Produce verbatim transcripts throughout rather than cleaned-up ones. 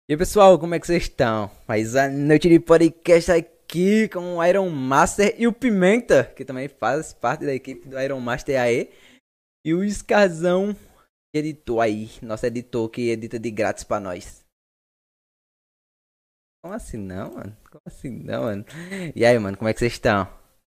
E aí, pessoal, como é que vocês estão? Mais a noite de podcast aqui com o Iron Master e o Pimenta, que também faz parte da equipe do Iron Master aí. E o Scarzão, editor aí, nosso editor que edita de grátis pra nós. Como assim não, mano? Como assim não, mano? E aí, mano, como é que vocês estão?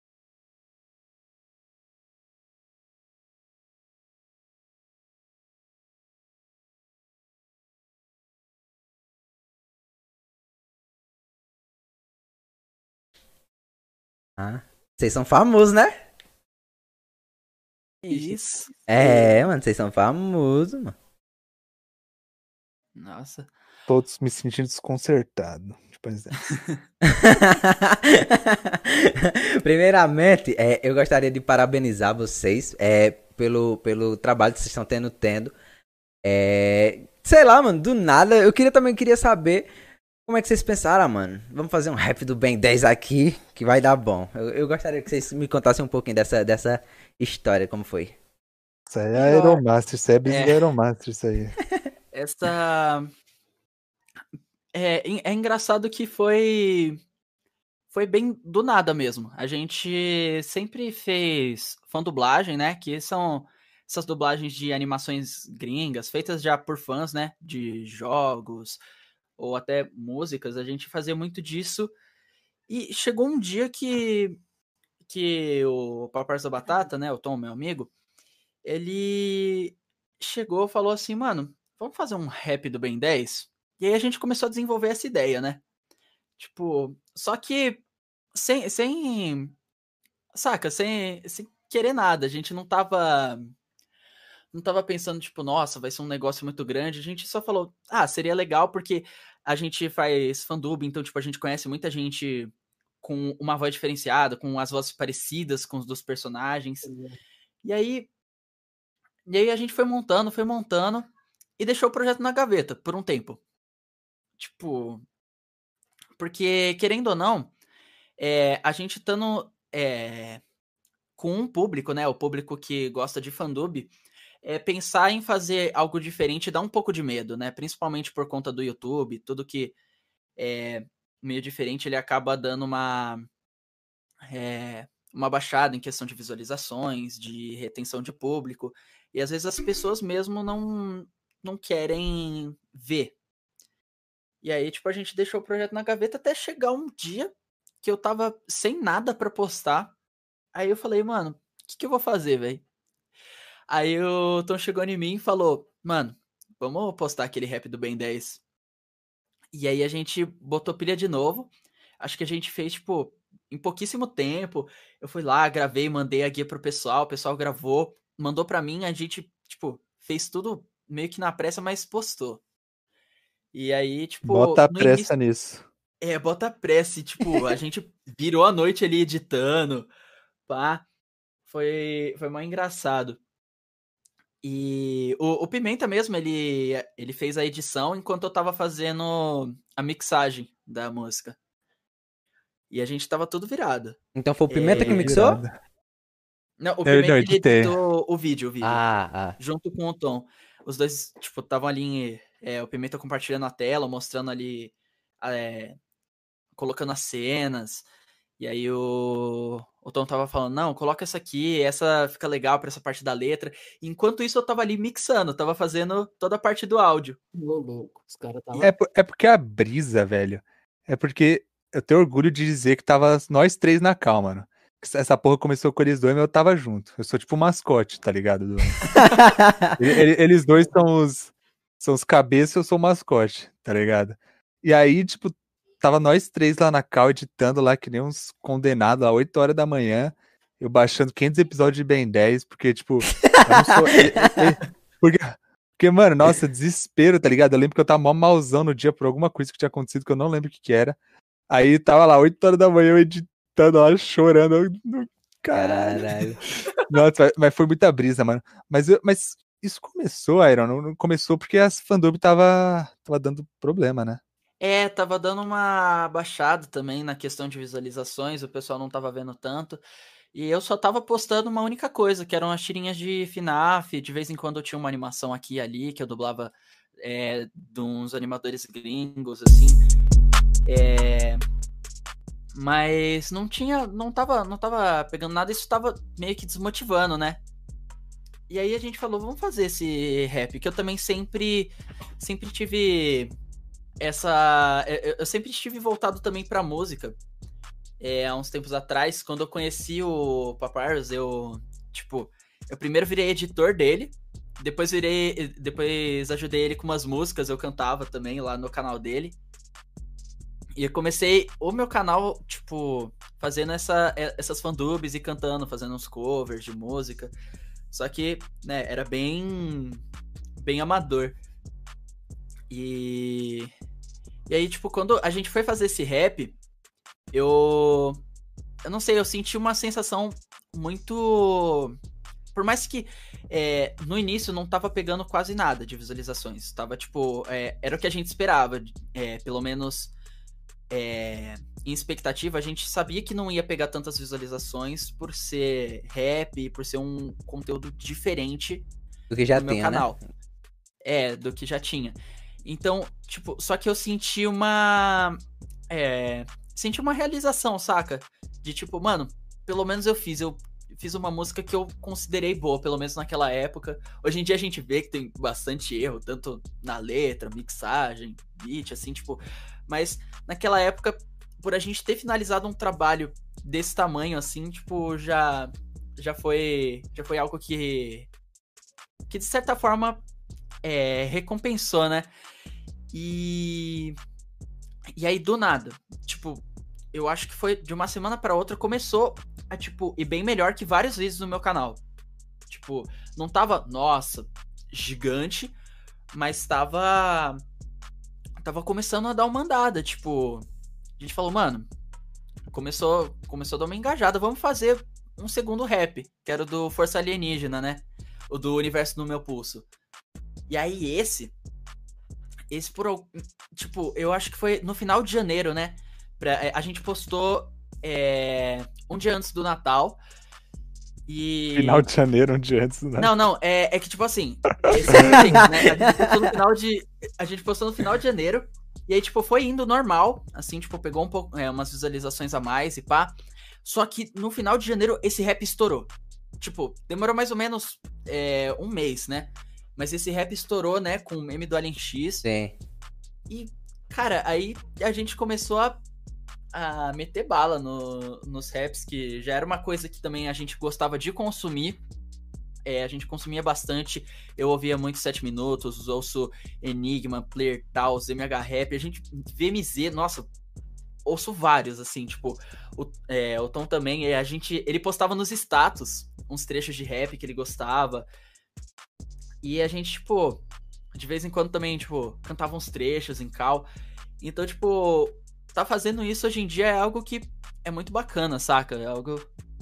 Ah, vocês são famosos, né? Que isso? É, mano, vocês são famosos, mano. Nossa. Todos me sentindo desconcertado depois dessa. Primeiramente, é, eu gostaria de parabenizar vocês é, pelo, pelo trabalho que vocês estão tendo, tendo. É, sei lá, mano, do nada. Eu queria também queria saber como é que vocês pensaram, ah, mano. Vamos fazer um rap do Ben dez aqui, que vai dar bom. Eu, eu gostaria que vocês me contassem um pouquinho dessa, dessa história, como foi. Isso aí é Pior. Aeromaster, isso aí é brisa É, do Aeromaster, isso aí. essa. É, é engraçado que foi. Foi bem do nada mesmo. A gente sempre fez fã-dublagem, né? Que são essas dublagens de animações gringas, feitas já por fãs, né? De jogos ou até músicas. A gente fazia muito disso. E chegou um dia que, que o Papas da Batata, né? O Tom, meu amigo, ele chegou e falou assim, mano, vamos fazer um rap do Ben dez? E aí a gente começou a desenvolver essa ideia, né? Tipo, só que sem, sem saca, sem, sem querer nada. A gente não tava, não tava pensando, tipo, nossa, vai ser um negócio muito grande. A gente só falou, ah, seria legal porque a gente faz fandub, então, tipo, a gente conhece muita gente com uma voz diferenciada, com as vozes parecidas com os dos personagens. E aí, e aí a gente foi montando, foi montando e deixou o projeto na gaveta por um tempo. Tipo, porque querendo ou não, é, a gente estando é, com um público, né? O público que gosta de fandub, é, pensar em fazer algo diferente dá um pouco de medo, né? Principalmente por conta do YouTube, tudo que é meio diferente, ele acaba dando uma é, uma baixada em questão de visualizações, de retenção de público, e às vezes as pessoas mesmo não não querem ver. E aí, tipo, a gente deixou o projeto na gaveta até chegar um dia que eu tava sem nada pra postar. Aí eu falei, mano, o que, que eu vou fazer, velho? Aí o Tom chegou em mim e falou, mano, vamos postar aquele rap do Ben dez. E aí a gente botou pilha de novo. Acho que a gente fez, tipo, em pouquíssimo tempo. Eu fui lá, gravei, mandei a guia pro pessoal, o pessoal gravou, mandou pra mim, a gente, tipo, fez tudo meio que na pressa, mas postou. E aí, tipo, Bota a no pressa início. nisso. É, bota pressa, e, tipo, a gente virou a noite ali editando, pá. Foi, foi mais engraçado. E o, o Pimenta mesmo, ele, ele fez a edição enquanto eu tava fazendo a mixagem da música. E a gente tava tudo virado. Então foi o Pimenta que Tudo É... mixou? virado. Não, o Eu não Pimenta ele editei. editou o vídeo, o vídeo. Ah, ah. Junto com o Tom. Os dois, tipo, estavam ali. Em, é, o Pimenta compartilhando a tela, mostrando ali. É, colocando as cenas. E aí o, o Tom tava falando, não, coloca essa aqui, essa fica legal pra essa parte da letra. Enquanto isso eu tava ali mixando, tava fazendo toda a parte do áudio. Ô, louco, os caras É, tava. por- é porque a brisa, velho. É porque eu tenho orgulho de dizer que tava nós três na cal, mano. Que essa porra começou com eles dois, mas eu tava junto. Eu sou tipo o mascote, tá ligado? Do- Ele- ele- Eles dois são os, são os cabeças e eu sou o mascote, tá ligado? E aí, tipo, tava nós três lá na cal editando lá que nem uns condenados às oito horas da manhã. Eu baixando quinhentos episódios de Ben dez, porque, tipo, eu não sou. ele- ele- ele- porque, porque, mano, nossa, desespero, tá ligado? Eu lembro que eu tava mó malzão no dia por alguma coisa que tinha acontecido que eu não lembro o que que era. Aí tava lá, oito horas da manhã, eu editando lá, chorando. Eu, no- Caralho. Caralho. Nossa, mas- mas foi muita brisa, mano. Mas, eu, mas isso começou, Iron, não não começou porque as fandub tava, tava dando problema, né? É, tava dando uma baixada também na questão de visualizações, o pessoal não tava vendo tanto. E eu só tava postando uma única coisa, que eram as tirinhas de F NAF. De vez em quando eu tinha uma animação aqui e ali, que eu dublava é, de uns animadores gringos, assim. É, mas não tinha, não tava, não tava pegando nada, isso tava meio que desmotivando, né? E aí a gente falou, vamos fazer esse rap, que eu também sempre, sempre tive essa... Eu sempre estive voltado também pra música. É, há uns tempos atrás, quando eu conheci o Papyrus, eu, tipo, eu primeiro virei editor dele, depois virei, depois ajudei ele com umas músicas, eu cantava também lá no canal dele. E eu comecei o meu canal, tipo, fazendo essa, essas fandubs e cantando, fazendo uns covers de música. Só que, né, era bem, bem amador. E, e aí, tipo, quando a gente foi fazer esse rap, eu, eu não sei, eu senti uma sensação muito... Por mais que é, no início não tava pegando quase nada de visualizações. Tava, tipo, é, era o que a gente esperava, é, pelo menos... É, em expectativa, a gente sabia que não ia pegar tantas visualizações por ser rap, por ser um conteúdo diferente Do que já do meu tinha, canal. né? É, do que já tinha. Então, tipo, só que eu senti uma... É, senti uma realização, saca? De tipo, mano, pelo menos eu fiz, eu fiz uma música que eu considerei boa, pelo menos naquela época. Hoje em dia a gente vê que tem bastante erro, tanto na letra, mixagem, beat, assim, tipo... Mas naquela época, por a gente ter finalizado um trabalho desse tamanho, assim, tipo, já, já foi já foi algo que, que de certa forma, é, recompensou, né? E, e aí, do nada, tipo, eu acho que foi de uma semana pra outra, começou a, tipo, ir bem melhor que vários vídeos no meu canal. Tipo, não tava, nossa, gigante, mas tava... Tava começando a dar uma andada, tipo... A gente falou, mano... Começou, começou a dar uma engajada, vamos fazer um segundo rap, que era o do Força Alienígena, né? O do Universo no Meu Pulso. E aí esse... Esse por... Tipo, eu acho que foi no final de janeiro, né? Pra, a gente postou é, um dia antes do Natal. E... Final de janeiro, um dia antes do Natal. Não, não, é, é que tipo assim, esse é o tempo, né? A gente postou no final de. A gente postou no final de janeiro. E aí, tipo, foi indo normal. Assim, tipo, pegou um pouco, é, umas visualizações a mais e pá. Só que no final de janeiro, esse rap estourou. Tipo, demorou mais ou menos é, um mês, né? Mas esse rap estourou, né? Com o meme do Alien X. Sim. E, cara, aí a gente começou a. a meter bala no, nos raps, que já era uma coisa que também a gente gostava de consumir. É, a gente consumia bastante. Eu ouvia muito sete minutos, ouço Enigma, Player Taos, M H Rap, a gente... V M Z, nossa, ouço vários, assim, tipo... O, é, o Tom também, a gente... Ele postava nos status uns trechos de rap que ele gostava. E a gente, tipo... De vez em quando também, tipo, cantava uns trechos em cal. Então, tipo... Tá fazendo isso hoje em dia é algo que é muito bacana, saca? É algo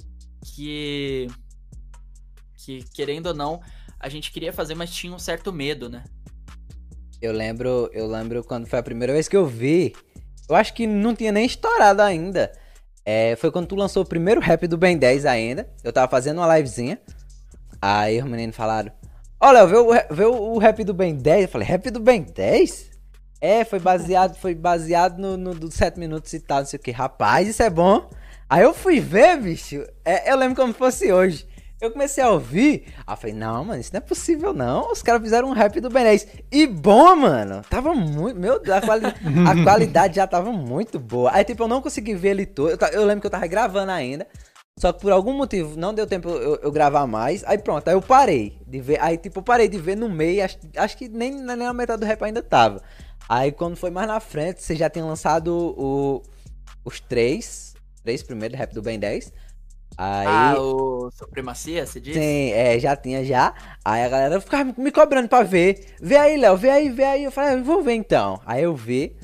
que, que, querendo ou não, a gente queria fazer, mas tinha um certo medo, né? Eu lembro, eu lembro quando foi a primeira vez que eu vi. Eu acho que não tinha nem estourado ainda. É, foi quando tu lançou o primeiro rap do Ben dez ainda. Eu tava fazendo uma livezinha. Aí os meninos falaram: Ó, Léo, vê, o, vê o rap do Ben dez. Eu falei: rap do Ben dez? É, foi baseado, foi baseado no, no dos sete minutos e tal, não sei o que. Rapaz, isso é bom. Aí eu fui ver, bicho. É, eu lembro como fosse hoje. Eu comecei a ouvir. Aí eu falei, não, mano, isso não é possível, não. Os caras fizeram um rap do Ben dez. E bom, mano. Tava muito. Meu Deus, a, quali... a qualidade já tava muito boa. Aí, tipo, eu não consegui ver ele todo. Eu, eu lembro que eu tava gravando ainda. Só que por algum motivo não deu tempo eu, eu gravar mais. Aí pronto, aí eu parei de ver. Aí, tipo, eu parei de ver no meio. Acho, acho que nem, nem na metade do rap ainda tava. Aí quando foi mais na frente, você já tinha lançado o, os três, três primeiros rap do Ben dez. Aí, ah, o Supremacia, você disse? Sim, é, já tinha já. Aí a galera ficava me cobrando pra ver. Vê aí, Léo, vê aí, vê aí. Eu falei, ah, vou ver então. Aí eu vi.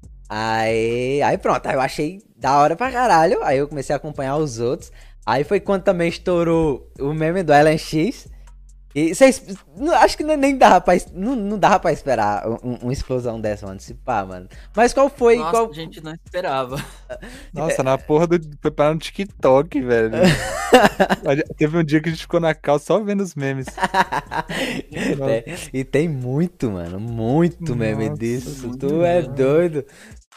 Aí, aí pronto, aí eu achei da hora pra caralho. Aí eu comecei a acompanhar os outros. Aí foi quando também estourou o meme do Alien X. E vocês. não- Acho que não- nem dava pra. es- Não, não dava pra esperar um- um- uma explosão dessa, mano. Se pá, mano. Mas qual foi. Nossa, qual... a gente não esperava. Nossa, na porra do. Foi parar no TikTok, velho. Olha, teve um dia que a gente ficou na cal só vendo os memes. É, e tem muito, mano. Muito meme Nossa, disso. muito Tu é meme. doido.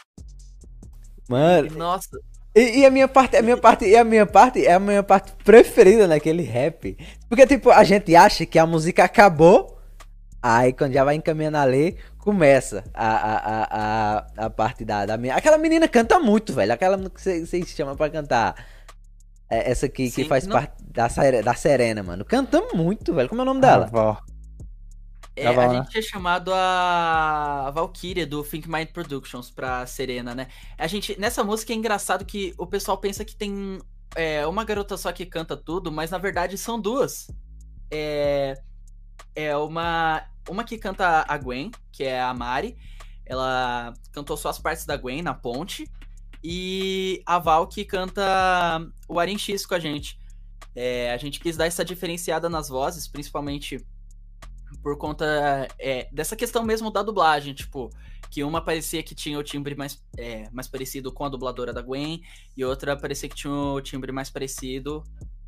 Mano. Nossa, E, e a minha parte, a minha parte, e a minha parte é a minha parte preferida naquele rap. Porque, tipo, a gente acha que a música acabou. Aí quando já vai encaminhando ali, começa a, a, a, a, a parte da, da minha. Aquela menina canta muito, velho. Aquela que vocês chamam pra cantar. É, essa aqui que Sim, faz não- parte da, Sere- da Serena, mano. Canta muito, velho. Como é o nome Ah, dela? Val. é, Tava a lá. gente tinha chamado a Valkyria do Think Mind Productions pra Serena, né? A gente, nessa música é engraçado que o pessoal pensa que tem é, uma garota só que canta tudo, mas na verdade são duas. É, é uma, uma que canta a Gwen, que é a Mari. Ela cantou só as partes da Gwen na ponte. E a Val que canta o Arin X com a gente. É, a gente quis dar essa diferenciada nas vozes, principalmente por conta é, dessa questão mesmo da dublagem, tipo, que uma parecia que tinha o timbre mais, é, mais parecido com a dubladora da Gwen, e outra parecia que tinha o timbre mais parecido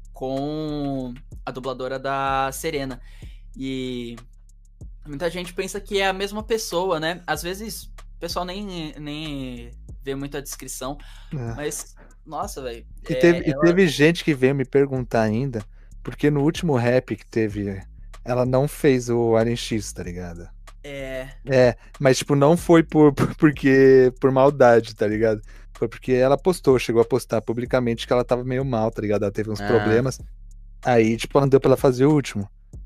com a dubladora da Serena. E muita gente pensa que é a mesma pessoa, né? Às vezes o pessoal nem, nem vê muito a descrição, É. mas, nossa, velho. E, é, teve, e ela- teve gente que veio me perguntar ainda, porque no último rap que teve, ela não fez o Aren X, tá ligado? é, É, mas tipo, não foi por, por- porque por maldade, tá ligado? Foi porque ela postou, chegou a postar publicamente que ela tava meio mal, tá ligado? Ela teve uns Ah. problemas. Aí, tipo, não deu pra ela fazer o último.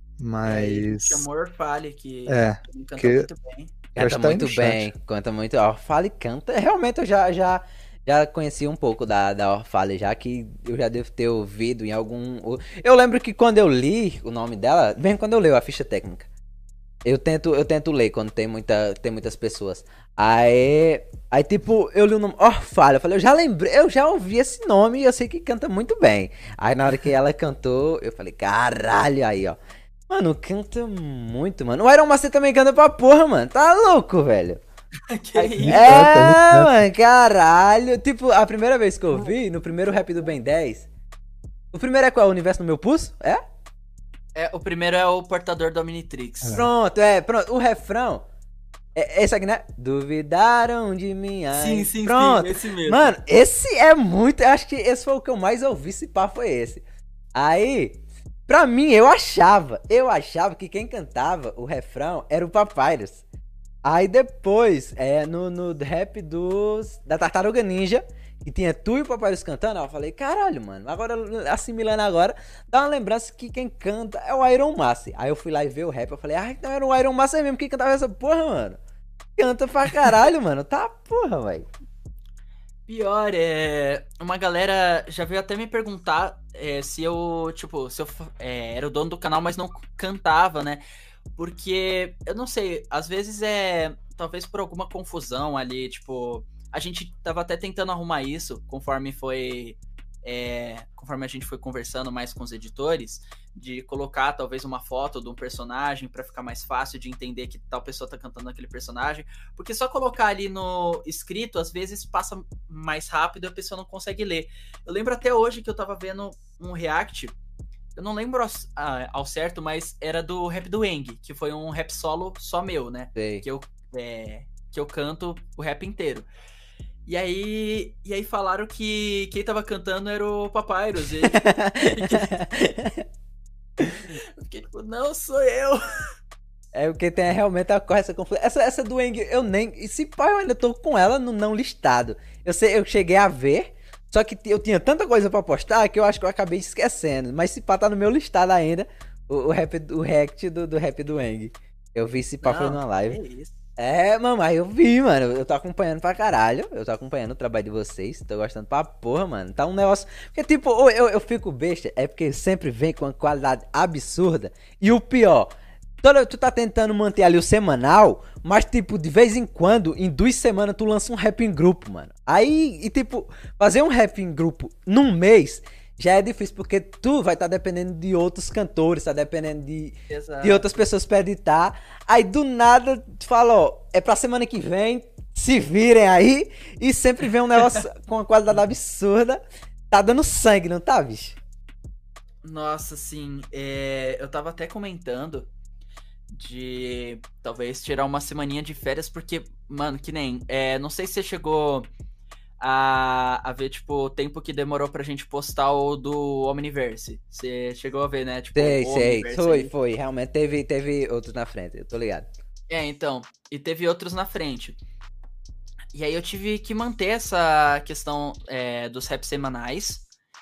aí Mas. chamou Orfale, que É, também canta que- muito bem. Eu acho Canta que tá aí muito no bem, chat. canta muito. A Orfale canta. Realmente eu já, já, já conheci um pouco da, da Orfale, já que eu já devo ter ouvido em algum. Eu lembro que quando eu li o nome dela, bem quando eu leio a ficha técnica. Eu tento, eu tento ler quando tem, muita, tem muitas pessoas. Aí, aí, tipo, eu li o nome Orfale. Eu falei, eu já lembrei, eu já ouvi esse nome e eu sei que canta muito bem. Aí na hora que ela cantou, eu falei, caralho, aí, ó. Mano, canta muito, mano. O Iron Master também canta pra porra, mano. Tá louco, velho. que isso? É, canta. mano, caralho. Tipo, a primeira vez que eu vi, no primeiro rap do Ben dez. O primeiro é qual? O Universo no Meu Pulso? É? É, o primeiro é o Portador do Omnitrix. É. Pronto, é, pronto. O refrão. É esse aqui, né? Duvidaram de mim. Ai. Sim, sim, Pronto. sim, esse mesmo. Mano, esse é muito. Eu acho que esse foi o que eu mais ouvi. Se pá, foi esse. Aí, pra mim, eu achava. Eu achava que quem cantava o refrão era o Papyrus. Aí depois, é, no, no rap dos, da Tartaruga Ninja, que tinha tu e o Papyrus cantando, eu falei, caralho, mano. Agora, assimilando agora, dá uma lembrança que quem canta é o Iron Master. Aí eu fui lá e ver o rap, eu falei, ah, então era o Iron Master mesmo que cantava essa porra, mano. Canta pra caralho, mano. Tá porra, velho. Pior, é. Uma galera já veio até me perguntar é, se eu, tipo, se eu é, era o dono do canal, mas não cantava, né? Porque, eu não sei, às vezes é. Talvez por alguma confusão ali, tipo. A gente tava até tentando arrumar isso conforme foi. É, conforme a gente foi conversando mais com os editores, de colocar talvez uma foto de um personagem pra ficar mais fácil de entender que tal pessoa tá cantando aquele personagem, porque só colocar ali no escrito às vezes passa mais rápido e a pessoa não consegue ler. Eu lembro até hoje que eu tava vendo um react, eu não lembro ao, ah, ao certo, mas era do rap do Eng, que foi um rap solo só meu, né? Sei. Que eu, é, que eu canto o rap inteiro. E aí, e aí falaram que quem tava cantando era o Papyrus. E eu fiquei tipo, não, sou eu. É porque tem realmente ocorre essa confusão. Essa, essa do Eng, eu nem. E se pá, eu ainda tô com ela no não listado. Eu sei, eu cheguei a ver. Só que eu tinha tanta coisa pra postar que eu acho que eu acabei esquecendo. Mas se pá, tá no meu listado ainda. O, o, rap, o react do, do rap do Eng. Eu vi se pá, foi numa live. É isso. É, mamãe, eu vi, mano. Eu tô acompanhando pra caralho. Eu tô acompanhando o trabalho de vocês. Tô gostando pra porra, mano. Tá um negócio. Porque, tipo, eu, eu, eu fico besta. É porque sempre vem com uma qualidade absurda. E o pior. Toda, tu tá tentando manter ali o semanal. Mas, tipo, de vez em quando, em duas semanas, tu lança um rap em grupo, mano. Aí, e tipo, fazer um rap em grupo num mês já é difícil, porque tu vai estar dependendo de outros cantores, tá dependendo de, Exato. de outras pessoas pra editar. Aí do nada, tu fala, ó, é pra semana que vem, se virem aí, e sempre vem um negócio com uma qualidade absurda. Tá dando sangue, não tá, bicho? Nossa, assim, é, eu tava até comentando de talvez tirar uma semaninha de férias, porque, mano, que nem, é, não sei se você chegou a, a ver, tipo, o tempo que demorou pra gente postar o do Omniverse. Você chegou a ver, né? Tipo, Sei, o sei, Omniverse foi, ali. foi, realmente teve, teve outros na frente, eu tô ligado. É, então, e teve outros na frente. E aí eu tive que manter essa questão é, dos raps semanais.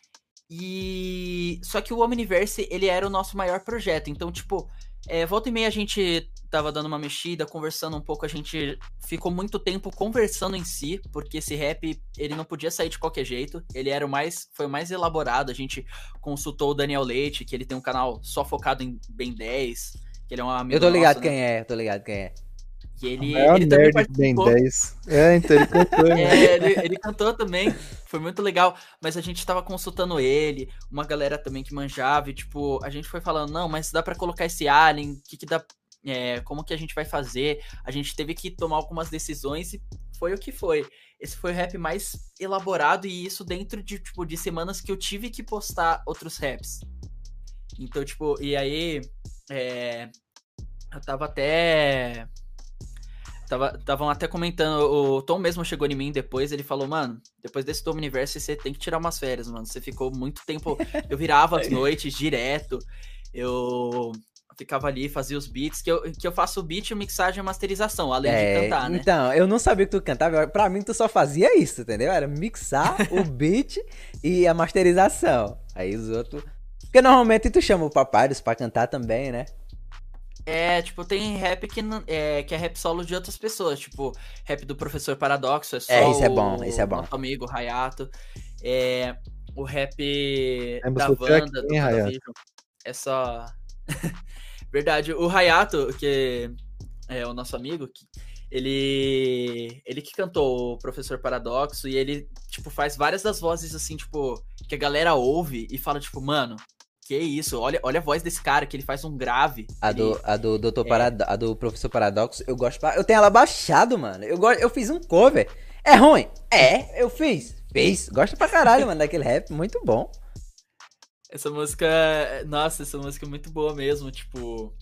E só que o Omniverse, ele era o nosso maior projeto. Então, tipo, é, volta e meia a gente tava dando uma mexida, conversando um pouco. A gente ficou muito tempo conversando em si, porque esse rap, ele não podia sair de qualquer jeito. Ele era o mais, foi o mais elaborado. A gente consultou o Daniel Leite, que ele tem um canal só focado em Ben dez, que ele é um amigo Eu tô ligado nosso, né? quem é, eu tô ligado quem é. E ele, É o ele também nerd do Ben participou. dez. É, então ele cantou, né? É, ele, ele cantou também, foi muito legal, mas a gente tava consultando ele, uma galera também que manjava, e tipo, a gente foi falando, não, mas dá pra colocar esse alien, o que que dá, é, como que a gente vai fazer? A gente teve que tomar algumas decisões e foi o que foi. Esse foi o rap mais elaborado, e isso dentro de, tipo, de semanas que eu tive que postar outros raps. Então, tipo, e aí, é, eu tava até... Estavam até comentando, o Tom mesmo chegou em mim depois, ele falou, mano, depois desse Tom Universo você tem que tirar umas férias, mano. Você ficou muito tempo. Eu virava as noites direto, eu ficava ali, fazia os beats, que eu, que eu faço beat, mixagem e masterização, além É, de cantar, né? então, eu não sabia que tu cantava, pra mim tu só fazia isso, entendeu? Era mixar o beat e a masterização. Aí os outros... Porque normalmente tu chama o Papyrus pra cantar também, né? É, tipo, tem rap que, não- é, que é rap solo de outras pessoas, tipo, rap do Professor Paradoxo, é só É, isso é o bom, isso é bom. nosso amigo Hayato, é, o rap Lembra da você aqui, Wanda, do hein, Hayato? WandaVision, é só... Verdade, o Hayato, que é o nosso amigo, que- ele ele que cantou o Professor Paradoxo, e ele, tipo, faz várias das vozes, assim, tipo, que a galera ouve e fala, tipo, mano, que isso, olha, olha a voz desse cara, que ele faz um grave. A ele, do, a do doutor é. Parado, a do Professor Paradoxo, eu gosto. pra- Eu tenho ela baixado, mano. Eu, gosto, eu fiz um cover. É ruim? É, eu fiz. Fiz. Gosto pra caralho, mano, daquele rap. Muito bom. Essa música, nossa, essa música é muito boa mesmo, tipo...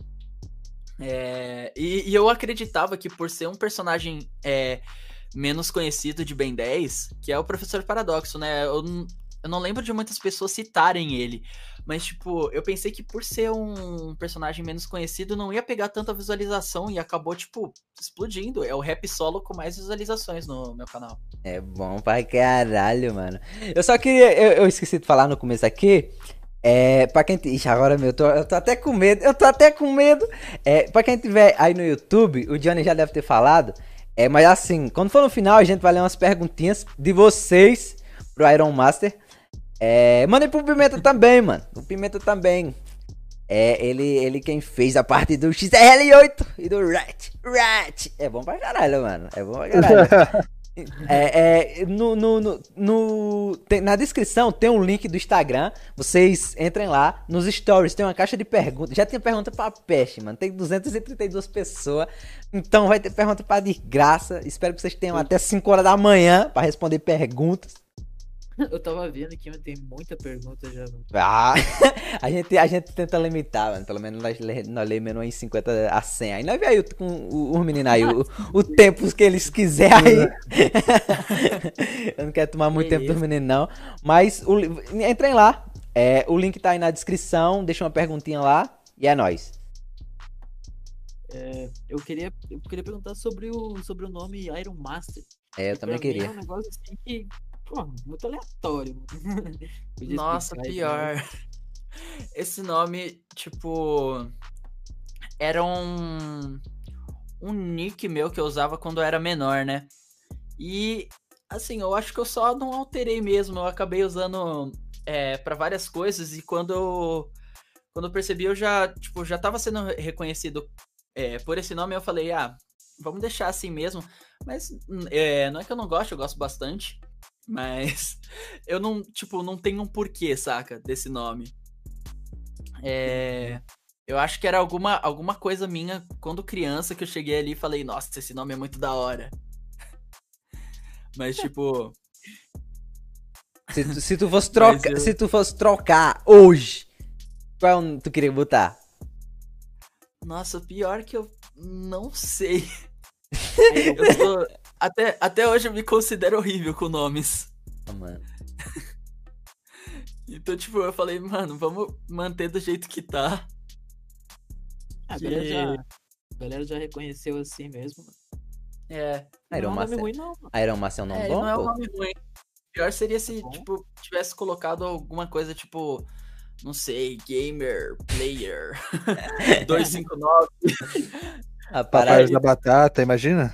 É, e, e eu acreditava que por ser um personagem é, menos conhecido de Ben dez, que é o Professor Paradoxo, né? Eu, n- eu não lembro de muitas pessoas citarem ele, mas, tipo, eu pensei que por ser um personagem menos conhecido não ia pegar tanta visualização e acabou, tipo, explodindo. É o rap solo com mais visualizações no meu canal. É bom pra caralho, mano. Eu só queria. Eu, eu esqueci de falar no começo aqui. É, pra quem. Ixi, agora meu, eu tô, eu tô até com medo. Eu tô até com medo. É, pra quem tiver aí no YouTube, o Johnny já deve ter falado. É, mas assim, quando for no final, a gente vai ler umas perguntinhas de vocês pro Iron Master. É, mandei pro Pimenta também, mano. O Pimenta também. É, ele, ele quem fez a parte do X R L oito e do Rat. Rat. É bom pra caralho, mano. É bom pra caralho. É, é, no, no, no, no- tem- na descrição tem um link do Instagram. Vocês entrem lá. Nos stories tem uma caixa de perguntas. Já tinha pergunta pra peste, mano. Tem duzentas e trinta e duas pessoas. Então vai ter pergunta pra de graça. Espero que vocês tenham até cinco horas da manhã pra responder perguntas. Eu tava vendo aqui, mas tem muita pergunta já. Mano. Ah, a, gente, a gente tenta limitar, mano. Pelo menos nós, le- nós lemos em cinquenta a cem. Aí nós vê aí com o- os meninos aí, o, o tempo que eles quiserem aí. Eu não quero tomar muito tempo dos meninos, não. Mas o, li- entrem lá. É, o link tá aí na descrição. Deixa uma perguntinha lá. E é nóis. É, eu, queria, eu queria perguntar sobre o, sobre o nome Iron Master. É, eu Que também pra mim queria. É um negócio assim que, pô, muito aleatório. Mano. Podia Nossa, explicar isso, pior. Esse nome, tipo, era um um nick meu que eu usava quando eu era menor, né? E assim, eu acho que eu só não alterei mesmo. Eu acabei usando é, para várias coisas, e quando eu, quando eu percebi, eu já, tipo, já tava sendo reconhecido é, por esse nome. Eu falei, ah, vamos deixar assim mesmo. Mas é, não é que eu não gosto, eu gosto bastante. Mas eu não, tipo, não tenho um porquê, saca, desse nome. É... Eu acho que era alguma, alguma coisa minha quando criança que eu cheguei ali e falei, nossa, esse nome é muito da hora. Mas, tipo... Se tu, se tu fosse trocar, eu... se tu fosse trocar hoje, qual tu queria botar? Nossa, pior que eu não sei. Eu sou... até, até hoje eu me considero horrível com nomes. Oh, mano. Então, tipo, eu falei, mano, vamos manter do jeito que tá. A Que- galera já, a galera já reconheceu assim mesmo. É, Iron Não é um nome Master. ruim, não. mano. Iron Master é um nome é, bom, não é um pô? nome ruim. Pior seria se, Tá bom. tipo, tivesse colocado alguma coisa, tipo, não sei, Gamer, Player, duzentos e cinquenta e nove. A Papai parada. da batata, imagina?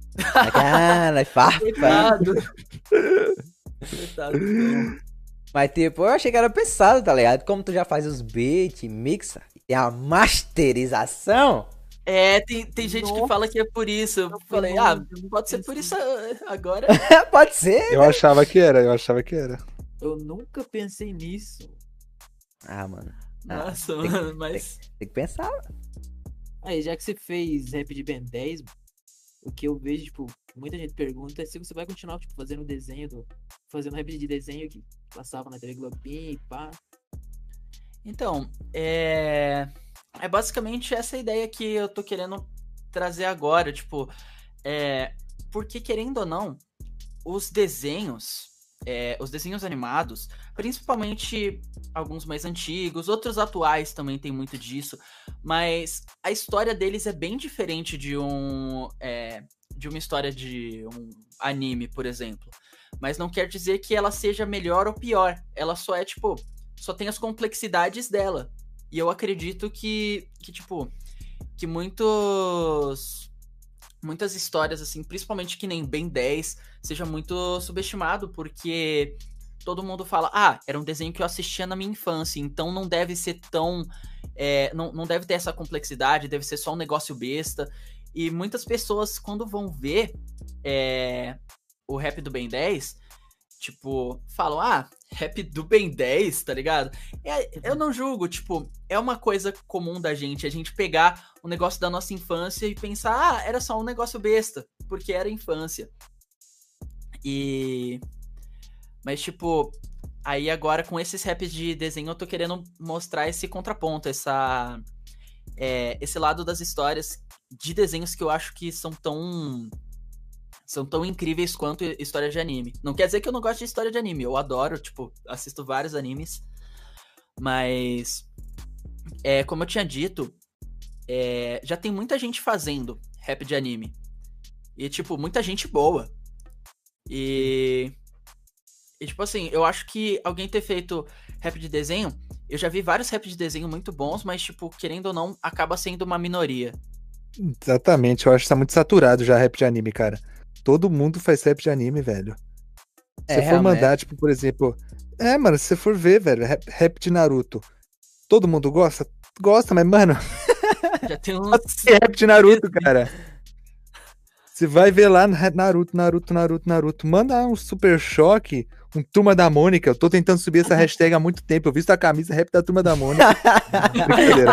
Cara, farpa. Coitado. Coitado. Não. Mas, tipo, eu achei que era pensado, tá ligado? Como tu já faz os beats, mixa, e a masterização. É, tem, tem gente que Nossa. fala que é por isso. Eu Eu falei, não- ah, eu não pode ser por pensei. isso ah, agora. Pode ser. Eu achava que era, eu achava que era. Eu nunca pensei nisso. Ah, mano. Ah, Nossa, tem que- mano, mas. Tem que pensar. Aí, já que você fez rap de Ben dez, o que eu vejo, tipo, que muita gente pergunta é se você vai continuar, tipo, fazendo desenho, do, fazendo rap de desenho que passava na T V Globinho e pá. Então, é. É basicamente essa ideia que eu tô querendo trazer agora. Tipo, é. Porque, querendo ou não, os desenhos. é, os desenhos animados, principalmente alguns mais antigos, outros atuais também tem muito disso, mas a história deles é bem diferente de um é, de uma história de um anime, por exemplo. Mas não quer dizer que ela seja melhor ou pior. Ela só é tipo, só tem as complexidades dela. E eu acredito que que tipo que muitos muitas histórias, assim, principalmente que nem Ben dez, seja muito subestimado, porque todo mundo fala, ah, era um desenho que eu assistia na minha infância, então não deve ser tão... é, não, não deve ter essa complexidade, deve ser só um negócio besta. E muitas pessoas, quando vão ver é, o rap do Ben dez, tipo, falam, ah, rap do Ben dez, tá ligado? É, eu não julgo, tipo, é uma coisa comum da gente, a gente pegar um negócio da nossa infância e pensar, ah, era só um negócio besta, porque era infância. E... Mas, tipo, aí agora com esses raps de desenho eu tô querendo mostrar esse contraponto, essa... é, esse lado das histórias de desenhos que eu acho que são tão... são tão incríveis quanto história de anime. Não quer dizer que eu não gosto de história de anime, eu adoro, tipo, assisto vários animes, mas... É, como eu tinha dito, é, já tem muita gente fazendo rap de anime. E, tipo, muita gente boa. E... E, tipo assim, eu acho que alguém ter feito rap de desenho... Eu já vi vários rap de desenho muito bons, mas, tipo, querendo ou não, acaba sendo uma minoria. Exatamente, eu acho que tá muito saturado já rap de anime, cara. Todo mundo faz rap de anime, velho. Se É, você for realmente. mandar, tipo, por exemplo... É, mano, se você for ver, velho, rap, rap de Naruto. Todo mundo gosta? Gosta, mas, mano, Já tem uns... que rap de Naruto, cara. Você vai ver lá Naruto, Naruto, Naruto, Naruto. Manda um super choque, um Turma da Mônica. Eu tô tentando subir essa hashtag há muito tempo. Eu vi a camisa rap da Turma da Mônica. Brincadeira.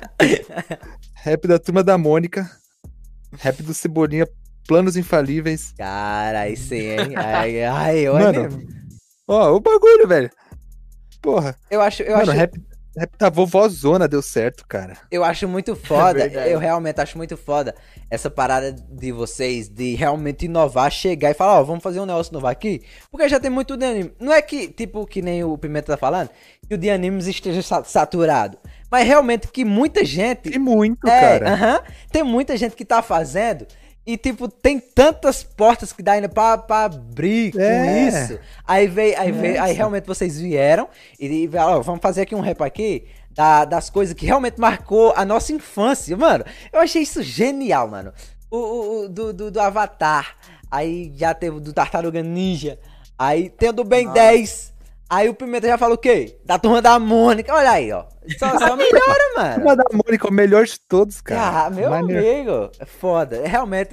Rap da Turma da Mônica. Rap do Cebolinha, Planos Infalíveis. Cara, aí sim, hein? Ai, ai, eu Mano, é mesmo. Ó, o bagulho, velho. Porra. Eu acho, eu Mano, acho, rap, rap da vovózona deu certo, cara. eu acho muito foda. verdade. Eu realmente acho muito foda essa parada de vocês de realmente inovar, chegar e falar, ó, vamos fazer um negócio novo aqui. Porque já tem muito de anime. Não é que, tipo, que nem o Pimenta tá falando, que o de animes esteja sa- saturado. Mas realmente que muita gente. E muito, É, cara. aham. Tem muita gente que tá fazendo e, tipo, tem tantas portas que dá ainda pra, pra abrir com É. isso. Aí veio, aí veio, aí Nossa. realmente vocês vieram e, e ó, vamos fazer aqui um rap aqui da- das coisas que realmente marcou a nossa infância, mano. Eu achei isso genial, mano. O, o- o do, do, do Avatar, aí já teve o do Tartaruga Ninja, aí tem o do Ben dez. Aí o Pimenta já falou o quê? Da Turma da Mônica. Olha aí, ó. Só, só melhora, mano. Turma da Mônica, o melhor de todos, cara. Ah, meu Maneiro. amigo, é foda. É realmente,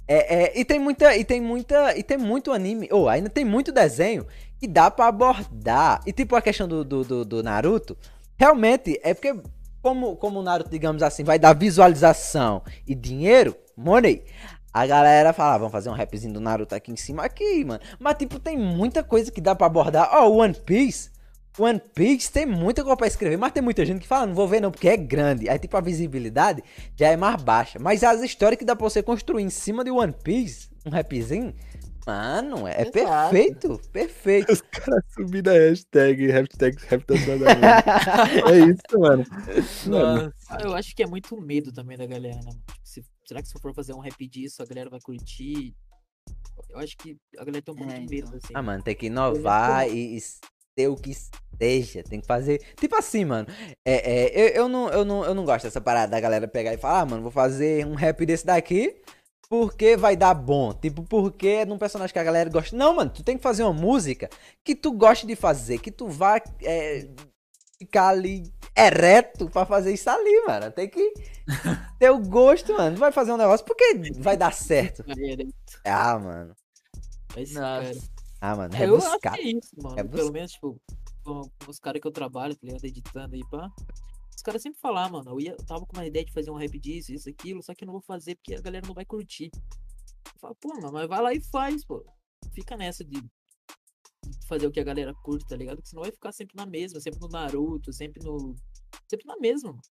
É, é, e tem muita, e tem muita, e tem muito anime, ou ainda tem muito desenho que dá pra abordar. E tipo a questão do, do, do, do Naruto, realmente é porque como, como o Naruto, digamos assim, vai dar visualização e dinheiro, money, a galera fala, ah, vamos fazer um rapzinho do Naruto aqui em cima, aqui, mano. Mas tipo, tem muita coisa que dá pra abordar. Ó, oh, One Piece, One Piece tem muita coisa pra escrever, mas tem muita gente que fala, não vou ver não, porque é grande. Aí, tipo, a visibilidade já é mais baixa. Mas as histórias que dá pra você construir em cima de One Piece, um rapzinho, mano, é Exato. perfeito, perfeito. Os caras subindo a hashtag, hashtag rap da sua galera. É isso, mano. Mano, Nossa. Ah, Eu acho que é muito medo também da galera, né? Tipo, se- será que se eu for fazer um rap disso, a galera vai curtir? Eu acho que a galera tem um pouco É, de medo, então. assim. Ah, mano, tem que inovar Por exemplo, e, e ser o que seja. Tem que fazer. Tipo assim, mano. É, é, eu, eu, não, eu, não, eu não gosto dessa parada da galera pegar e falar, ah, mano, vou fazer um rap desse daqui porque vai dar bom. Tipo, porque é num personagem que a galera gosta. Não, mano, tu tem que fazer uma música que tu goste de fazer, que tu vá é, ficar ali ereto pra fazer isso ali, mano. Tem que ter o gosto, mano. Tu vai fazer um negócio porque vai dar certo. galera, Ah, mano. mas, Nossa. cara, Ah, mano, é, eu acho rebuscar. que é isso, mano. Rebuscar. Pelo menos, tipo, com, com os caras que eu trabalho, tá ligado? Editando aí, pá. Os caras sempre falam, mano, eu, ia, eu tava com uma ideia de fazer um rap disso, isso, aquilo, só que eu não vou fazer porque a galera não vai curtir. Eu falo, pô, mano, mas vai lá e faz, pô. Fica nessa de fazer o que a galera curte, tá ligado? Porque senão vai ficar sempre na mesma, sempre no Naruto, sempre no. Sempre na mesma, mano.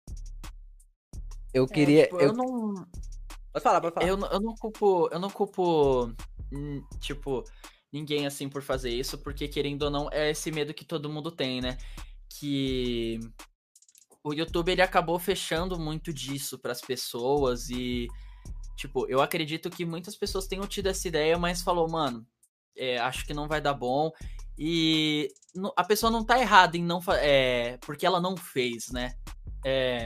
Eu É, queria. tipo, eu... eu não. Pode falar, pode falar. Eu, não- eu não culpo. Eu não culpo. hum, Tipo, ninguém assim por fazer isso, porque querendo ou não, é esse medo que todo mundo tem, né? Que o YouTube ele acabou fechando muito disso pras pessoas e. Tipo, eu acredito que muitas pessoas tenham tido essa ideia, mas falou, mano, é, acho que não vai dar bom. E no- a pessoa não tá errada em não fa- é, porque ela não fez, né? É,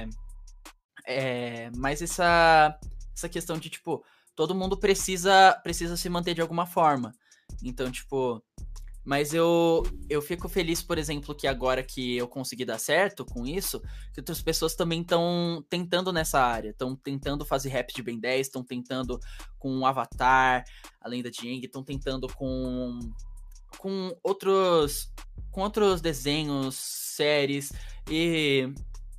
é, mas essa, essa questão de, tipo, todo mundo precisa, precisa se manter de alguma forma. Então, tipo, mas eu, eu fico feliz, por exemplo, que agora que eu consegui dar certo com isso, que outras pessoas também estão tentando nessa área. Estão tentando fazer rap de Ben dez, estão tentando com Avatar, a Lenda de Aang, estão tentando com, com outros com outros desenhos, séries e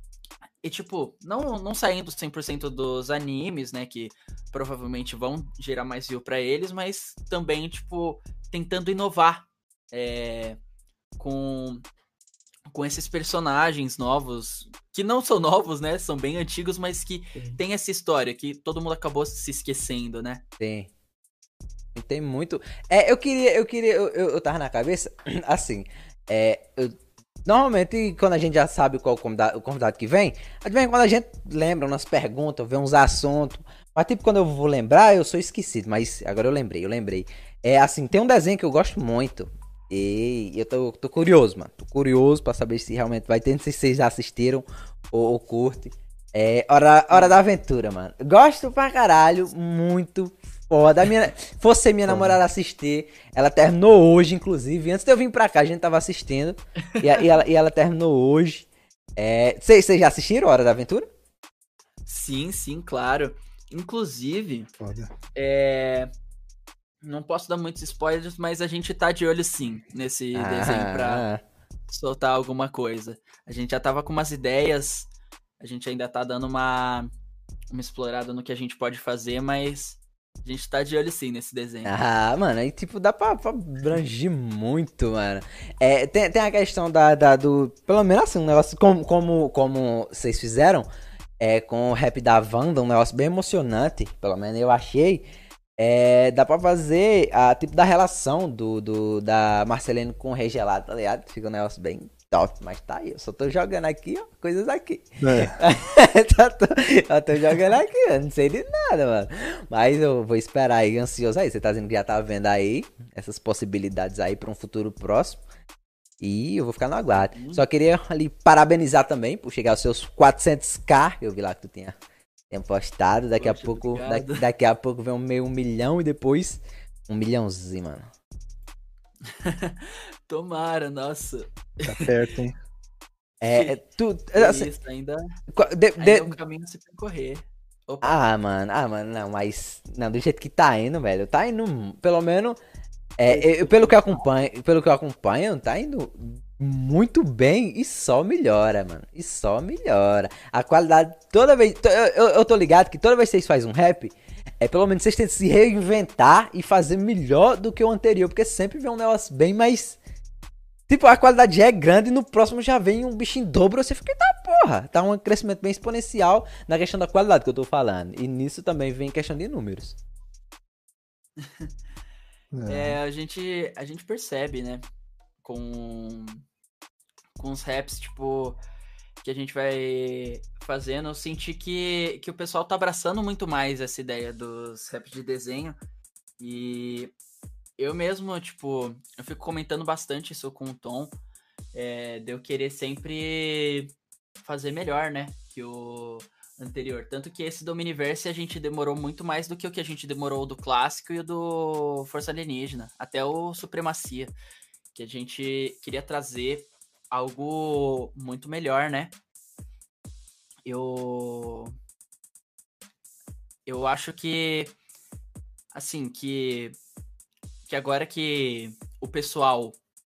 e tipo, não não saindo cem por cento dos animes, né, que provavelmente vão gerar mais view pra eles, mas também tipo tentando inovar é, com com esses personagens novos, que não são novos, né? São bem antigos, mas que Sim. tem essa história que todo mundo acabou se esquecendo, né? Tem. Tem muito. É, eu queria, eu queria, eu, eu, eu tava na cabeça, assim, é, eu- normalmente quando a gente já sabe qual o convidado, o convidado que vem, de vez em quando a gente lembra umas perguntas, vê uns assuntos, mas tipo quando eu vou lembrar, eu sou esquecido, mas agora eu lembrei, eu lembrei. É assim, tem um desenho que eu gosto muito, e eu tô, tô curioso, mano, tô curioso pra saber se realmente vai ter, não sei se vocês já assistiram ou, ou curte. É Hora, Hora da Aventura, mano. Gosto pra caralho, muito foda. A minha, fosse minha namorada assistir, ela terminou hoje, inclusive. Antes de eu vir pra cá, a gente tava assistindo. E, a- e ela, e ela terminou hoje. É, Vocês vocês já assistiram Hora da Aventura? Sim, sim, claro. Inclusive, Foda. é, não posso dar muitos spoilers, mas a gente tá de olho sim nesse desenho pra Ah, soltar alguma coisa. A gente já tava com umas ideias, a gente ainda tá dando uma, uma explorada no que a gente pode fazer, mas a gente tá de olho sim nesse desenho. ah, mano, aí tipo, dá pra, pra abranger muito, mano. É, tem, tem a questão da, da- do. Pelo menos assim, um negócio como, como, como vocês fizeram. É, com o rap da Wanda, um negócio bem emocionante, pelo menos eu achei. É, dá pra fazer a tipo da relação do, do da Marcelino com o Rei Gelado, tá ligado? Fica um negócio bem top, mas tá aí, eu só tô jogando aqui, ó, coisas aqui. É. Só tô, eu tô jogando aqui, eu não sei de nada, mano. Mas eu vou esperar aí, ansioso aí. Você tá dizendo que já tá vendo aí essas possibilidades aí pra um futuro próximo. E eu vou ficar no aguardo. Uhum. Só queria ali parabenizar também por chegar aos seus quatrocentos k. Eu vi lá que tu tinha, tinha postado. Daqui Poxa, a pouco, obrigado. daqui, daqui a pouco vem um meio um milhão e depois um milhãozinho, mano. Tomara, nossa. Tá perto, hein? É, é, tu, Que assim, isso, ainda, qua- de- ainda de- é um caminho a se percorrer. Opa. Ah, mano, ah, mano, não, mas. Não, do jeito que tá indo, velho. Tá indo, pelo menos. É, eu- pelo que eu acompanho, pelo que eu acompanho, tá indo muito bem e só melhora, mano. E só melhora. A qualidade, toda vez. to- Eu, eu, eu tô ligado que toda vez que vocês fazem um rap, é pelo menos vocês tentam se reinventar e fazer melhor do que o anterior. Porque sempre vem um negócio bem mais. Tipo, a qualidade já é grande e no próximo já vem um bicho em dobro. Você fica, tá porra. Tá um crescimento bem exponencial na questão da qualidade que eu tô falando. E nisso também vem questão de números. É, a gente, a gente percebe, né? Com, com os raps, tipo, que a gente vai fazendo, eu senti que, que o pessoal tá abraçando muito mais essa ideia dos raps de desenho. E eu mesmo, tipo, eu fico comentando bastante isso com o Tom, é, de eu querer sempre fazer melhor, né? Que o anterior. Tanto que esse do Omniverse a gente demorou muito mais do que o que a gente demorou do clássico e o do Força Alienígena. Até o Supremacia. Que a gente queria trazer algo muito melhor, né? Eu. Eu acho que. Assim, que. Que agora que o pessoal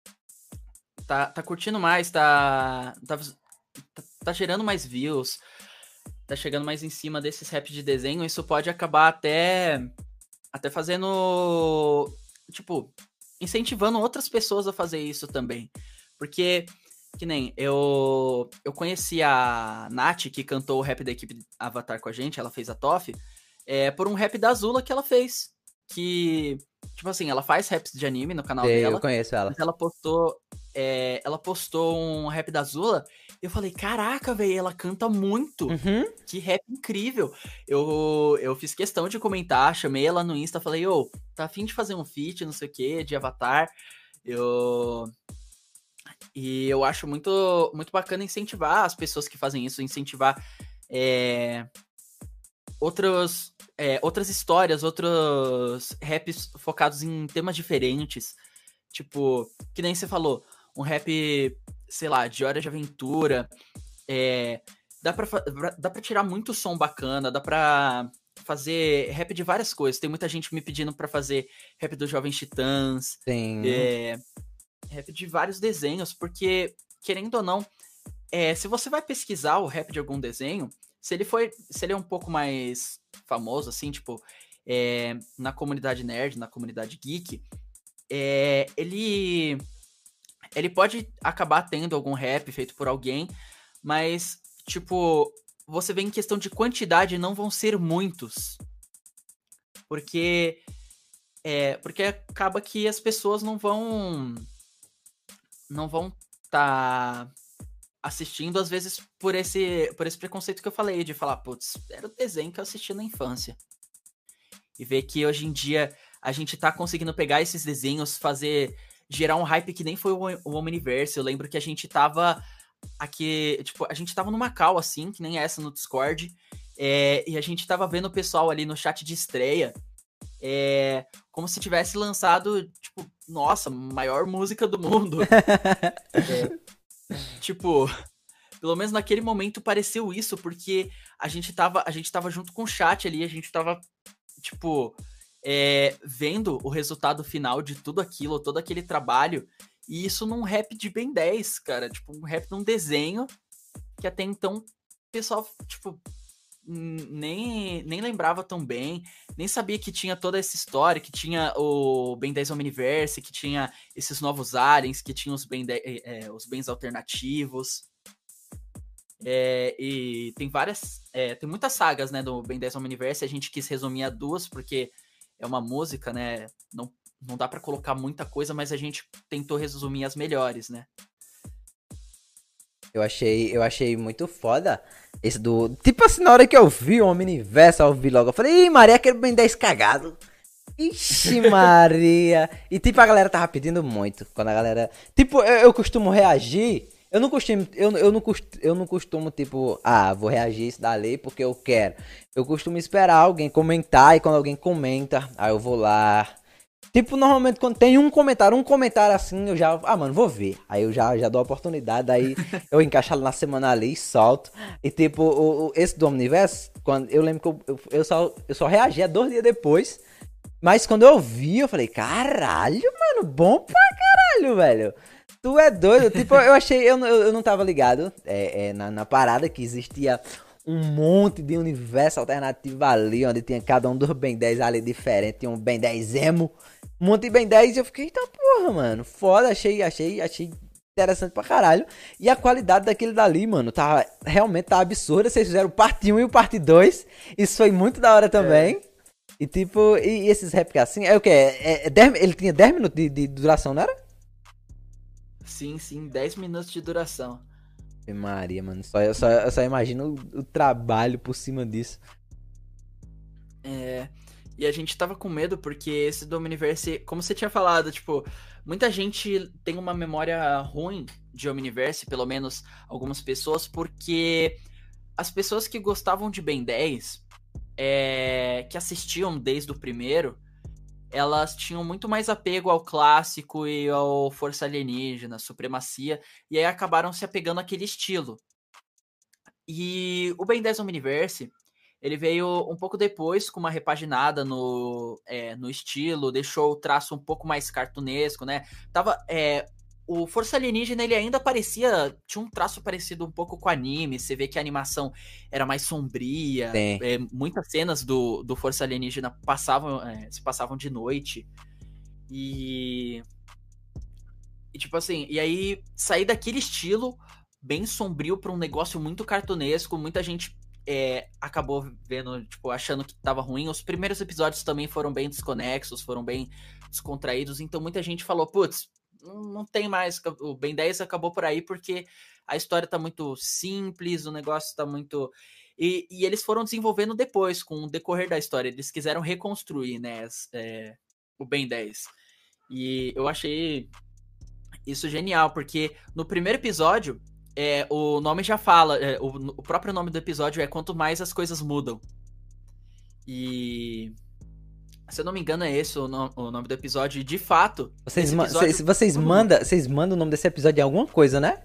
tá, tá curtindo mais, tá, tá. tá. tá gerando mais views, tá chegando mais em cima desses raps de desenho, isso pode acabar até. Até fazendo. Tipo, incentivando outras pessoas a fazer isso também. Porque, que nem, eu eu conheci a Nath, que cantou o rap da equipe Avatar com a gente, ela fez a T O F, é, por um rap da Azula que ela fez. Que, tipo assim, ela faz raps de anime no canal Sei, eu dela, conheço ela. mas ela postou, é, ela postou um rap da Azula, e eu falei, caraca, velho, ela canta muito. Uhum. Que rap incrível. Eu, eu fiz questão de comentar, chamei ela no Insta, falei, ô, tá afim de fazer um feat, não sei o que, de Avatar. Eu... E eu acho muito, muito bacana incentivar as pessoas que fazem isso, incentivar é, outros, é, outras histórias, outros raps focados em temas diferentes. Tipo, que nem você falou, um rap, sei lá, de Hora de Aventura. É, dá, pra, dá pra tirar muito som bacana, dá pra fazer rap de várias coisas. Tem muita gente me pedindo pra fazer rap dos Jovens Titãs, Sim. é, rap de vários desenhos, porque, querendo ou não, é, se você vai pesquisar o rap de algum desenho, se ele foi, se ele é um pouco mais famoso, assim, tipo, é, na comunidade nerd, na comunidade geek, é, ele, ele pode acabar tendo algum rap feito por alguém, mas, tipo, você vê em questão de quantidade, não vão ser muitos. Porque, é, porque acaba que as pessoas não vão, não vão tá assistindo, às vezes, por esse, por esse preconceito que eu falei, de falar, putz, era o desenho que eu assisti na infância. E ver que hoje em dia a gente tá conseguindo pegar esses desenhos, fazer, gerar um hype que nem foi o, o Omniverse. Eu lembro que a gente tava aqui, tipo, a gente tava numa call, assim, que nem essa no Discord, é, e a gente tava vendo o pessoal ali no chat de estreia, é, como se tivesse lançado, tipo, nossa, maior música do mundo. É, tipo, pelo menos naquele momento pareceu isso, porque a gente tava, a gente tava junto com o chat ali, a gente tava, tipo, é, vendo o resultado final de tudo aquilo, todo aquele trabalho, e isso num rap de Ben dez, cara, tipo, um rap num desenho que até então o pessoal, tipo, nem, nem lembrava tão bem, nem sabia que tinha toda essa história, que tinha o Ben dez Omniverse, que tinha esses novos aliens, que tinha os Ben dez, é, os bens alternativos. É, e tem várias, é, tem muitas sagas, né, do Ben dez Omniverse, a gente quis resumir a duas, porque é uma música, né, não, não dá pra colocar muita coisa, mas a gente tentou resumir as melhores, né. Eu achei, eu achei muito foda esse do... Tipo assim, na hora que eu vi o Omniverse, eu vi logo, eu falei, ih, Maria, aquele Ben dez cagado. Ixi, Maria. E tipo, a galera tava pedindo muito, quando a galera... Tipo, eu, eu costumo reagir, eu não costumo, eu, eu, não costumo, eu não costumo, tipo, ah, vou reagir isso dali porque eu quero. Eu costumo esperar alguém comentar, e quando alguém comenta, aí eu vou lá... Tipo, normalmente quando tem um comentário, um comentário assim, eu já, ah, mano, vou ver. Aí eu já, já dou a oportunidade, aí eu encaixo ela na semana ali e solto. E tipo, o, o- esse do Omniverse, quando, eu lembro que eu, eu, eu só, eu só reagi a dois dias depois. Mas quando eu vi, eu falei, caralho, mano, bom pra caralho, velho. Tu é doido. Tipo, eu achei, eu, não- eu, eu não tava ligado é, é, na, na parada que existia um monte de universo alternativo ali, onde tinha cada um dos Ben dez ali diferente. Tinha um Ben dez emo, um monte de Ben dez. E eu fiquei, eita porra, mano, foda. Achei, achei, achei interessante pra caralho. E a qualidade daquele dali, mano, tá, realmente tá absurda. Vocês fizeram o parte um e o parte dois. Isso foi muito da hora também. E tipo, e, e esses rap assim, é o que? É, é dez ele tinha dez minutos de, de duração, não era? Sim, sim, dez minutos de duração. Ave Maria, mano, só, eu, só, eu só imagino o, o trabalho por cima disso. É, e a gente tava com medo porque esse do Omniverse, como você tinha falado, tipo, muita gente tem uma memória ruim de Omniverse, pelo menos algumas pessoas, porque as pessoas que gostavam de Ben dez, é, que assistiam desde o primeiro, elas tinham muito mais apego ao clássico e ao Força Alienígena, Supremacia, e aí acabaram se apegando àquele estilo. E o Ben dez Omniverse, ele veio um pouco depois com uma repaginada no, é, no estilo, deixou o traço um pouco mais cartunesco, né? Tava, é, o Força Alienígena, ele ainda parecia, tinha um traço parecido um pouco com o anime, você vê que a animação era mais sombria, Tem. é, muitas cenas do, do Força Alienígena passavam, é, se passavam de noite, e... E tipo assim, e aí sair daquele estilo bem sombrio pra um negócio muito cartunesco, muita gente é, acabou vendo, tipo, achando que tava ruim. Os primeiros episódios também foram bem desconexos, foram bem descontraídos, então muita gente falou, putz, não, não tem mais, o Ben dez acabou por aí porque a história tá muito simples, o negócio tá muito... E, e eles foram desenvolvendo depois, com o decorrer da história, eles quiseram reconstruir, né, é, o Ben dez. E eu achei isso genial, porque no primeiro episódio, é, o nome já fala, é, o, o próprio nome do episódio é Quanto Mais as Coisas Mudam. E... Se eu não me engano é esse o, no, o nome do episódio, e de fato, Vocês, esse ma episódio... vocês, vocês tudo mandam vocês mandam o nome desse episódio em alguma coisa, né?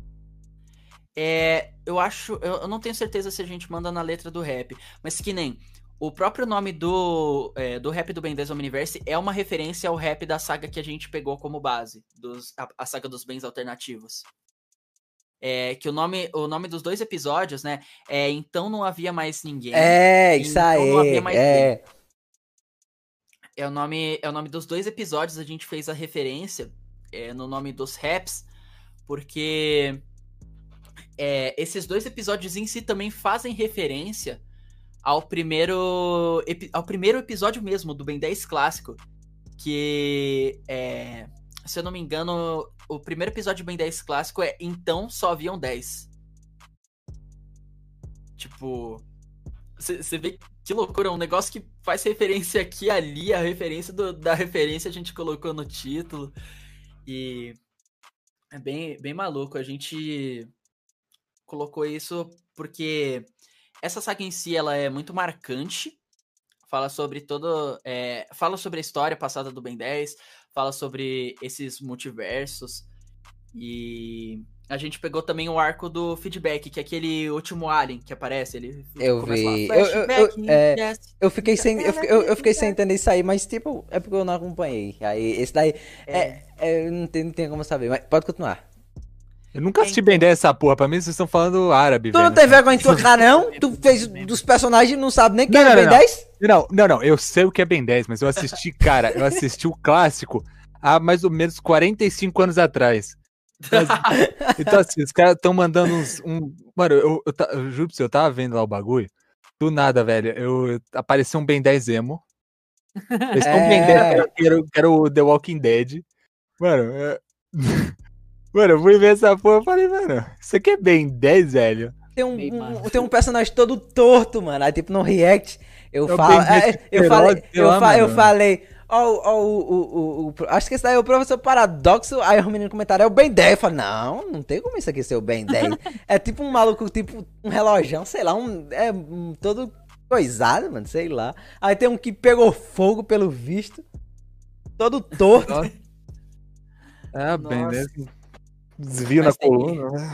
É, eu acho, eu, eu não tenho certeza se a gente manda na letra do rap, mas que nem o próprio nome do, é, do rap do Ben dez Omniverse é uma referência ao rap da saga que a gente pegou como base, dos, a, a saga dos bens alternativos. É, que o nome, o nome dos dois episódios, né, é Então Não Havia Mais Ninguém. É, e isso Então Não Havia aí. Mais Bem. É. É o nome, é o nome dos dois episódios, a gente fez a referência é, no nome dos raps, porque é, esses dois episódios em si também fazem referência ao primeiro, epi- ao primeiro episódio mesmo do Ben dez clássico, que é, se eu não me engano, o primeiro episódio do Ben dez clássico é Então Só Haviam dez. Tipo, você vê que loucura, um negócio que faz referência aqui e ali, a referência do- da referência a gente colocou no título, e é bem, bem maluco, a gente colocou isso porque essa saga em si, ela é muito marcante, fala sobre todo, é, fala sobre a história passada do Ben dez, fala sobre esses multiversos, e a gente pegou também o arco do feedback, que é aquele último alien que aparece, ele Eu começa lá, vi. Eu, eu, eu, flashback, é, yes. eu fiquei sem. Eu, fiquei- eu, eu fiquei sem entender isso aí, mas tipo, é porque eu não acompanhei. Aí, esse daí. É, é, não, tem, não tem como saber, mas pode continuar. Eu nunca assisti Ben dez essa porra, pra mim vocês estão falando árabe, Tu velho. não tem vergonha em tua cara, não? Tu fez dos personagens e não sabe nem quem Não, é o não, Ben não. dez? Não, não, não, eu sei o que é Ben dez, mas eu assisti, cara, eu assisti o clássico há mais ou menos quarenta e cinco anos atrás. Mas- então, assim, os caras estão mandando uns. Um... Mano, eu, eu, ta- eu juro pra você, eu tava vendo lá o bagulho. Do nada, velho. Eu, eu- apareceu um Ben dez emo. Esse é um Ben dez É. que era, que era o The Walking Dead. Mano, é... mano, eu fui ver essa porra e falei, mano, isso aqui é Ben dez, velho. Tem um, Bem um- massa. tem um personagem todo torto, mano. Aí, tipo, no React, eu É o falo. Ben dez é, eu Feroz, falei. sei Eu, lá, fa- eu mano. falei. Ó, ó, o, o, o, o- acho que esse daí é o professor Paradoxo. Aí o menino comentário é o Ben dez. Eu falei, não, não tem como isso aqui ser o Ben dez. É tipo um maluco, tipo um relojão, sei lá, um. É um, todo coisado, mano, sei lá. Aí tem um que pegou fogo pelo visto. todo torto. É, bem, Nossa. né? Desvio Mas na tem- coluna. né?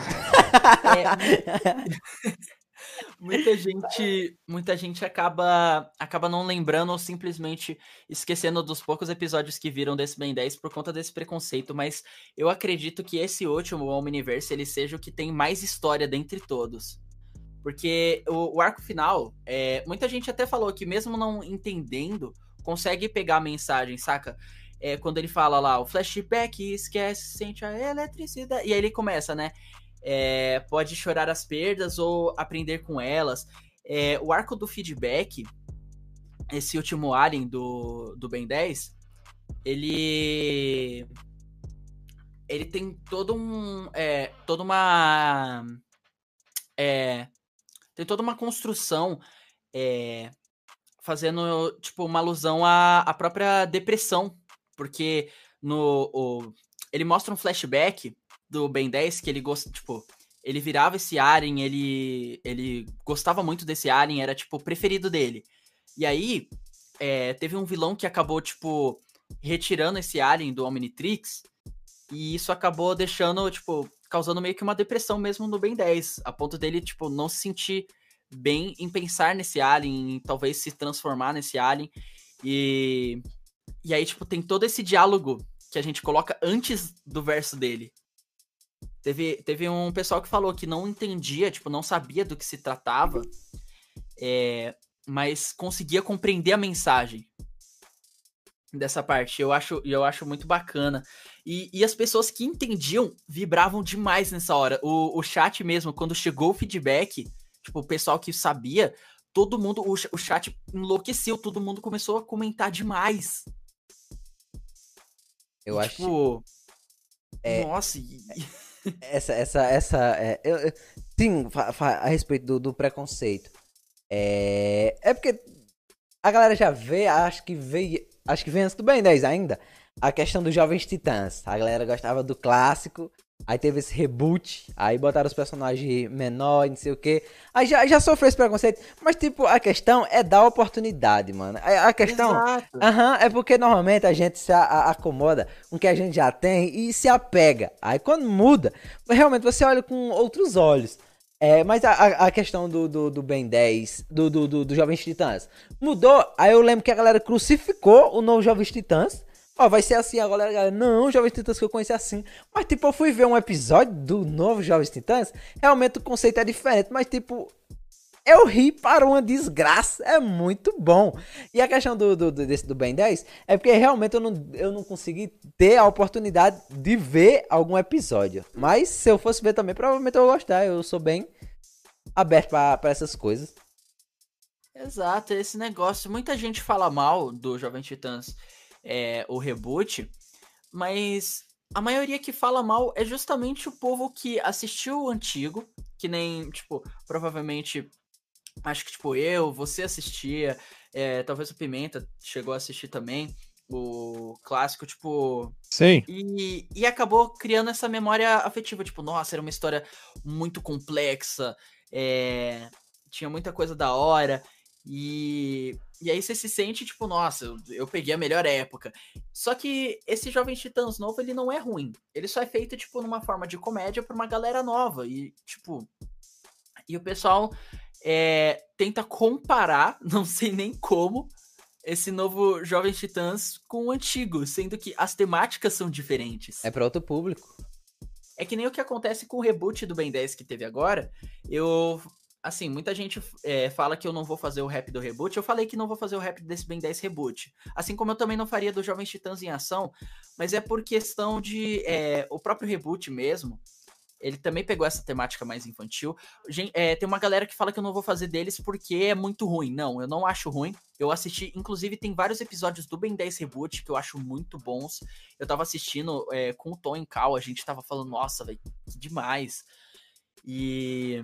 É, muita gente, muita gente acaba, acaba não lembrando ou simplesmente esquecendo dos poucos episódios que viram desse Ben dez por conta desse preconceito, mas eu acredito que esse último, o Omniverse, ele seja o que tem mais história dentre todos. Porque o, o arco final, é, muita gente até falou que mesmo não entendendo, consegue pegar a mensagem, saca? É, quando ele fala lá, o flashback, esquece, sente a eletricidade. E aí ele começa, né? É, pode chorar as perdas ou aprender com elas. É, o arco do feedback, esse último alien do, do Ben dez, ele. Ele tem todo um. É, toda uma. É, tem toda uma construção. É, fazendo, tipo, uma alusão à, à própria depressão. Porque no, o, ele mostra um flashback do Ben dez que ele gosta, tipo, ele virava esse alien, ele, ele gostava muito desse alien, era, tipo, o preferido dele. E aí, é, teve um vilão que acabou, tipo, retirando esse alien do Omnitrix, e isso acabou deixando, tipo, causando meio que uma depressão mesmo no Ben dez, a ponto dele, tipo, não se sentir bem em pensar nesse alien, em talvez se transformar nesse alien. E, e aí, tipo, tem todo esse diálogo que a gente coloca antes do verso dele. Teve, teve um pessoal que falou que não entendia, tipo, não sabia do que se tratava, é, mas conseguia compreender a mensagem dessa parte. Eu acho, eu acho muito bacana. E, e as pessoas que entendiam vibravam demais nessa hora. O, o chat mesmo, quando chegou o feedback, tipo, o pessoal que sabia, todo mundo, o, o chat enlouqueceu, todo mundo começou a comentar demais. Eu E, acho tipo, é- nossa, e, essa, essa, essa, é, eu, eu- sim, fa- fa- a respeito do, do preconceito. É, é porque a galera já vê, acho que veio, acho que vem antes do Ben dez ainda, a questão dos Jovens Titãs. A galera gostava do clássico, aí teve esse reboot, aí botaram os personagens menores, não sei o que. Aí já, já sofreu esse preconceito, mas tipo, a questão é dar oportunidade, mano. A, a questão, exato. aham, é porque normalmente a gente se a- a- acomoda com o que a gente já tem e se apega. Aí quando muda, realmente você olha com outros olhos. É, mas a, a- a questão do, do, do Ben dez, do, do, do, do Jovens Titãs, mudou. Aí eu lembro que a galera crucificou o novo Jovens Titãs. Ó, vai ser assim agora, a galera. Não, Jovens Titãs que eu conheci assim. Mas, tipo, eu fui ver um episódio do novo Jovens Titãs. Realmente o conceito é diferente. Mas, tipo, eu ri para uma desgraça. É muito bom. E a questão do, do, do, desse do Ben dez é porque realmente eu não, eu não consegui ter a oportunidade de ver algum episódio. Mas se eu fosse ver também, provavelmente eu ia gostar. Eu sou bem aberto para essas coisas. Exato, esse negócio. Muita gente fala mal do Jovem Titãs, é, o reboot, mas a maioria que fala mal é justamente o povo que assistiu o antigo, que nem, tipo, provavelmente, acho que, tipo, eu, você assistia, é, talvez o Pimenta chegou a assistir também, o clássico, tipo, Sim. e, e acabou criando essa memória afetiva, tipo, nossa, era uma história muito complexa, é, tinha muita coisa da hora, e, e aí você se sente, tipo, nossa, eu, eu peguei a melhor época. Só que esse Jovem Titãs novo, ele não é ruim. Ele só é feito, tipo, numa forma de comédia pra uma galera nova, e, tipo, e o pessoal é, tenta comparar, não sei nem como, esse novo Jovens Titãs com o antigo, sendo que as temáticas são diferentes. É para outro público. É que nem o que acontece com o reboot do Ben dez que teve agora. Eu, assim, muita gente é, fala que eu não vou fazer o rap do reboot. Eu falei que não vou fazer o rap desse Ben dez reboot. Assim como eu também não faria do Jovens Titãs em Ação, mas é por questão de é, o próprio reboot mesmo. Ele também pegou essa temática mais infantil. Gen- é, tem uma galera que fala que eu não vou fazer deles porque é muito ruim. Não, eu não acho ruim. Eu assisti, inclusive tem vários episódios do Ben dez Reboot que eu acho muito bons. Eu tava assistindo é, com o Tom e Cal, a gente tava falando, nossa, velho, que demais. E...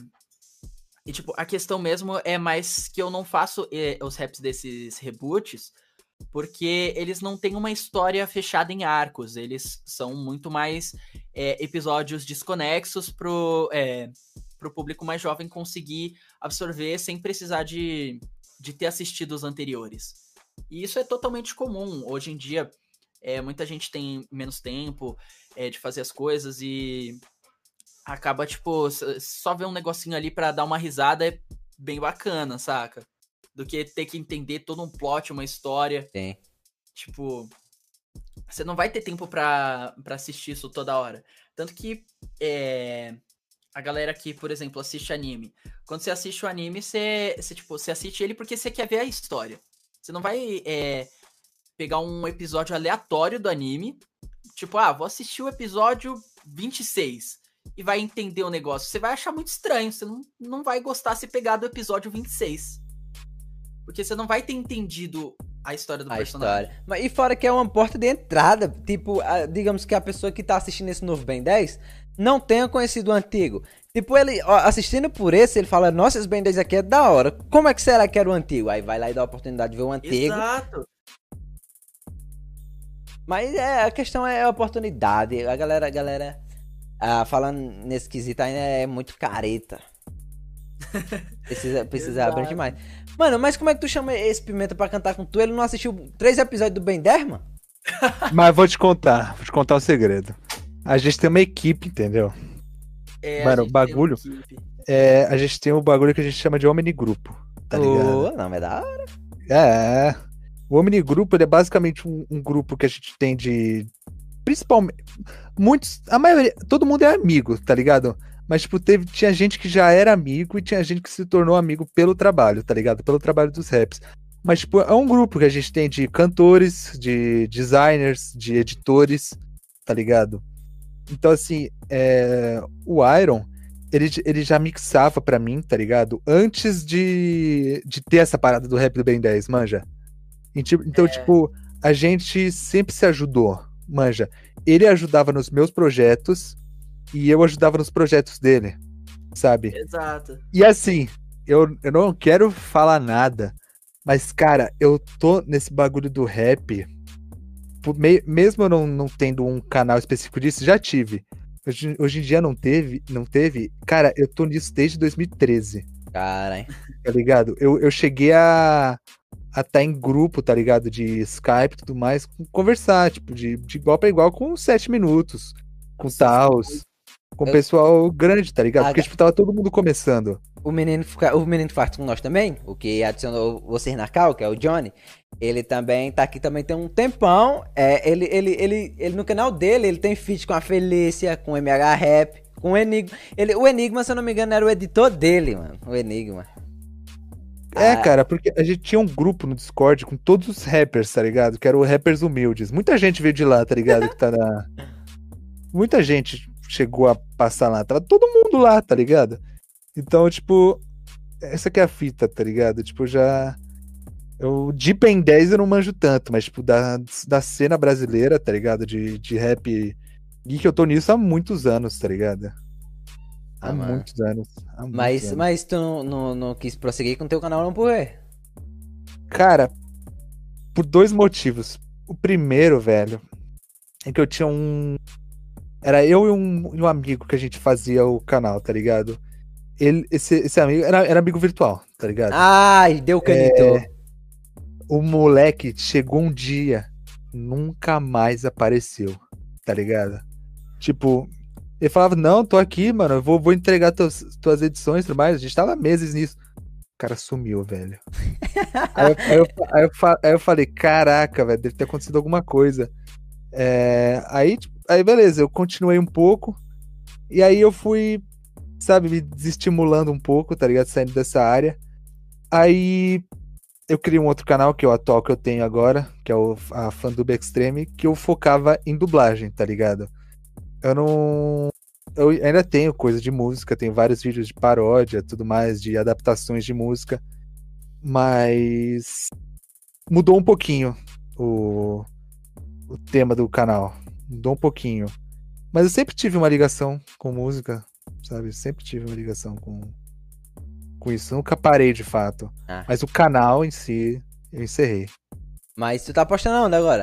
E, tipo, a questão mesmo é mais que eu não faço é, os raps desses reboots porque eles não têm uma história fechada em arcos, eles são muito mais é, episódios desconexos pro, é, pro público mais jovem conseguir absorver sem precisar de, de ter assistido os anteriores. E isso é totalmente comum. Hoje em dia, é, muita gente tem menos tempo é, de fazer as coisas e acaba, tipo, s- só ver um negocinho ali pra dar uma risada é bem bacana, saca? Do que ter que entender todo um plot, uma história. Sim. Tipo, você não vai ter tempo pra, pra assistir isso toda hora. Tanto que é, a galera que, por exemplo, assiste anime. Quando você assiste o anime, você, você, tipo, você assiste ele porque você quer ver a história. Você não vai é, pegar um episódio aleatório do anime. Tipo, ah, vou assistir o episódio vinte e seis e vai entender o negócio. Você vai achar muito estranho. Você não, não vai gostar se pegar do episódio vinte e seis. Porque você não vai ter entendido a história do A personagem. história. Mas, e fora que é uma porta de entrada. Tipo, a- digamos que a pessoa que tá assistindo esse novo Ben dez não tenha conhecido o antigo. Tipo, ele ó, assistindo por esse, ele fala, nossa, esse Ben dez aqui é da hora. Como é que será que era o antigo? Aí vai lá e dá a oportunidade de ver o antigo. Exato. Mas é, a questão é a oportunidade. A galera, a galera ah, falando nesse quesito ainda é muito careta. Precisa, precisa abrir Exato. demais. Mano, mas como é que tu chama esse Pimenta pra cantar com tu? Ele não assistiu três episódios do Ben dez, mano? Mas vou te contar, vou te contar o segredo. A gente tem uma equipe, entendeu? É, a Mano, gente bagulho- tem uma equipe. É, a gente tem um bagulho que a gente chama de Omnigrupo, tá ligado? Ô, não, mas é da hora. É. O Omnigrupo, ele é basicamente um, um grupo que a gente tem de. Principalmente. Muitos. A maioria. Todo mundo é amigo, tá ligado? Mas, tipo, teve, tinha gente que já era amigo e tinha gente que se tornou amigo pelo trabalho, tá ligado? Pelo trabalho dos raps. Mas, tipo, é um grupo que a gente tem de cantores, de designers, de editores, tá ligado? Então, assim, é, o Iron, ele, ele já mixava pra mim, tá ligado? Antes de, de ter essa parada do rap do Ben dez, manja? E, tipo, então, É. tipo, a gente sempre se ajudou, manja? Ele ajudava nos meus projetos e eu ajudava nos projetos dele, sabe? Exato. E assim, eu, eu não quero falar nada, mas, cara, eu tô nesse bagulho do rap, por me- mesmo eu não, não tendo um canal específico disso, já tive. Hoje, hoje em dia não teve, não teve. Cara, eu tô nisso desde dois mil e treze, Caralho. tá ligado? Eu, eu cheguei a a estar em grupo, tá ligado? De Skype e tudo mais, com- conversar, tipo, de, de igual pra igual com sete minutos, com Nossa, tals, com eu- pessoal grande, tá ligado? Ah, Porque, ga- tipo, tava todo mundo começando. O menino, fica- o menino faz com nós também, o que adicionou vocês na cal, que é o Johnny. Ele também tá aqui também tem um tempão. É, ele, ele, ele, ele no canal dele, ele tem feat com a Felícia, com o M H Rap, com o Enigma. Ele, o Enigma, se eu não me engano, era o editor dele, mano. O Enigma. É, Ah, cara, porque a gente tinha um grupo no Discord com todos os rappers, tá ligado? Que eram o Rappers Humildes. Muita gente veio de lá, tá ligado? Que tá na... Muita gente chegou a passar lá. Tava todo mundo lá, tá ligado? Então, tipo, essa que é a fita, tá ligado? Tipo, já... Eu, de Ben dez eu não manjo tanto, mas, tipo, da, da cena brasileira, tá ligado? De, de rap geek, eu tô nisso há muitos anos, tá ligado? Há Ah, mano. muitos anos. Há muitos mas, anos. mas tu não, não, não quis prosseguir com o teu canal não por quê? Cara, por dois motivos. O primeiro, velho, é que eu tinha um. Era eu e um, e um amigo que a gente fazia o canal, tá ligado? Ele, esse, esse amigo era, era amigo virtual, tá ligado? Ai, deu canito. O moleque chegou um dia, nunca mais apareceu, tá ligado? Tipo, ele falava, não, tô aqui, mano, eu vou, vou entregar tuas, tuas edições e tudo mais. A gente tava meses nisso. O cara sumiu, velho. aí, eu, aí, eu, aí, eu, fa- aí eu falei, caraca, velho, deve ter acontecido alguma coisa. É, aí, tipo, aí, beleza, eu continuei um pouco. E aí eu fui, sabe, me desestimulando um pouco, tá ligado? Saindo dessa área. Aí eu criei um outro canal, que é o atual que eu tenho agora, que é o, a Fandub Extreme, que eu focava em dublagem, tá ligado? Eu não. Eu ainda tenho coisa de música, tenho vários vídeos de paródia, tudo mais, de adaptações de música, mas mudou um pouquinho o, o tema do canal. Mudou um pouquinho. Mas eu sempre tive uma ligação com música, sabe? Sempre tive uma ligação com, com isso. Nunca parei de fato. Ah. Mas o canal em si, eu encerrei. Mas tu tá postando onde agora?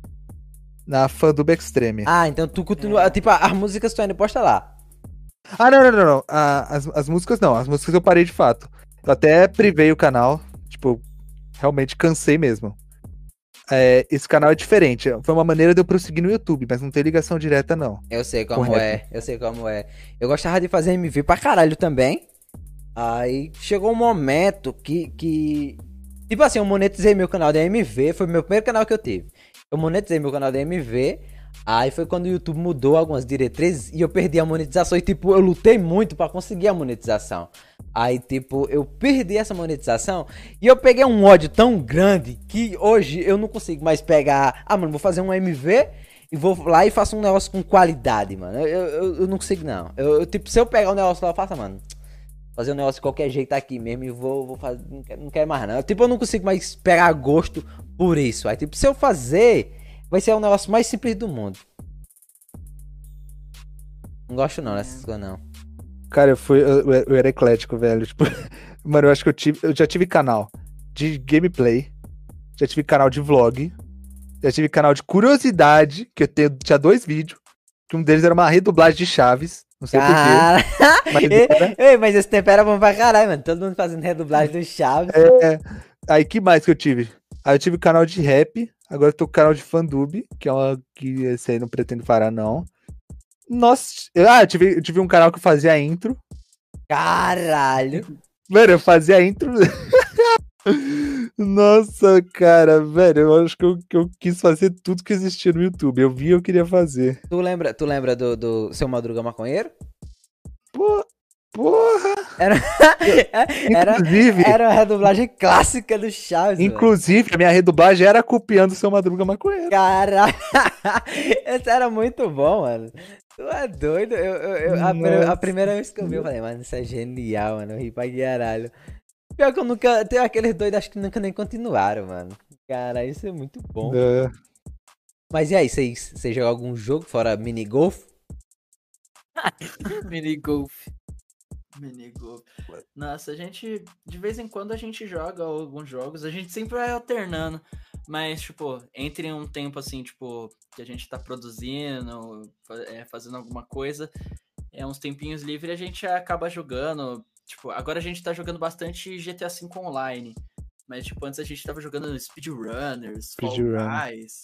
Na Fandub Extreme. Ah, então tu continua. Tipo, as músicas tu ainda posta lá. Ah, não, não, não, não. Ah, as, as músicas não. As músicas eu parei de fato. Eu até privei o canal. Tipo, realmente cansei mesmo. é, esse canal é diferente. Foi uma maneira de eu prosseguir no YouTube, mas não tem ligação direta, não. Eu sei como Correto. é, eu sei como é. Eu gostava de fazer M V pra caralho também. Aí chegou um momento que, que... Tipo assim, eu monetizei meu canal de M V, foi o meu primeiro canal que eu tive. Eu monetizei meu canal de M V, aí foi quando o YouTube mudou algumas diretrizes e eu perdi a monetização. E tipo, eu lutei muito pra conseguir a monetização. Aí tipo, eu perdi essa monetização e eu peguei um ódio tão grande que hoje eu não consigo mais pegar... Ah, mano, vou fazer um M V... E vou lá e faço um negócio com qualidade, mano. Eu, eu, eu não consigo, não. Eu, eu, tipo, se eu pegar um negócio lá, eu faço, mano. Fazer um negócio de qualquer jeito aqui mesmo e vou, vou fazer. Não quero, não quero mais, não. Tipo, eu não consigo mais pegar gosto por isso. Aí, tipo, se eu fazer, vai ser o negócio mais simples do mundo. Não gosto, não, dessas coisas, não. Cara, eu, fui, eu, eu era eclético, velho. Tipo, mano, eu acho que eu tive. Eu já tive canal de gameplay. Já tive canal de vlog. Já tive canal de curiosidade, que eu tenho, tinha dois vídeos, que um deles era uma redublagem de Chaves, não sei Cara... porquê. Mas, Ei, era, ei, mas esse tempo era bom pra caralho, mano. Todo mundo fazendo redublagem do Chaves. é, aí que mais que eu tive? Aí eu tive canal de rap, agora eu tô com canal de fandub, que é uma que esse aí não pretendo parar, não. Nossa, eu- ah, eu tive, eu tive um canal que eu fazia intro. Caralho. Mano, eu fazia intro. Nossa, cara, velho, eu acho que eu, que eu quis fazer tudo que existia no YouTube. Eu vi, eu queria fazer. Tu lembra, tu lembra do, do Seu Madruga Maconheiro? Pô, porra! Era, era, Inclusive, era uma redublagem clássica do Chaves, velho. inclusive a minha redublagem era copiando o Seu Madruga Maconheiro. Caralho. Esse era muito bom, mano. Tu é doido? Eu, eu, eu- a, pri- a Nossa. primeira vez que eu vi, eu falei, mano, isso é genial, mano. Eu ri pra caralho. Pior que eu nunca. Tem aqueles doidos, acho que nunca nem continuaram, mano. Cara, isso é muito bom. É. Mas e aí, vocês vocês jogam algum jogo fora minigolf? Minigolf. Minigolf. Nossa, a gente. De vez em quando a gente joga alguns jogos, a gente sempre vai alternando. Mas, tipo, entre um tempo assim, tipo, que a gente tá produzindo, fa- é, fazendo alguma coisa, é uns tempinhos livres, a gente acaba jogando. Tipo, agora a gente tá jogando bastante G T A V Online. Mas, tipo, antes a gente tava jogando Speedrunners, Fall Speedrunner. Guys.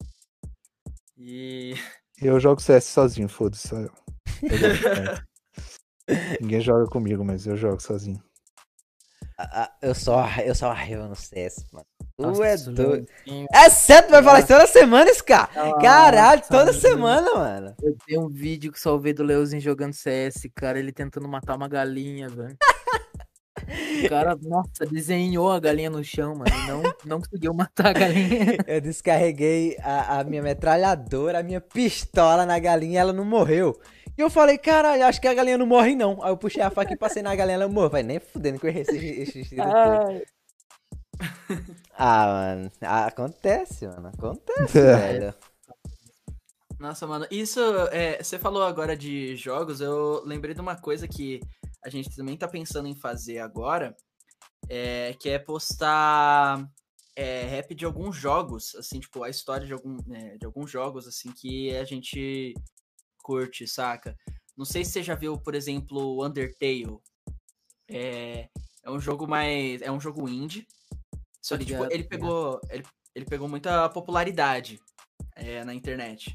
E. Eu jogo C S sozinho, foda-se. só eu. Eu gosto de C S. Ninguém joga comigo, mas eu jogo sozinho. Ah, ah, eu só, eu só arreio no C S, mano. Tu Nossa, é esse doido. joguinho. É sério, tu vai falar isso toda semana, Scar? Caralho, toda Nossa, semana, mano. Eu tenho um vídeo que salvei do Leozinho jogando C S, cara, ele tentando matar uma galinha, velho. O cara, nossa, desenhou a galinha no chão, mano, e não, não conseguiu matar a galinha. Eu descarreguei a, a minha metralhadora, a minha pistola na galinha e ela não morreu. E eu falei, caralho, acho que a galinha não morre não. Aí eu puxei a faca e passei na galinha, ela morreu. Vai nem fudendo que eu errei esse, esse tiro todo. Ai, Ah, mano, ah, acontece, mano, acontece, É. velho. Nossa, mano, isso, é, você falou agora de jogos, eu lembrei de uma coisa que a gente também tá pensando em fazer agora, é, que é postar é, rap de alguns jogos, assim, tipo, a história de, algum, né, de alguns jogos, assim, que a gente curte, saca? Não sei se você já viu, por exemplo, Undertale. É, é um jogo mais... É um jogo indie, só que, tipo, Obrigado, ele pegou, ele, ele pegou muita popularidade é, na internet.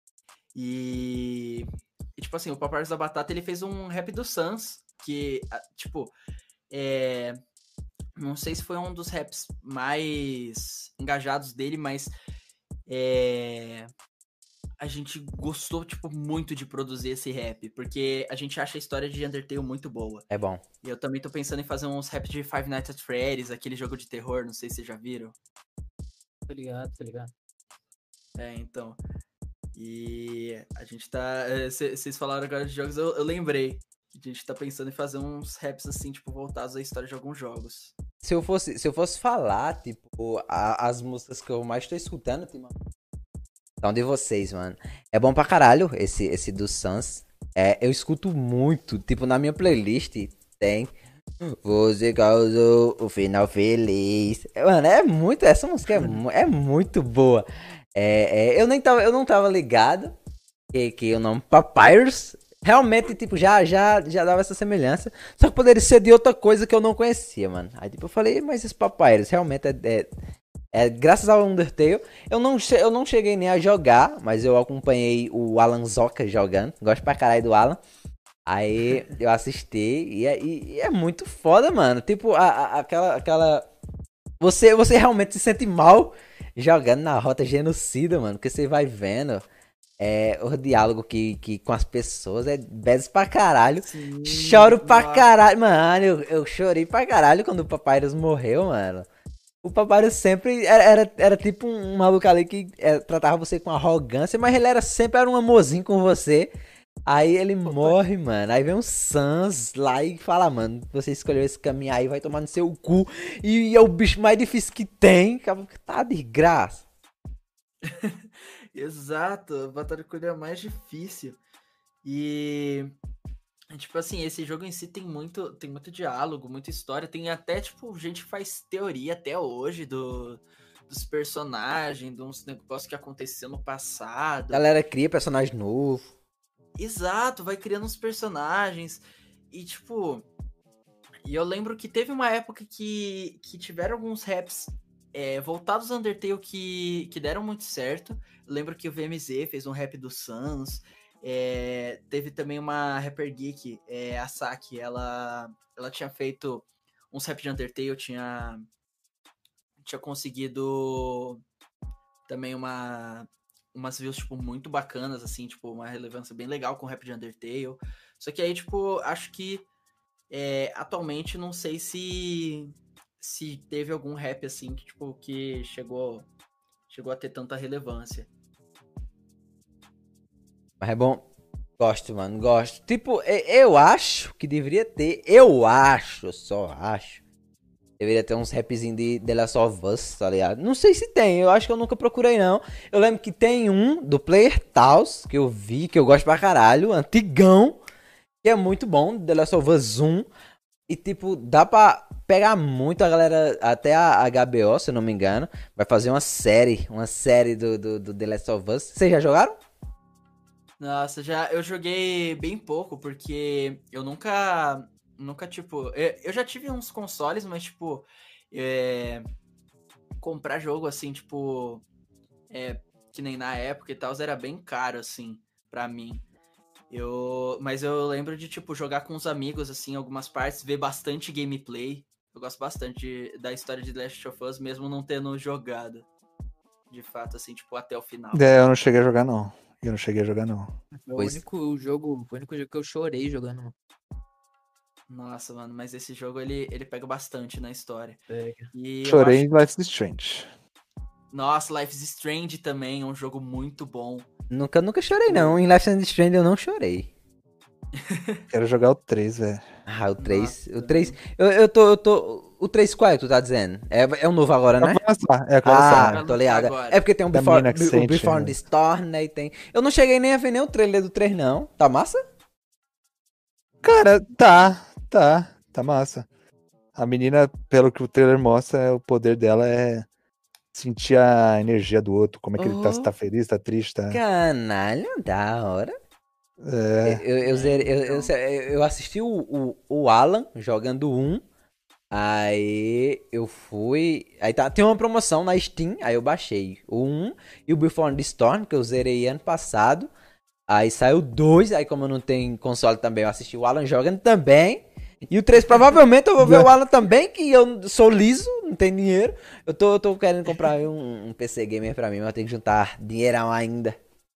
E, e, tipo assim, o Papyrus da Batata, ele fez um rap do Sans, que, ah, tipo, é, não sei se foi um dos raps mais engajados dele, mas é, a gente gostou, tipo, muito de produzir esse rap, porque a gente acha a história de Undertale muito boa. É bom. E eu também tô pensando em fazer uns raps de Five Nights at Freddy's, aquele jogo de terror, não sei se vocês já viram. tô ligado, tô ligado. É, então. E a gente tá. Vocês falaram agora de jogos, eu, eu lembrei. Que a gente tá pensando em fazer uns raps assim, tipo, voltados à história de alguns jogos. Se eu fosse, se eu fosse falar, tipo, a- as músicas que eu mais tô escutando, tipo, são de vocês, mano. É bom pra caralho esse, esse do Sans. É, eu escuto muito, tipo, na minha playlist tem Você Causou o Final Feliz. Mano, é muito, essa música é, mu- é muito boa. É, é, eu, nem tava, eu não tava ligado que, que o nome Papyrus realmente, tipo, já, já, já dava essa semelhança. Só que poderia ser de outra coisa que eu não conhecia, mano. Aí, tipo, eu falei, mas esse Papyrus realmente é, é, É, graças ao Undertale, eu não, che- eu não cheguei nem a jogar, mas eu acompanhei o Alan Zoca jogando. Gosto pra caralho do Alan. Aí eu assisti e é, e- e é muito foda, mano. Tipo, a, a- aquela, aquela. Você, você realmente se sente mal jogando na rota genocida, mano. Porque você vai vendo é, o diálogo que, que com as pessoas é bezes pra caralho. Sim, Choro pra nossa. caralho. Mano, eu, eu chorei pra caralho quando o Papyrus morreu, mano. O Papyrus sempre era, era, era tipo um, um maluco ali que é, tratava você com arrogância, mas ele era sempre era um amorzinho com você. Aí ele morre, mano. Aí vem um Sans lá e fala, mano, você escolheu esse caminho aí, vai tomar no seu cu. E, e é o bicho mais difícil que tem. Tá de graça. Exato, a batalha com ele é a mais difícil. E tipo assim, esse jogo em si tem muito, tem muito diálogo, muita história, tem até tipo gente que faz teoria até hoje do dos personagens, de uns negócios que aconteceu no A passado. galera cria personagem novo. Exato, vai criando uns personagens e tipo, e eu lembro que teve uma época que, que tiveram alguns raps é, voltados ao Undertale que, que deram muito certo. Eu lembro que o V M Z fez um rap do Sans. É, teve também uma rapper geek, é, a Saki, ela, ela tinha feito uns rap de Undertale, tinha, tinha conseguido também uma, umas views, tipo, muito bacanas, assim, tipo, uma relevância bem legal com o rap de Undertale. Só que aí, tipo, acho que é, atualmente não sei se se teve algum rap assim que tipo que chegou chegou a ter tanta relevância. Mas é bom. Gosto, mano, gosto. Tipo, e- eu acho que deveria ter. Eu acho, só acho. Deveria ter uns rapzinhos de The Last of Us, tá ligado? Não sei se tem, eu acho que eu nunca procurei, não. Eu lembro que tem um do Player Taos, que eu vi, que eu gosto pra caralho, antigão, que é muito bom, The Last of Us um. E, tipo, dá pra pegar muito a galera, até a H B O, se eu não me engano, vai fazer uma série, uma série do, do, do The Last of Us. Vocês já jogaram? Nossa, já eu joguei bem pouco porque eu nunca nunca tipo, eu, eu já tive uns consoles, mas tipo, é, comprar jogo assim, tipo, é, que nem na época e tal, era bem caro assim pra mim. Eu, mas eu lembro de tipo jogar com os amigos assim, algumas partes, ver bastante gameplay. Eu gosto bastante de- da história de The Last of Us, mesmo não tendo jogado. De fato, assim, tipo, até o final. É, eu não cheguei a jogar, não. Eu não cheguei a jogar, não. Foi o Pois- único jogo, foi o único jogo que eu chorei jogando. mano. Nossa, mano, mas esse jogo ele, ele pega bastante na história. Pega. E eu Chorei acho- em Life is Strange. Nossa, Life is Strange também é um jogo muito bom. Nunca, nunca chorei, não. Em Life is Strange eu não chorei. Quero jogar o três, velho. Ah, o três. Nossa, O três. Eu, eu tô. Eu tô. O três qual é que tu tá dizendo? É, é o novo agora, né? É o que vai lançar, é o que vai Ah, lançar. Vai tô lançar ligado. agora. É porque tem um Da Before, mina que o sente, Before né? the Storm, né? E tem. Eu não cheguei nem a ver nem o trailer do três, não. Tá massa? Cara, tá, tá, tá massa. A menina, pelo que o trailer mostra, é- o poder dela é sentir a energia do outro, como é que ele tá, se Oh. tá feliz, tá triste, tá... Canalha, da hora. É, Eu, eu, zerei- eu, eu, então. eu assisti o, o, o Alan jogando um. Aí eu fui. Aí tá, tem uma promoção na Steam. Aí eu baixei o um e o Before the Storm, que eu zerei ano passado. Aí saiu dois. Aí, como eu não tenho console também, eu assisti o Alan jogando também. E o três, provavelmente eu vou ver o Alan também, que eu sou liso, não tenho dinheiro. Eu tô, eu tô querendo comprar um, um P C gamer pra mim, mas eu tenho que juntar dinheirão ainda.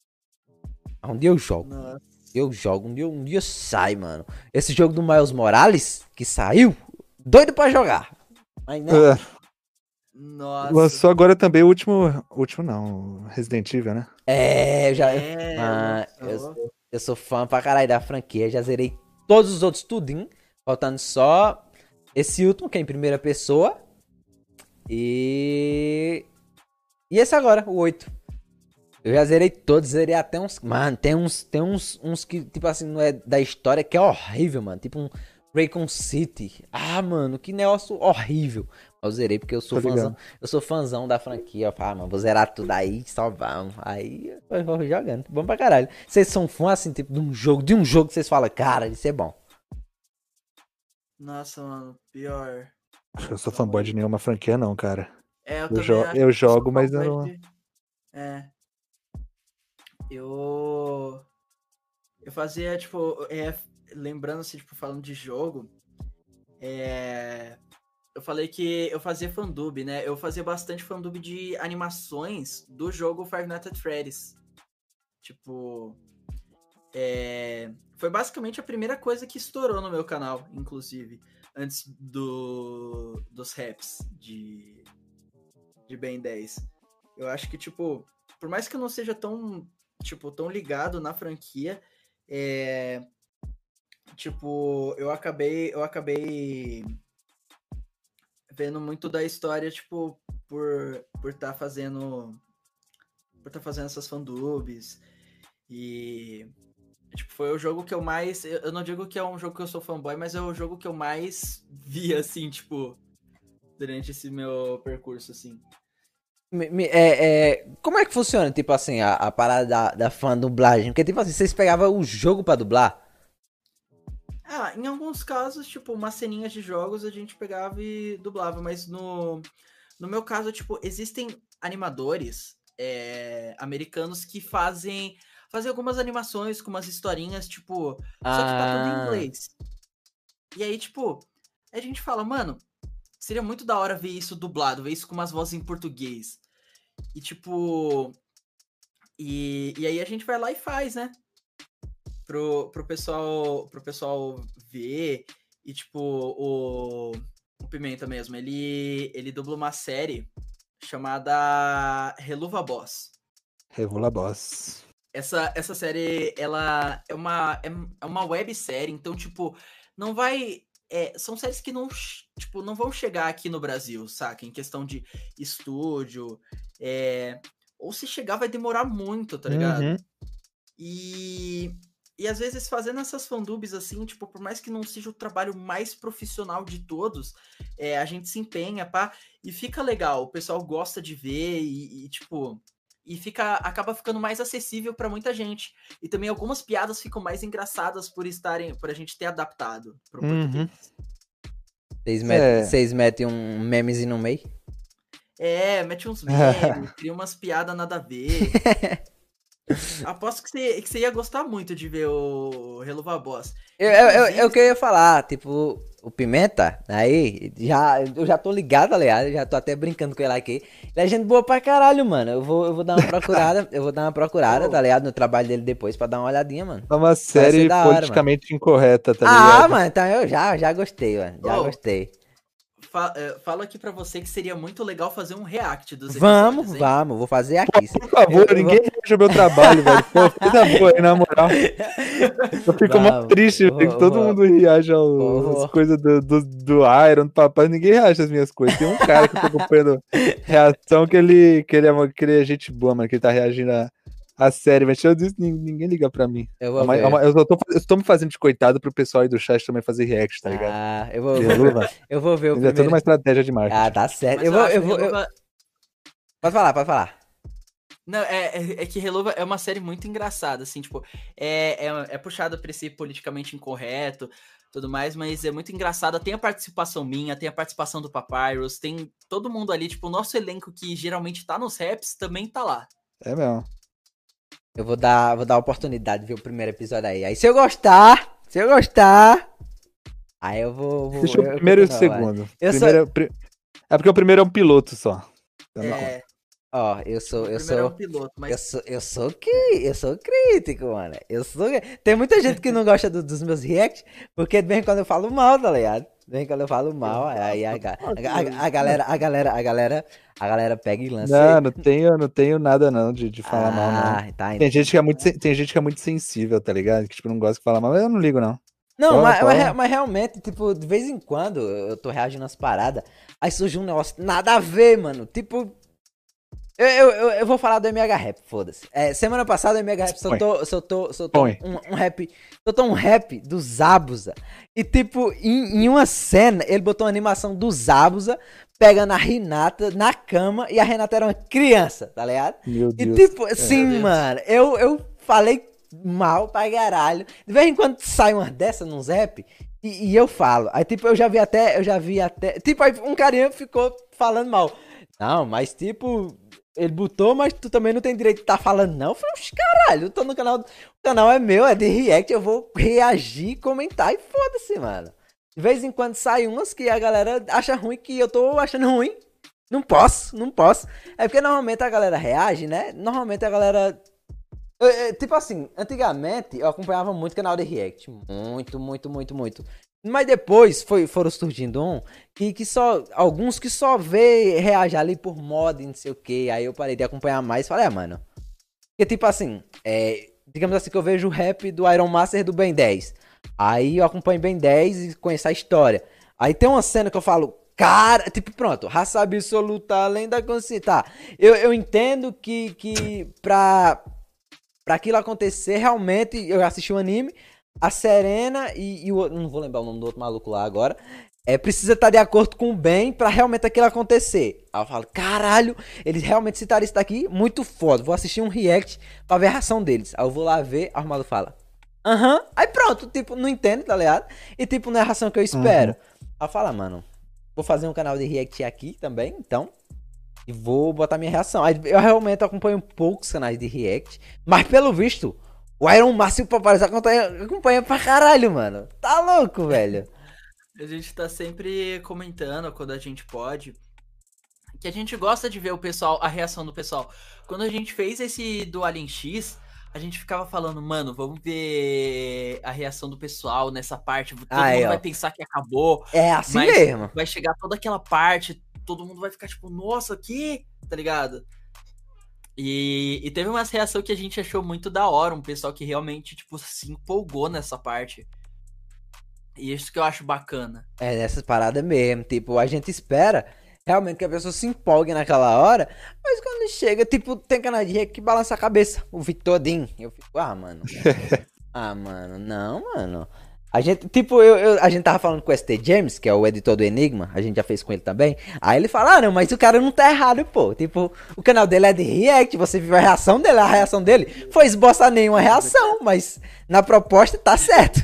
Um dia eu jogo. Nossa. Eu jogo, um dia, um dia sai, mano. Esse jogo do Miles Morales, que saiu, doido pra jogar. Mas né? é, Nossa. lançou agora também o último, o último não, o Resident Evil, né? É, eu já. É, Mano, lançou. eu, eu sou fã pra caralho da franquia. Já zerei todos os outros tudinho. Faltando só esse último, que é em primeira pessoa. E. E esse agora, o oito. Eu já zerei todos, zerei até uns. Mano, tem uns. Tem uns, uns que, tipo assim, não é da história, que é horrível, mano. Tipo um Raycon City. Ah, mano, que negócio horrível. Eu zerei porque eu sou Tô fãzão. ligado. Eu sou fãzão da franquia. Eu falo, ah, mano, vou zerar tudo aí, só vamos. Aí eu vou jogando. Bom pra caralho. Vocês são fãs, assim, tipo, de um jogo, de um jogo que vocês falam, cara, isso é bom. Nossa, mano, pior. Acho que eu sou fanboy de nenhuma franquia, não, cara. É, eu, Eu, também jo acho eu que eu sou jogo, mas eu fanboy não. de... É, eu... Eu fazia, tipo, é, lembrando-se, tipo, falando de jogo, é... Eu falei que eu fazia fandub, né? Eu fazia bastante fandub de animações do jogo Five Nights at Freddy's. Tipo, é... foi basicamente a primeira coisa que estourou no meu canal, inclusive, antes do... dos raps de, de Ben dez. Eu acho que, tipo, por mais que eu não seja tão, tipo, tão ligado na franquia, é... tipo, eu acabei, eu acabei vendo muito da história, tipo, por por estar fazendo por estar fazendo essas fandubs e tipo, foi o jogo que eu mais, eu eu não digo que é um jogo que eu sou fanboy, mas é o jogo que eu mais vi assim, tipo, durante esse meu percurso assim. Me- me- é, é, como é que funciona, tipo assim, a, a parada da, da fã dublagem? Porque, tipo assim, vocês pegavam o jogo pra dublar? Ah, em alguns casos, tipo, umas ceninhas de jogos a gente pegava e dublava, mas no no meu caso, tipo, existem animadores é, americanos que fazem fazem algumas animações com umas historinhas, tipo, só que tá tudo em Ah, inglês. E aí, tipo, a gente fala, mano, seria muito da hora ver isso dublado, ver isso com umas vozes em português. E tipo, e, e aí a gente vai lá e faz, né? Pro, pro pessoal pro pessoal ver. E tipo, o, o Pimenta mesmo, ele, ele dubla uma série chamada Reluva Boss. Revula Boss. Essa, essa série, ela é uma, é, é uma websérie, então, tipo, não vai... é, são séries que não, ch- tipo, não vão chegar aqui no Brasil, saca? Em questão de estúdio, é, ou se chegar vai demorar muito, tá ligado? Uhum. E, e às vezes fazendo essas fandubs assim, tipo, por mais que não seja o trabalho mais profissional de todos, é, a gente se empenha, pá, e fica legal, o pessoal gosta de ver e, e, tipo, e fica, acaba ficando mais acessível pra muita gente. E também algumas piadas ficam mais engraçadas por estarem, por a gente ter adaptado pro Uhum. português. vocês metem, É. vocês metem um memezinho no meio? É, mete uns memes, cria umas piadas nada a ver. Aposto que você, que você ia gostar muito de ver o Reluva Boss. Eu, eu, eu, Inclusive, eu queria falar, tipo, o Pimenta, aí, já, eu já tô ligado, aliás, já tô até brincando com ele aqui. Ele é gente boa pra caralho, mano. Eu vou, eu vou dar uma procurada, eu vou dar uma procurada, Oh. tá ligado? No trabalho dele depois pra dar uma olhadinha, mano. É uma série da hora, politicamente incorreta, tá ah, ligado? mano, então eu já, já gostei, mano. Já Oh. gostei. fa- eh, falo aqui pra você que seria muito legal fazer um react dos Vamos, episódios, hein? vamos, vou fazer aqui. Por favor, Eu- eu ninguém reage ao meu trabalho, velho. Pô, coisa boa aí, na moral. Eu fico Vamos, muito triste, eu vou- fico que todo vou- mundo reage vou- às vou. coisas do, do, do Iron, do papai, ninguém reage às minhas coisas. Tem um cara que eu tô acompanhando reação que ele, que ele, é, uma- que ele é gente boa, mano, que ele tá reagindo a, a série, mas eu disse, nin- ninguém liga pra mim. Eu É vou uma- ver. é uma- eu, só tô, eu tô me fazendo de coitado pro pessoal aí do chat também fazer react, tá ligado? Ah, eu vou, De vou- Reluva. eu vou ver o Mas é toda primeiro. uma estratégia de marketing. Ah, tá certo. Mas Eu vou, acho eu que vou. eu- Reluva- Pode falar, pode falar. Não, é, é, é que Reluva é uma série muito engraçada, assim, tipo, é, é, é puxada pra esse politicamente incorreto, tudo mais, mas é muito engraçada. Tem a participação minha, tem a participação do Papyrus, tem todo mundo ali, tipo, o nosso elenco que geralmente tá nos raps também tá lá. É mesmo. Eu vou dar, vou dar a oportunidade de ver o primeiro episódio aí. Aí se eu gostar, se eu gostar, aí eu vou. vou Deixa eu o primeiro e o continuo, vai. segundo. Eu Primeiro é o pri- É porque o primeiro é um piloto só. Eu não conto. É, Ó, eu sou, o eu primeiro é um sou, piloto, eu mas sou, eu sou que, eu sou crítico, mano. Eu sou. Tem muita gente que não gosta do- dos meus reacts, porque bem quando eu falo mal, tá ligado? Bem quando eu falo mal, aí a, ga- a, a, a galera, a galera, a galera, a galera pega e lança. Não, não tenho, não tenho nada não de, de falar mal, não. Ah, tá. Tem gente, que é muito, sen- tem gente que é muito sensível, tá ligado? Que tipo, não gosta de falar mal, mas eu não ligo, não. Não, Fala, mas, fala. mas, mas realmente, tipo, de vez em quando eu tô reagindo às paradas, aí surge um negócio nada a ver, mano. Tipo, eu, eu, eu, eu vou falar do M H Rap, foda-se. É, semana passada o M H Rap soltou, soltou, soltou Põe. um, um rap, soltou um rap do Zabuza. E tipo, em, em uma cena, ele botou uma animação do Zabuza pegando a Renata na cama e a Renata era uma criança, tá ligado? Meu E Deus. tipo, sim, Deus. mano, eu, eu falei mal pra caralho. De vez em quando sai uma dessa num rap e, e eu falo. Aí tipo, eu já vi até, eu já vi até. Tipo, aí um carinha ficou falando mal. Não, mas tipo, ele botou, mas tu também não tem direito de estar falando, não. Eu falei, "Oxe, caralho, eu tô no canal. O canal é meu, é de react, eu vou reagir, comentar e foda-se, mano. De vez em quando sai umas que a galera acha ruim, que eu tô achando ruim. Não posso, não posso. É porque normalmente a galera reage, né? Normalmente a galera. Eu- eu- tipo assim, antigamente eu acompanhava muito canal de react. Muito, muito, muito, muito. Mas depois foi, foram surgindo um que, que só. Alguns que só vê reagir ali por mod, não sei o que. Aí eu parei de acompanhar mais. Falei, ah, mano. Porque tipo assim, é, digamos assim que eu vejo o rap do Iron Master e do Ben dez. Aí eu acompanho Ben dez e conheço a história. Aí tem uma cena que eu falo, cara, tipo, pronto, raça absoluta além da consciência. Tá, eu, eu entendo que, que pra, pra aquilo acontecer, realmente, eu assisti o anime, a Serena e, e o. Não vou lembrar o nome do outro maluco lá agora. É, precisa estar de acordo com o bem pra realmente aquilo acontecer. Aí eu falo, caralho, eles realmente citaram isso daqui, muito foda. Vou assistir um react pra ver a reação deles. Aí eu vou lá ver, a Armado fala, aham, uhum. Aí pronto, tipo, não entende, tá ligado? E tipo, não é a reação que eu espero. Uhum. Aí eu falo, ah, mano, vou fazer um canal de react aqui também, então. E vou botar minha reação. Aí eu realmente acompanho poucos canais de react, mas pelo visto, o Iron Master e o Paparazzi acompanha, acompanha pra caralho, mano. Tá louco, velho. A gente tá sempre comentando quando a gente pode, que a gente gosta de ver o pessoal, a reação do pessoal. Quando a gente fez esse do Alien X, a gente ficava falando, mano, vamos ver a reação do pessoal nessa parte. Todo Aí, mundo ó. vai pensar que acabou. É assim mas mesmo. Vai chegar toda aquela parte, todo mundo vai ficar tipo, nossa, que? Tá ligado? E, e teve umas reações que a gente achou muito da hora, um pessoal que realmente, tipo, se empolgou nessa parte. E isso que eu acho bacana. É, nessas paradas mesmo. Tipo, a gente espera realmente que a pessoa se empolgue naquela hora. Mas quando chega, tipo, tem canal de react que balança a cabeça. O vídeo todinho. Eu fico, ah, mano. ah, mano, não, mano. A gente, tipo, eu, eu, a gente tava falando com o S T James, que é o editor do Enigma. A gente já fez com ele também. Aí ele fala, ah, não, mas o cara não tá errado, pô. Tipo, o canal dele é de react. Você viu a reação dele. A reação dele foi esboçar nenhuma reação. Mas na proposta tá certo.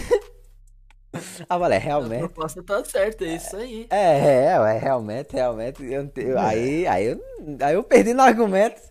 Ah, vale, realmente. A proposta tá certa, é isso aí. É, é, é realmente, realmente. Eu, eu, aí, aí, eu, aí eu perdi no argumento.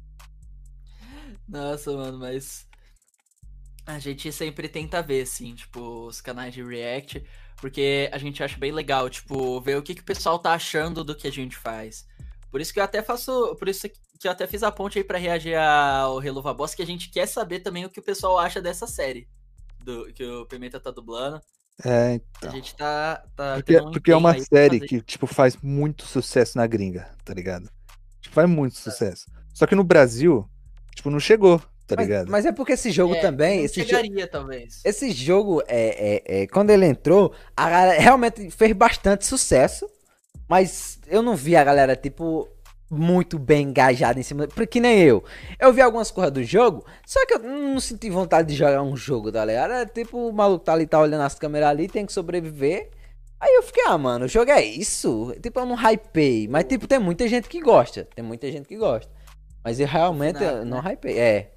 Nossa, mano, mas a gente sempre tenta ver, assim, tipo, os canais de react, porque a gente acha bem legal, tipo, ver o que, que o pessoal tá achando do que a gente faz. Por isso que eu até faço, por isso que eu até fiz a ponte aí pra reagir ao Reluva Boss, que a gente quer saber também o que o pessoal acha dessa série, do, que o Pimenta tá dublando. É, então. A gente tá, tá porque, tendo um porque é uma série fazer... que, tipo, faz muito sucesso na gringa, tá ligado? Tipo, faz muito sucesso. Só que no Brasil, tipo, não chegou, tá Mas, ligado? mas é porque esse jogo é, também. Não esse chegaria, jo talvez. Esse jogo, é, é, é, quando ele entrou, a galera realmente fez bastante sucesso. Mas eu não vi a galera, tipo, muito bem engajada em cima. Porque nem eu. Eu vi algumas coisas do jogo, só que eu não senti vontade de jogar um jogo, tá ligado? É tipo, o maluco tá ali, tá olhando as câmeras ali, tem que sobreviver. Aí eu fiquei, ah, mano, o jogo é isso? Tipo, eu não hypei. Mas, tipo, tem muita gente que gosta. Tem muita gente que gosta. Mas eu realmente Final, não né? hypei. É.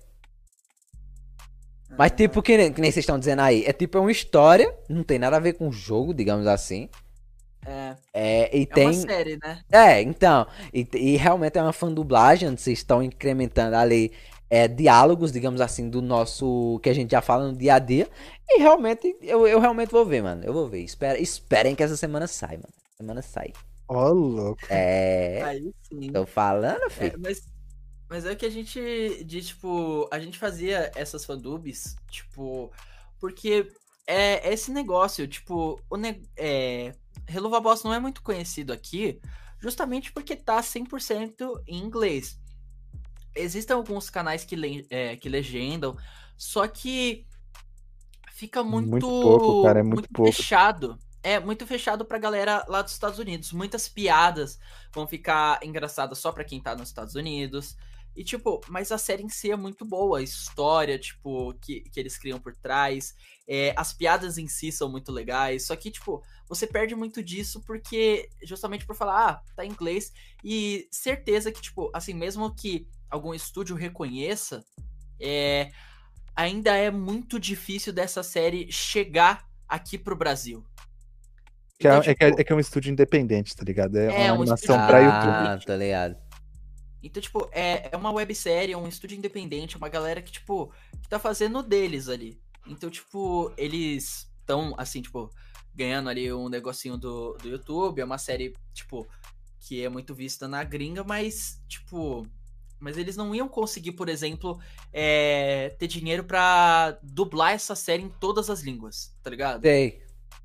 Mas, tipo, que nem, que nem vocês estão dizendo aí, é tipo, é uma história, não tem nada a ver com o jogo, digamos assim. É, É, e é tem. uma série, né? É, então. E, e realmente é uma fan dublagem, onde vocês estão incrementando ali é, diálogos, digamos assim, do nosso. Que a gente já fala no dia a dia. E realmente, eu, eu realmente vou ver, mano. Eu vou ver. Espera, esperem que essa semana sai, mano. Semana sai. Ó, louco. É. Aí sim. Tô falando, É, filho. mas, mas é o que a gente diz, tipo, a gente fazia essas fandubs, tipo, porque é esse negócio, tipo, o ne é, Reluva Boss não é muito conhecido aqui, justamente porque tá cem por cento em inglês. Existem alguns canais que, le é, que legendam, só que fica muito, Muito pouco, cara, é muito muito pouco. fechado. É, muito fechado pra galera lá dos Estados Unidos. Muitas piadas vão ficar engraçadas só pra quem tá nos Estados Unidos. E, tipo, mas a série em si é muito boa. A história, tipo, que, que eles criam por trás. É, as piadas em si são muito legais. Só que, tipo, você perde muito disso porque, justamente por falar, ah, tá em inglês. E certeza que, tipo, assim, mesmo que algum estúdio reconheça, é, ainda é muito difícil dessa série chegar aqui pro Brasil. Que é, Então, é que é, tipo, é que é um estúdio independente, tá ligado? É, É, uma um animação estúdio pra YouTube. Ah, tô ligado. Então, tipo, é, é uma websérie, é um estúdio independente, uma galera que, tipo, que tá fazendo o deles ali. Então, tipo, eles estão, assim, tipo, ganhando ali um negocinho do, do YouTube. É uma série, tipo, que é muito vista na gringa, mas, tipo. Mas eles não iam conseguir, por exemplo, é, ter dinheiro pra dublar essa série em todas as línguas, tá ligado? Sei.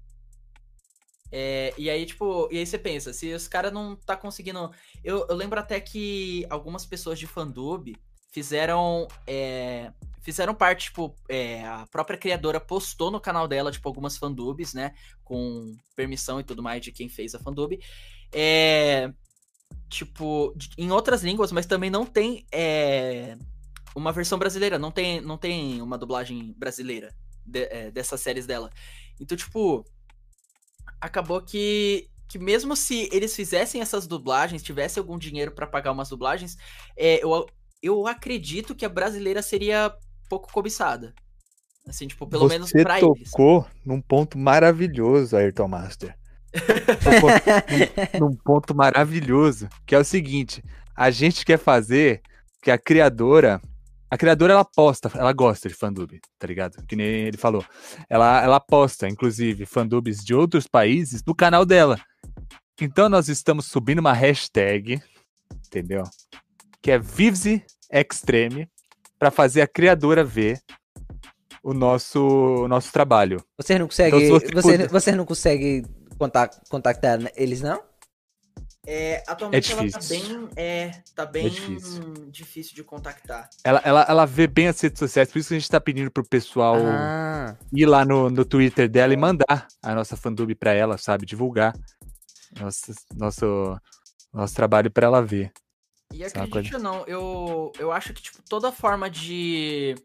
É, e aí, tipo, e aí você pensa, se os caras não tá conseguindo. Eu, eu lembro até que algumas pessoas de fandub fizeram. É, fizeram parte, tipo, é, a própria criadora postou no canal dela, tipo, algumas fandubs, né? Com permissão e tudo mais de quem fez a fandub. É, tipo, de- em outras línguas, mas também não tem é, uma versão brasileira, não tem, não tem uma dublagem brasileira de- é, dessas séries dela. Então, tipo acabou que, que mesmo se eles fizessem essas dublagens, tivesse algum dinheiro pra pagar umas dublagens, é, eu, eu acredito que a brasileira seria pouco cobiçada. Assim, tipo, pelo menos Você pra eles. tocou num ponto maravilhoso, Ayrton Master. Tocou num, num ponto maravilhoso, que é o seguinte: a gente quer fazer que a criadora. A criadora, ela posta, ela gosta de fandub, tá ligado? Que nem ele falou. Ela, ela posta, inclusive, fandubs de outros países no canal dela. Então nós estamos subindo uma hashtag, entendeu? Que é Vivze Extreme, pra fazer a criadora ver o nosso, o nosso trabalho. Vocês não Então se conseguem. você Vocês, puder... vocês não conseguem contact, contactar eles, não? É, É atualmente ela tá difícil. bem. É, tá É bem difícil. difícil de contactar. Ela, ela, ela vê bem as redes sociais, por isso que a gente tá pedindo pro pessoal Ah. ir lá no, no Twitter dela e mandar a nossa fandub pra ela, sabe? Divulgar nosso, nosso, nosso trabalho pra ela ver. E Isso é uma coisa... acredite ou não, eu, eu acho que, tipo, toda forma de.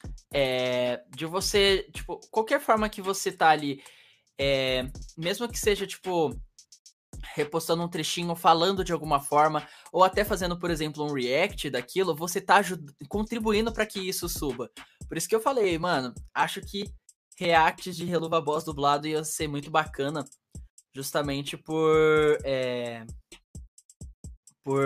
É, de você. Tipo, qualquer forma que você tá ali. É, mesmo que seja, tipo. Repostando um trechinho, falando de alguma forma, ou até fazendo, por exemplo, um react daquilo, você tá contribuindo para que isso suba. Por isso que eu falei, mano, acho que reacts de Reluva Boss dublado ia ser muito bacana, justamente por. É, por.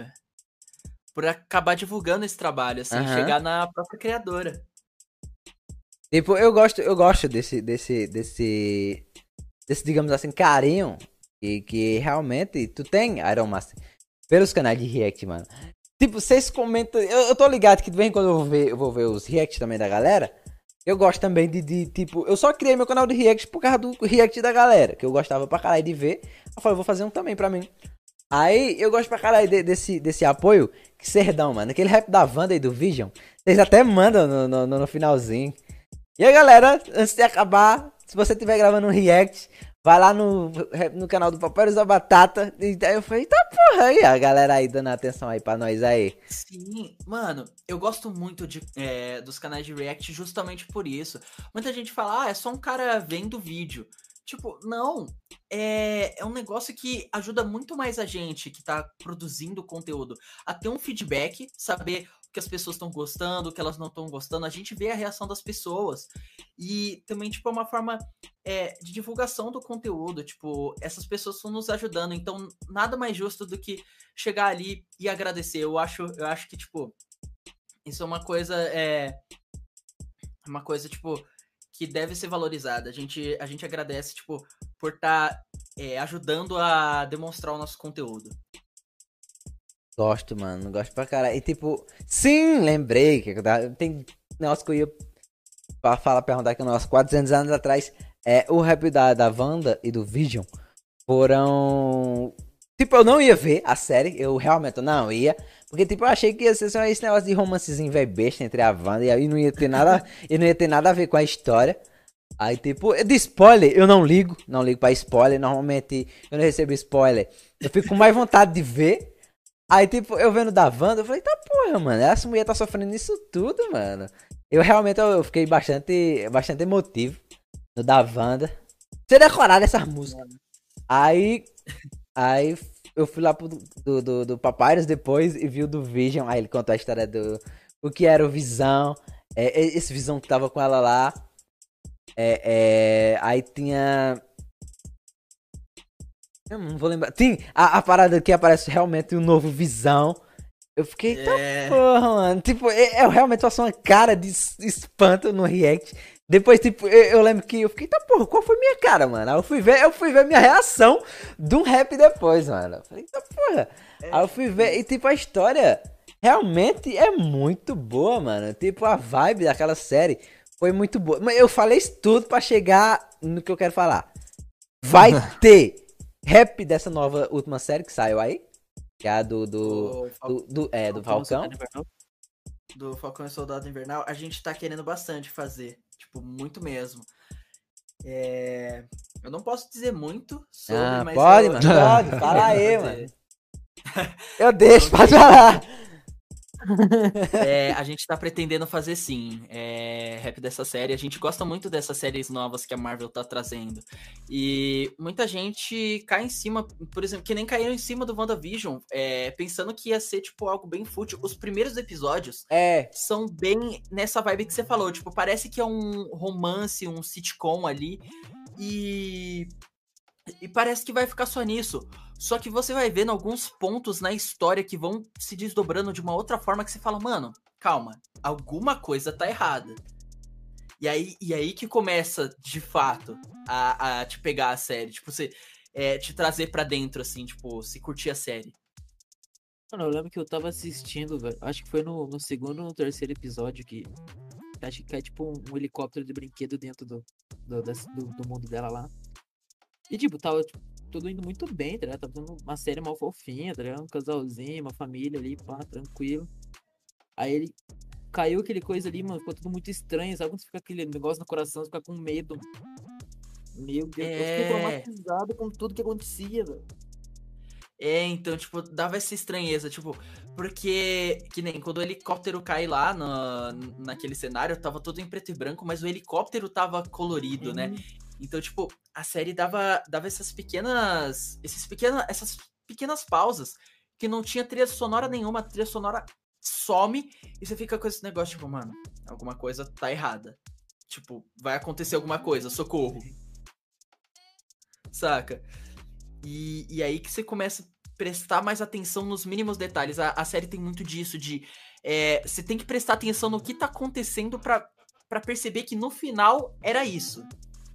Por acabar divulgando esse trabalho, assim, Aham. chegar na própria criadora. Tipo, eu gosto, eu gosto desse, desse, desse, desse, digamos assim, carinho que, que realmente tu tem, Iron Master, pelos canais de react, mano. Tipo, vocês comentam, eu, eu tô ligado que de vez em quando eu vou ver, eu vou ver os reacts também da galera. Eu gosto também de, de, tipo, eu só criei meu canal de react por causa do react da galera, que eu gostava pra caralho de ver. Eu falei, vou fazer um também pra mim. Aí eu gosto pra caralho de, desse, desse apoio. Que cerdão, mano. Aquele rap da Wanda e do Vision, vocês até mandam no, no, no finalzinho. E aí, galera, antes de acabar, se você estiver gravando um react, vai lá no, no canal do Papéis da Batata. E aí eu falei, tá porra aí, a galera aí dando atenção aí pra nós aí. Sim, mano, eu gosto muito de, é, dos canais de react justamente por isso. Muita gente fala, ah, é só um cara vendo vídeo. Tipo, não, é, é um negócio que ajuda muito mais a gente que tá produzindo conteúdo a ter um feedback, saber o que as pessoas estão gostando, o que elas não estão gostando, a gente vê a reação das pessoas. E também, tipo, é uma forma é, de divulgação do conteúdo, tipo, essas pessoas estão nos ajudando, então nada mais justo do que chegar ali e agradecer. Eu acho, eu acho que, tipo, isso é uma coisa, é, uma coisa, tipo, que deve ser valorizada. A gente, a gente agradece, tipo, por estar tá, é, ajudando a demonstrar o nosso conteúdo. Gosto, mano, gosto pra caralho. E tipo, sim, lembrei que tem negócio que eu ia pra falar, perguntar aqui uns quatrocentos anos atrás. É, o rap da, da Wanda e do Vision foram... Tipo, eu não ia ver a série, eu realmente não ia. Porque, tipo, eu achei que ia ser só esse negócio de romancezinho velho besta entre a Wanda e aí não ia ter nada, e não ia ter nada a ver com a história. Aí, tipo, de spoiler, eu não ligo, não ligo pra spoiler. Normalmente, eu não recebo spoiler, eu fico com mais vontade de ver. Aí, tipo, eu vendo da Wanda, eu falei, tá porra, mano, essa mulher tá sofrendo isso tudo, mano. Eu realmente, eu fiquei bastante, bastante emotivo no da Wanda. Você decorar essas músicas. Aí, aí eu fui lá pro do, do, do Papyrus depois e vi o do Vision. Aí ele contou a história do, o que era o Visão, é, esse Visão que tava com ela lá. É, é, aí tinha... Eu não vou lembrar. Sim, a, a parada que aparece realmente o novo Visão. Eu fiquei, tá É. porra, mano. Tipo, eu, eu realmente passei uma cara de es- espanto no React. Depois, tipo, eu, eu lembro que eu fiquei, tá porra, qual foi minha cara, mano? Aí eu fui ver, eu fui ver minha reação de um rap depois, mano. Eu falei, tá porra. Aí eu fui ver, e tipo, a história realmente é muito boa, mano. Tipo, a vibe daquela série foi muito boa. Mas eu falei isso tudo pra chegar no que eu quero falar. Vai ter rap dessa nova última série que saiu aí? Que é a do. Do, O Fal- do, do- é, do Falcão, Falcão. Soldado Invernal. do Falcão e Soldado Invernal, a gente tá querendo bastante fazer. Tipo, muito mesmo. É... Eu não posso dizer muito sobre, Ah, mas. pode, eu... mano, pode. Fala aí, querendo mano. fazer. Eu deixo, Então, pode que- falar. É, a gente tá pretendendo fazer sim, é, rap dessa série. A gente gosta muito dessas séries novas que a Marvel tá trazendo. E muita gente cai em cima, por exemplo, que nem caíram em cima do WandaVision, é, pensando que ia ser, tipo, algo bem fútil. Os primeiros episódios É, são bem nessa vibe que você falou. Tipo, parece que é um romance, um sitcom ali. E e parece que vai ficar só nisso. Só que você vai vendo alguns pontos na história que vão se desdobrando de uma outra forma que você fala, mano, calma, alguma coisa tá errada. E aí, e aí que começa, de fato, a, a te pegar a série. Tipo, você é, te trazer pra dentro, assim, tipo, se curtir a série. Mano, eu lembro que eu tava assistindo, velho. Acho que foi no, no segundo ou no terceiro episódio que. Acho que cai tipo um, um helicóptero de brinquedo dentro do, do, das- do, do mundo dela lá. E tipo, tava tipo, tudo indo muito bem, tá ligado? Tava sendo uma série mal fofinha, tá ligado? Um casalzinho, uma família ali, pá, tranquilo. Aí ele caiu aquele coisa ali, mano, ficou tudo muito estranho, sabe? Quando você fica aquele negócio no coração, você fica com medo. Meu Deus, eu fiquei É. traumatizado com tudo que acontecia, velho. É, então, tipo, dava essa estranheza, tipo, porque, que nem quando o helicóptero cai lá no, naquele cenário, tava todo em preto e branco, mas o helicóptero tava colorido, né? Então, tipo, a série dava, dava essas pequenas, esses pequena, essas pequenas pausas que não tinha trilha sonora nenhuma, a trilha sonora some e você fica com esse negócio, tipo, mano, alguma coisa tá errada. Tipo, vai acontecer alguma coisa, socorro. Saca? E, e aí que você começa a prestar mais atenção nos mínimos detalhes. A, a série tem muito disso, de é, você tem que prestar atenção no que tá acontecendo pra, pra perceber que no final era isso.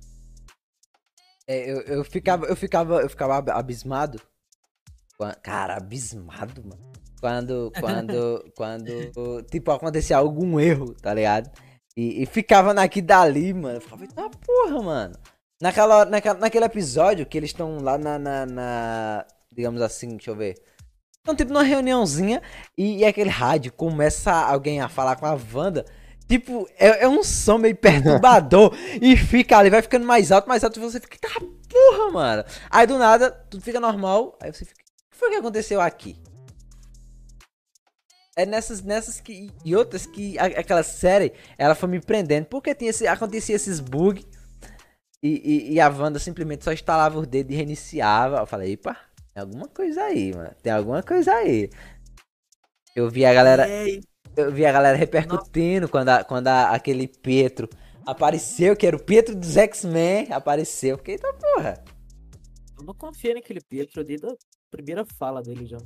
é, eu, eu ficava, eu ficava, eu ficava ab- abismado. Qua- Cara, abismado, mano. Quando, quando, quando, tipo, acontecia algum erro, tá ligado? E, e ficava naqui dali, mano. Eu ficava, tá porra, mano. Naquela, hora- naquela, naquele episódio que eles estão lá na, na, na- digamos assim, deixa eu ver. Estão tipo numa reuniãozinha e, e aquele rádio começa alguém a falar com a Wanda. Tipo, é, é um som meio perturbador e fica ali, vai ficando mais alto, mais alto e você fica, tá porra, mano. Aí do nada, tudo fica normal, aí você fica, o que foi que aconteceu aqui? É nessas, nessas que, e outras que a- aquela série, ela foi me prendendo, porque tinha esse, acontecia esses bugs e, e, e a Wanda simplesmente só instalava os dedos e reiniciava. Eu falei, epa, tem alguma coisa aí, mano, tem alguma coisa aí. Eu vi a galera, É, e- eu vi a galera repercutindo quando, a- quando a- aquele Pietro apareceu, que era o Pietro dos X-Men, apareceu. Fiquei, eita porra. Eu não confio naquele Pietro desde a primeira fala dele já.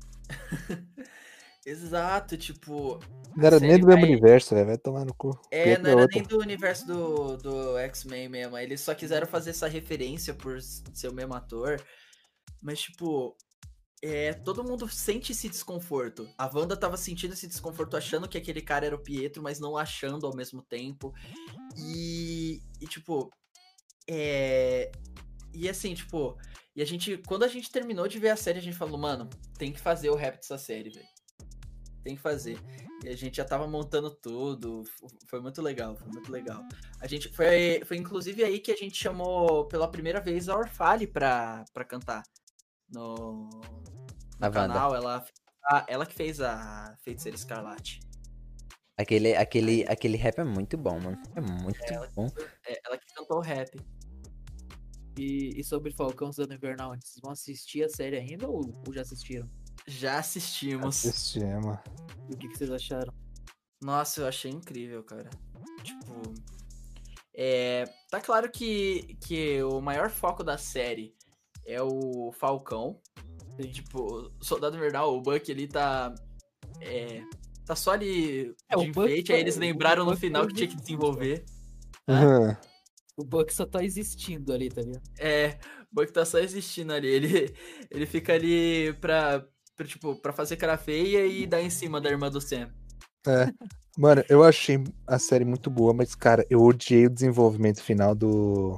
exato, tipo. Não era a nem série do mesmo vai- universo, velho. Vai tomar no cu. É, Pietro não era outro. nem do universo do, do X-Men mesmo. Eles só quiseram fazer essa referência por ser o mesmo ator. Mas, tipo, é, todo mundo sente esse desconforto. A Wanda tava sentindo esse desconforto, achando que aquele cara era o Pietro, mas não achando ao mesmo tempo. E, e tipo, é. E assim, tipo, e a gente, quando a gente terminou de ver a série, a gente falou, mano, tem que fazer o rap dessa série, velho. Tem que fazer. E a gente já tava montando tudo. f- Foi muito legal, foi muito legal. A gente foi, foi inclusive aí que a gente chamou pela primeira vez a Orfale pra, pra cantar no, A no Wanda. canal. Ela, a- ela que fez a Feiticeira Escarlate. Aquele, aquele, aquele rap é muito bom, mano. É muito bom. É, ela que cantou o rap. E, e sobre Falcão Soldado Invernal, vocês vão assistir a série ainda ou, ou já assistiram? Já assistimos. Sistema. E o que, que vocês acharam? Nossa, eu achei incrível, cara. Tipo. É, tá claro que, que o maior foco da série é o Falcão. Sim. Tipo, o Soldado Invernal, o Bucky, ele tá... É, tá só ali É, de o Bucky enfeite, tá- aí eles o lembraram no Bucky final tá que tinha que existindo, desenvolver. Uhum. O Buck só tá existindo ali, tá ligado? É, o Bucky tá só existindo ali. Ele, ele fica ali pra, pra, tipo, pra fazer cara feia e dar em cima da irmã do Sam. É. Mano, eu achei a série muito boa, mas, cara, eu odiei o desenvolvimento final do.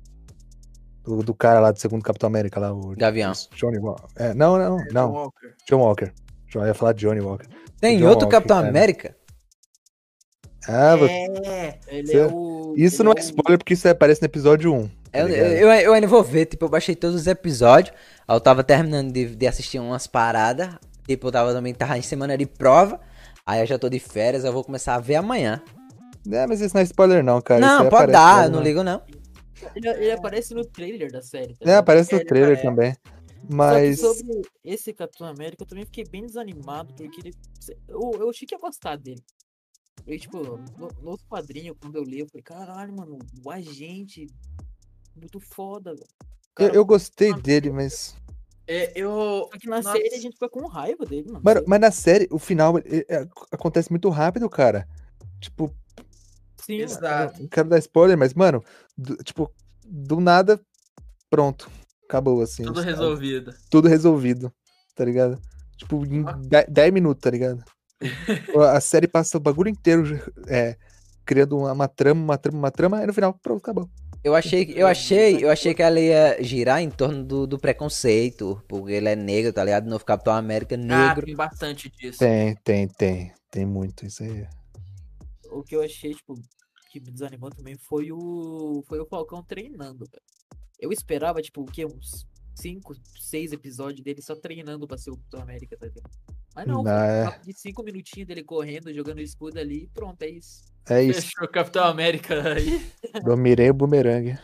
Do, do cara lá do segundo Capitão América lá, o Gavião. Johnny Walker. É, não, não, John não. Walker. John Walker. Já ia falar Johnny Walker. Tem John outro Walker, Capitão cara. América? Ah, você- É, Ele Cê- é o. isso ele não é é o- spoiler porque isso aparece no episódio um. Tá Eu, ligado? eu, eu ainda vou ver, tipo, eu baixei todos os episódios. Aí eu tava terminando de, de assistir umas paradas. Tipo, eu tava também tava em semana de prova. Aí eu já tô de férias, eu vou começar a ver amanhã. É, mas isso não é spoiler, não, cara. Isso não, aí pode aparece dar, logo eu não na- ligo não. Ele, ele aparece no trailer da série, tá É, ligado? aparece no Ele trailer aparece. também. Só que Mas. sobre esse Capitão América, eu também fiquei bem desanimado, porque ele. Eu, eu achei que ia gostar dele. Eu, tipo, no, no outro quadrinho, quando eu li, eu falei, caralho, mano, o agente. Muito foda, velho. O Eu, cara- eu gostei dele, mas. é, eu... Só que na Nossa. série a gente fica com raiva dele, mano. Mano, mas na série, o final é- é- acontece muito rápido, cara. Tipo, Sim, mano. Exato. não quero dar spoiler, mas, mano, do- tipo, do nada, pronto. Acabou, assim. Tudo sabe? resolvido. Tudo resolvido, tá ligado? Tipo, em Ah. dez minutos, tá ligado? A série passa o bagulho inteiro é, criando uma, uma trama, uma trama, uma trama, e no final, pronto, acabou. Eu achei, eu achei, eu achei que ela ia girar em torno do, do preconceito, porque ele é negro, tá ligado? Novo Capitão América Ah, negro. tem bastante disso. Tem, tem, tem. Tem muito isso aí. O que eu achei, tipo, que me desanimou também foi o. Foi o Falcão treinando, velho. Eu esperava, tipo, o quê? Uns cinco, seis episódios dele só treinando pra ser o Capitão América, tá ligado? Mas não, Não, foi é. um papo de cinco minutinhos dele correndo, jogando escudo ali e pronto, é isso. É isso. Fechou o Capitão América aí. Domirei o bumerangue.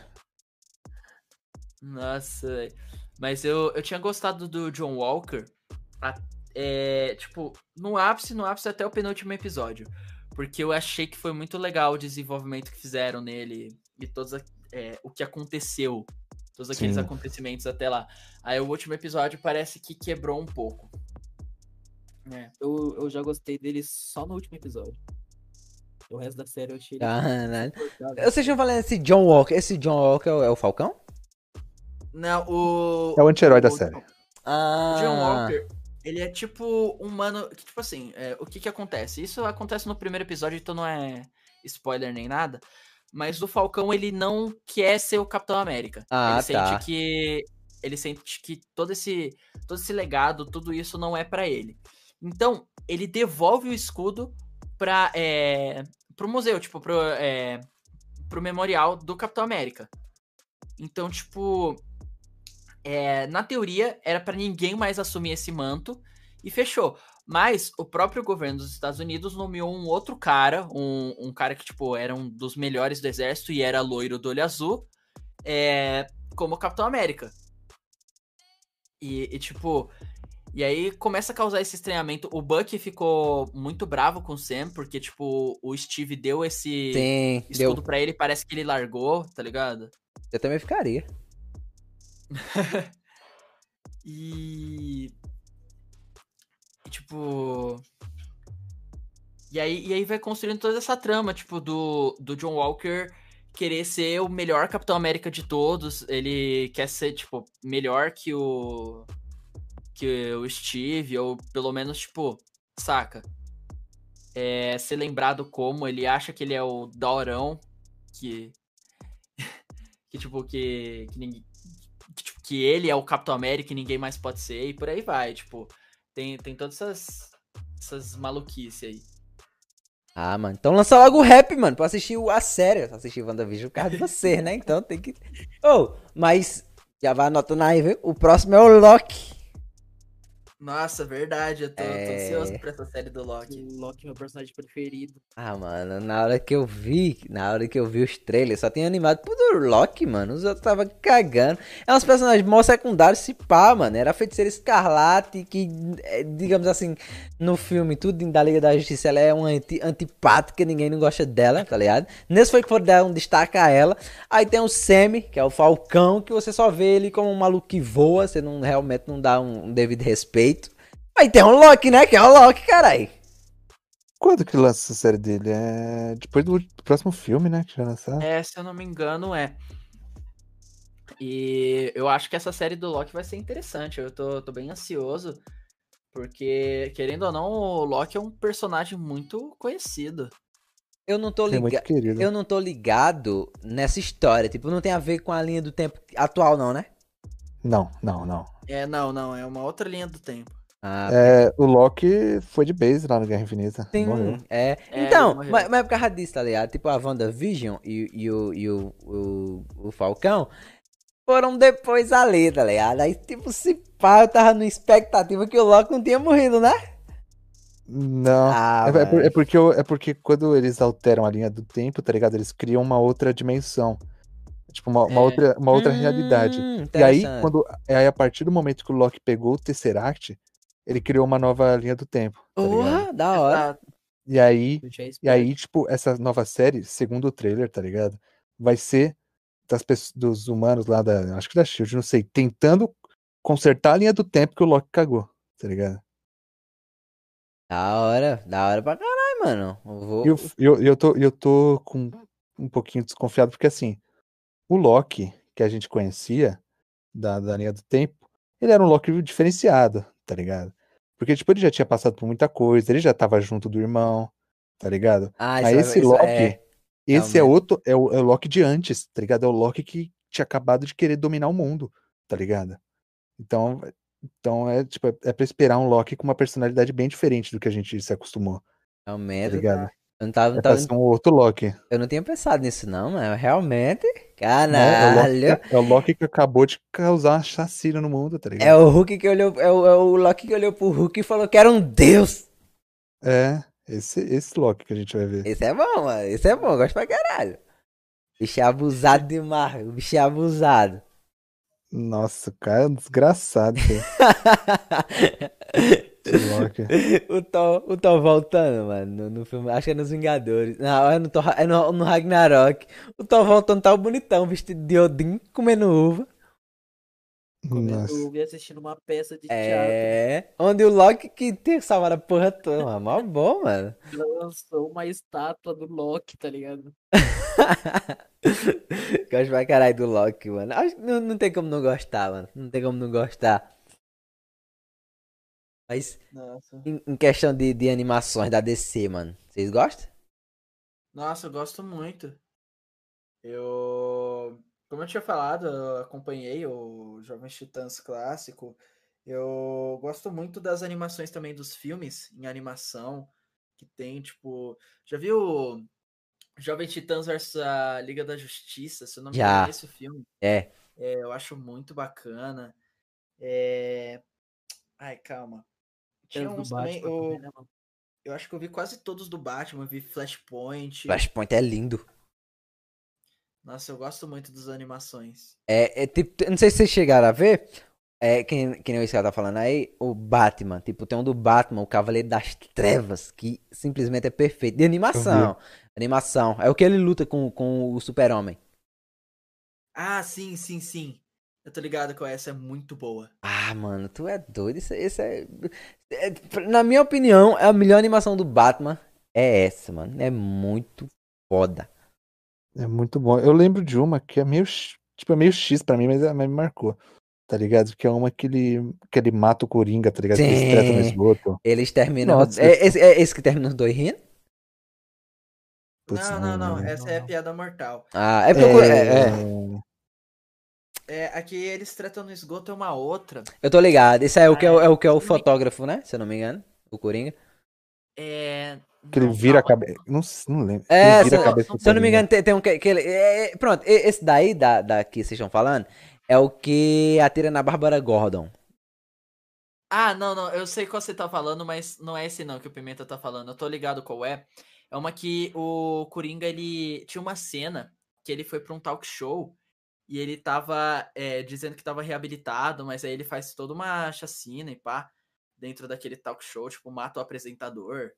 Nossa, velho. Mas eu, eu tinha gostado do John Walker, a- é, tipo, no ápice, no ápice até o penúltimo episódio. Porque eu achei que foi muito legal o desenvolvimento que fizeram nele e todos a- é, o que aconteceu. Todos aqueles Sim. acontecimentos até lá. Aí o último episódio parece que quebrou um pouco. É. Eu, eu já gostei dele só no último episódio. O resto da série eu achei ele Caralho. insuportável. Vocês estão falando desse John Walker. Esse John Walker é o, é o Falcão? Não, o. É o anti-herói da o- série. O Ah. John Walker, ele é tipo um mano. que, Tipo assim, é, o que que acontece? Isso acontece no primeiro episódio, então não é spoiler nem nada. Mas o Falcão, ele não quer ser o Capitão América. Ah, ele tá. sente que. Ele sente que todo esse, todo esse legado, tudo isso não é pra ele. Então, ele devolve o escudo pra, é, pro museu, tipo, pro, é, pro memorial do Capitão América. Então, tipo, é, na teoria, era pra ninguém mais assumir esse manto e fechou. Mas o próprio governo dos Estados Unidos nomeou um outro cara, um, um cara que, tipo, era um dos melhores do exército e era loiro do olho azul, é, como Capitão América. E, e, tipo, e aí começa a causar esse estranhamento. O Bucky ficou muito bravo com o Sam, porque, tipo, o Steve deu esse Sim, escudo deu. pra ele, parece que ele largou, tá ligado? Eu também ficaria. E... e, tipo... E aí, e aí vai construindo toda essa trama, tipo, do, do John Walker querer ser o melhor Capitão América de todos. Ele quer ser, tipo, melhor que o... que o Steve, ou pelo menos, tipo, saca? É, ser lembrado como, ele acha que ele é o daorão, que... que, tipo, que... que ninguém... Que, tipo, que ele é o Capitão América e ninguém mais pode ser, e por aí vai, tipo, tem, tem todas essas, essas maluquices aí. Ah, mano. Então lança logo o rap, mano, pra assistir o- a série. Eu só assisti WandaVision por causa de você, né? Então tem que. Ô, mas já vai anotando aí, viu? O próximo é o Loki. Nossa, verdade, eu tô, tô É. ansioso pra essa série do Loki. O Loki é meu personagem preferido. Ah, mano, na hora que eu vi, na hora que eu vi os trailers, só tinha animado pro do Loki, mano. Os outros tava cagando. É uns personagens mó secundários, se pá, mano. Era a Feiticeira Escarlate, que, é, digamos assim, no filme, tudo da Liga da Justiça, ela é uma anti, antipática, ninguém não gosta dela, tá ligado? Nesse foi que for dar um destaque a ela. Aí tem o Semi, que é o Falcão, que você só vê ele como um maluco que voa, você não realmente não dá um, um devido respeito. Aí tem o Loki, né? Que é o Loki, carai. Quando que lança a série dele? É depois do, do próximo filme, né? Que vai lançar. É, se eu não me engano, é. E eu acho que essa série do Loki vai ser interessante. Eu tô, tô bem ansioso. Porque, querendo ou não, o Loki é um personagem muito conhecido. Eu não tô Ele é muito ligado. querido. Eu não tô ligado nessa história. Tipo, não tem a ver com a linha do tempo atual, não, né? Não, não, não. É, não, não, é uma outra linha do tempo. Ah, É, o Loki foi de base lá no Guerra Infinita. sim, Morreu. é. É, Então, ele morreu. mas, mas é por causa disso, tá ligado? Tipo, a WandaVision e, e, o, e o, o, o Falcão foram depois ali, tá ligado? Aí, tipo, se pá, eu tava numa expectativa que o Loki não tinha morrido, né? Não. Ah, é, é por- mano. é porque, o- é porque quando eles alteram a linha do tempo, tá ligado? Eles criam uma outra dimensão. Tipo, uma, uma É. outra, uma outra Hum, realidade. E aí, interessante. quando. é Aí, a partir do momento que o Loki pegou o Tesseract, ele criou uma nova linha do tempo, tá ligado? Porra, da hora. Exato. E aí, Eu já e espero. aí, tipo, essa nova série, segundo o trailer, tá ligado? Vai ser das pessoas, dos humanos lá da. Acho que da Shield, não sei, tentando consertar a linha do tempo que o Loki cagou, tá ligado? Da hora, da hora pra caralho, mano. Eu E eu, vou. eu, eu, tô, eu tô com um pouquinho desconfiado, porque assim, o Loki que a gente conhecia da, da linha do tempo, ele era um Loki diferenciado, tá ligado? Porque, tipo, ele já tinha passado por muita coisa, ele já tava junto do irmão, tá ligado? Ah, isso Mas vai. esse Isso Loki, é. esse é Realmente. outro, é o, é o Loki de antes, tá ligado? É o Loki que tinha acabado de querer dominar o mundo, tá ligado? Então, então é, tipo, é, é pra esperar um Loki com uma personalidade bem diferente do que a gente se acostumou, tá Realmente. ligado? Eu não tava, não É pra tava, ser um outro Loki. eu não tinha pensado nisso, não, mas realmente. Né? É o Loki, que- Caralho. é o Loki que acabou de causar uma chacina no mundo, tá É ligado? o Hulk que olhou. É o, é o Loki que olhou pro Hulk e falou que era um deus. É, esse, esse Loki que a gente vai ver. Esse é bom, mano. Esse é bom, eu gosto pra caralho. Bicho é abusado demais. O bicho é abusado. Nossa, o cara é um desgraçado, velho. Esse Loki. o, Thor, o Thor voltando, mano, no, no filme. Acho que é nos Vingadores. Não, é no, Thor, é no, no Ragnarok. O Thor voltando tá bonitão, vestido de Odin, comendo uva. Comendo Nossa. uva e assistindo uma peça de teatro. É. Onde o Loki que tem que salvar a porra toda, mano. Mó bom, mano. Lançou uma estátua do Loki, tá ligado? Gosto pra caralho do Loki, mano. Acho que Não, não tem como não gostar, mano. Não tem como não gostar. Mas Nossa. em, em questão de, de animações da D C, mano. Vocês gostam? Nossa, eu gosto muito. Eu. Como eu tinha falado, eu acompanhei o Jovens Titãs clássico. Eu gosto muito das animações também dos filmes em animação. Que tem, tipo. Já viu Jovens Titãs versus a Liga da Justiça? Se eu não me engano, Já. é esse o filme. É. É, eu acho muito bacana. É... Ai, calma. Tinha Peças do uns também. Batman também, Eu, né, mano? eu acho que eu vi quase todos do Batman. Eu vi Flashpoint. Flashpoint é lindo. Nossa, eu gosto muito das animações. É, é tipo, não sei se vocês chegaram a ver. É, que, que nem o cara tá falando aí, o Batman. Tipo, tem um do Batman, o Cavaleiro das Trevas, que simplesmente é perfeito. De animação. Animação. É o que ele luta com, com o Super-Homem. Ah, sim, sim, sim. Eu tô ligado com essa, é muito boa. Ah, mano, tu é doido. Isso, isso é, é- Na minha opinião, a melhor animação do Batman é essa, mano. É muito foda. É muito bom. Eu lembro de uma que é meio, x- tipo, é meio X pra mim, mas, é- mas me marcou. Tá ligado? Que é uma que ele, que ele mata o Coringa, tá ligado? Que eles tretam no Sim. esgoto. Eles terminam. Nossa, É, esse, é esse que termina os dois rindo? Putz, não, não não, não. lembro. Essa é a piada mortal. Ah, é porque eu, é, é. É, aqui eles tratam no esgoto é uma outra. Eu tô ligado. Esse é o que é, o- é o que é o Se não me- fotógrafo, né? Se eu não me engano. O Coringa. É. Que ele não, vira a calma. cabeça. Não, s- não lembro. É, Que ele vira se, a cabeça do se eu não me Coringa. engano, tem, tem um que, que ele. é, é, pronto, e- esse daí da, da que vocês estão falando é o que atira na Bárbara Gordon. Ah, não, não, eu sei qual você tá falando, mas não é esse não que o Pimenta tá falando. Eu tô ligado qual é. É uma que o Coringa, ele tinha uma cena que ele foi pra um talk show e ele tava é, dizendo que tava reabilitado, mas aí ele faz toda uma chacina e pá, dentro daquele talk show, tipo, mata o apresentador.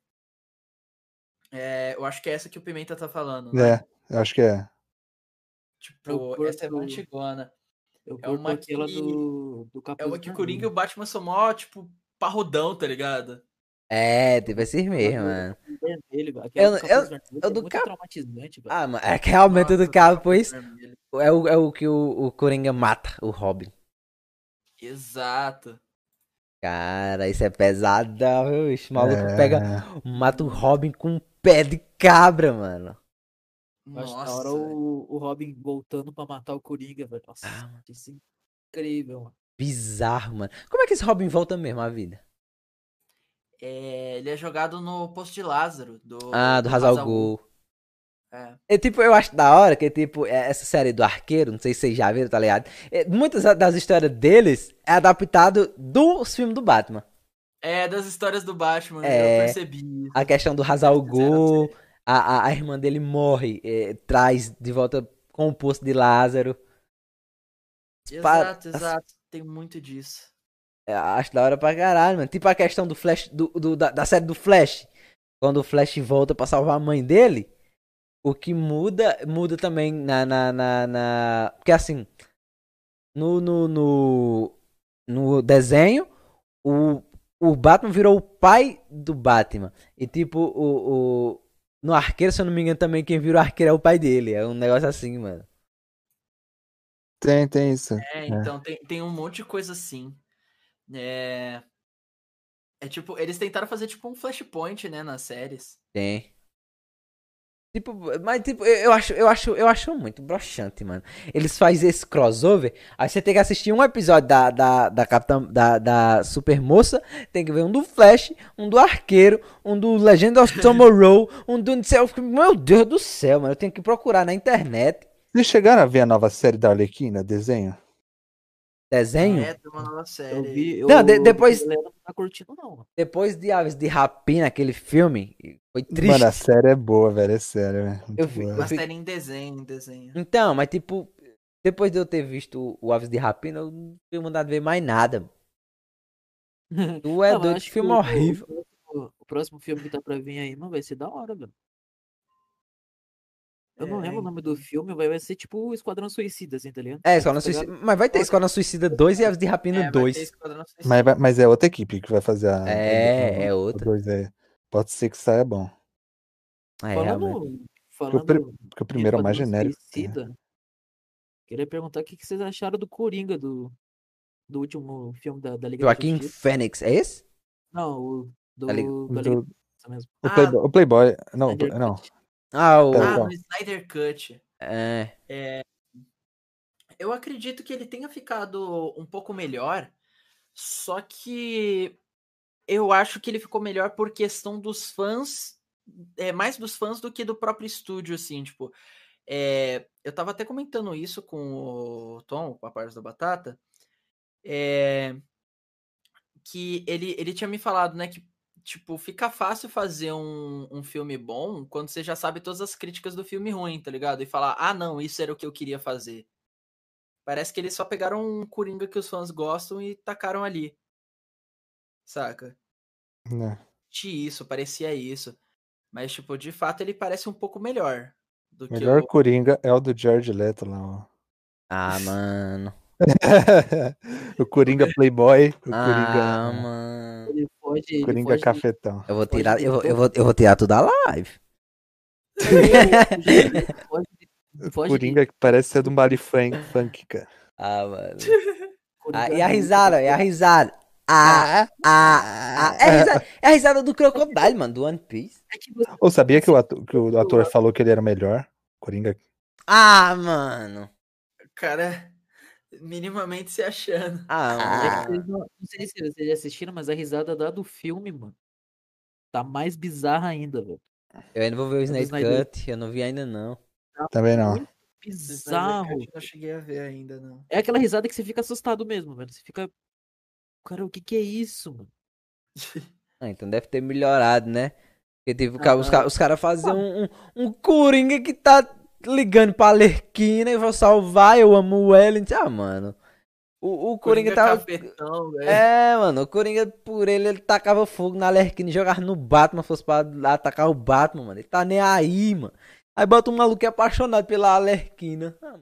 É, eu acho que é essa que o Pimenta tá falando, não é? É, eu acho que é. Eu Tipo, essa é uma curto, antigona. eu É curto uma aquela que. do, do É uma Capuz que o Coringa e o Vermelho. Batman são mó, tipo, parrudão, tá ligado? É, tipo esses Aquela mesmo, do mano. Capuz Vermelho, velho. Aquela Eu, do eu, Capuz Vermelho eu é do muito cap... traumatizante, velho. Ah, mano, é que realmente o do Nossa, Capuz, Capuz Vermelho. é o, é o que o, o Coringa mata, o Robin. Exato. Cara, isso é pesadão, viu? Esse maluco pega, É, mata o Robin com um pé de cabra, mano. Eu acho da hora Nossa, velho. o, o Robin voltando pra matar o Coringa, velho. Nossa, Ah, mano, isso é incrível, mano. bizarro, mano. Como é que esse Robin volta mesmo à vida? É, ele é jogado no posto de Lázaro, Ah, do, do do Hazal Hazal Ghul. Ghul. É. É tipo, eu acho da hora que, tipo, é essa série do Arqueiro, não sei se vocês já viram, tá ligado? É, muitas das histórias deles é adaptado dos filmes do Batman. É, das histórias do Batman, eu É, percebi a isso. questão do Eles Hazal fizeram Ghul, série. a, a, a irmã dele morre, é, traz de volta com o poço de Lázaro. Pa- Exato, as- exato. Tem muito disso. é, acho da hora pra caralho, mano. Tipo a questão do Flash, do, do- da, da série do Flash. Quando o Flash volta pra salvar a mãe dele, o que muda, muda também na, na, na, na... Porque assim, no, no, no, no desenho, o, o Batman virou o pai do Batman. E tipo, o, o, no Arqueiro, se eu não me engano, também quem vira o Arqueiro é o pai dele. É um negócio assim, mano. tem, tem isso. É, É. então tem, tem um monte de coisa assim. É, é tipo, eles tentaram fazer tipo um Flashpoint, né, nas séries. Tem. Tipo, mas tipo, eu eu acho, eu acho, eu acho muito broxante, mano. Eles fazem esse crossover, aí você tem que assistir um episódio da, da, da Capitã, da, da Super Moça, tem que ver um do Flash, um do Arqueiro, um do Legend of Tomorrow, um do... Meu Deus do céu, mano, eu tenho que procurar na internet. Vocês chegaram a ver a nova série da Arlequina, desenho? Desenho? É, tem uma nova Eu série vi, aí. eu Não, de- vi que a depois, galera não tá curtindo, não, mano. depois de Aves de Rapina, aquele filme, foi Mano, a triste. série é boa, velho. É sério, é Eu, muito fi- boa. eu Uma fiquei... série em desenho, em desenho. Então, mas tipo, depois de eu ter visto o Aves de Rapina, eu não tenho vontade de ver mais nada. Tu é Não, mas eu doido, que acho que filme o, o, horrível. próximo, o próximo filme que tá pra vir aí, mano, vai ser da hora, velho. Eu não É, lembro o nome do então. filme, vai, vai ser tipo o Esquadrão Suicida, assim, tá ligado? É, Eles Esquadrão Suicida. pegaram. Mas vai ter Esquadrão Suicida dois e Aves de Rapina É, vai ter dois. Esquadrão Mas, vai- Suicida. mas é outra equipe que vai fazer a, É, o, é o outra. dois aí. Pode ser que saia bom. É, realmente. Falando, Porque o, pri- falando porque o de primeiro é o mais Esquadrão genérico que tem. Suicida, queria perguntar o que, que vocês acharam do Coringa, do, do último filme da, da Liga da Joaquim Justiça. Fênix, é esse? Não, o Tá ligado? do, da Liga da Do, Justiça mesmo. o, Ah, Playboy, o Playboy. Não, o Snyder Play- não. Cut. Ah, Pera, ah, o. no qual? Snyder Cut. É. Eu acredito que ele tenha ficado um pouco melhor, só que eu acho que ele ficou melhor por questão dos fãs, é, mais dos fãs do que do próprio estúdio, assim, tipo, é, eu tava até comentando isso com o Tom, com a parte da Batata, é, que ele, ele tinha me falado, né, que, tipo, fica fácil fazer um, um filme bom quando você já sabe todas as críticas do filme ruim, tá ligado? E falar, ah, não, isso era o que eu queria fazer. Parece que eles só pegaram um Coringa que os fãs gostam e tacaram ali. Saca? Né. Tinha isso, parecia isso. Mas, tipo, de fato ele parece um pouco melhor do que Melhor o. Coringa é o do Jared Leto lá, ó. Ah, mano. O Coringa Playboy, o Coringa, Ah, mano. Ele foge, ele Coringa foge, Cafetão. Eu vou foge tirar, de eu vou, eu todo. vou, eu vou tirar tudo da live. Mas o, o Jared Leto foge de, O foge de Coringa que parece ser de um baile funk, funk, cara. Ah, mano. Ah, Coringa e a adulto, risada, e a risada. Ah, ah, ah. É a risada, é a risada do Crocodile, mano, do One Piece. É que você Ou sabia que o você- ator, que o ator falou que ele era o melhor? Coringa. Ah, mano. Cara, minimamente se achando. Ah, é que mano. vocês não, não sei se vocês já assistiram, mas a risada da do filme, mano, tá mais bizarra ainda, velho. Eu ainda vou ver o A do Snake Snyder Cut, eu não vi ainda não. tá Também não. muito bizarro. Eu não cheguei a ver ainda, não. É aquela risada que você fica assustado mesmo, velho. Você fica. Cara, o que que é isso, mano? Ah, então deve ter melhorado, né? Porque tipo, Ah, os, ca- os caras faziam um, um, um Coringa que tá ligando pra Arlequina e vou salvar, eu amo o Wellington. Ah, mano. O, o Coringa Coringa tava. cafetão, velho. É, mano, o Coringa, por ele, ele tacava fogo na Arlequina e jogava no Batman, fosse pra lá atacar o Batman, mano. Ele tá nem aí, mano. Aí bota um maluco que é apaixonado pela Arlequina. Ah,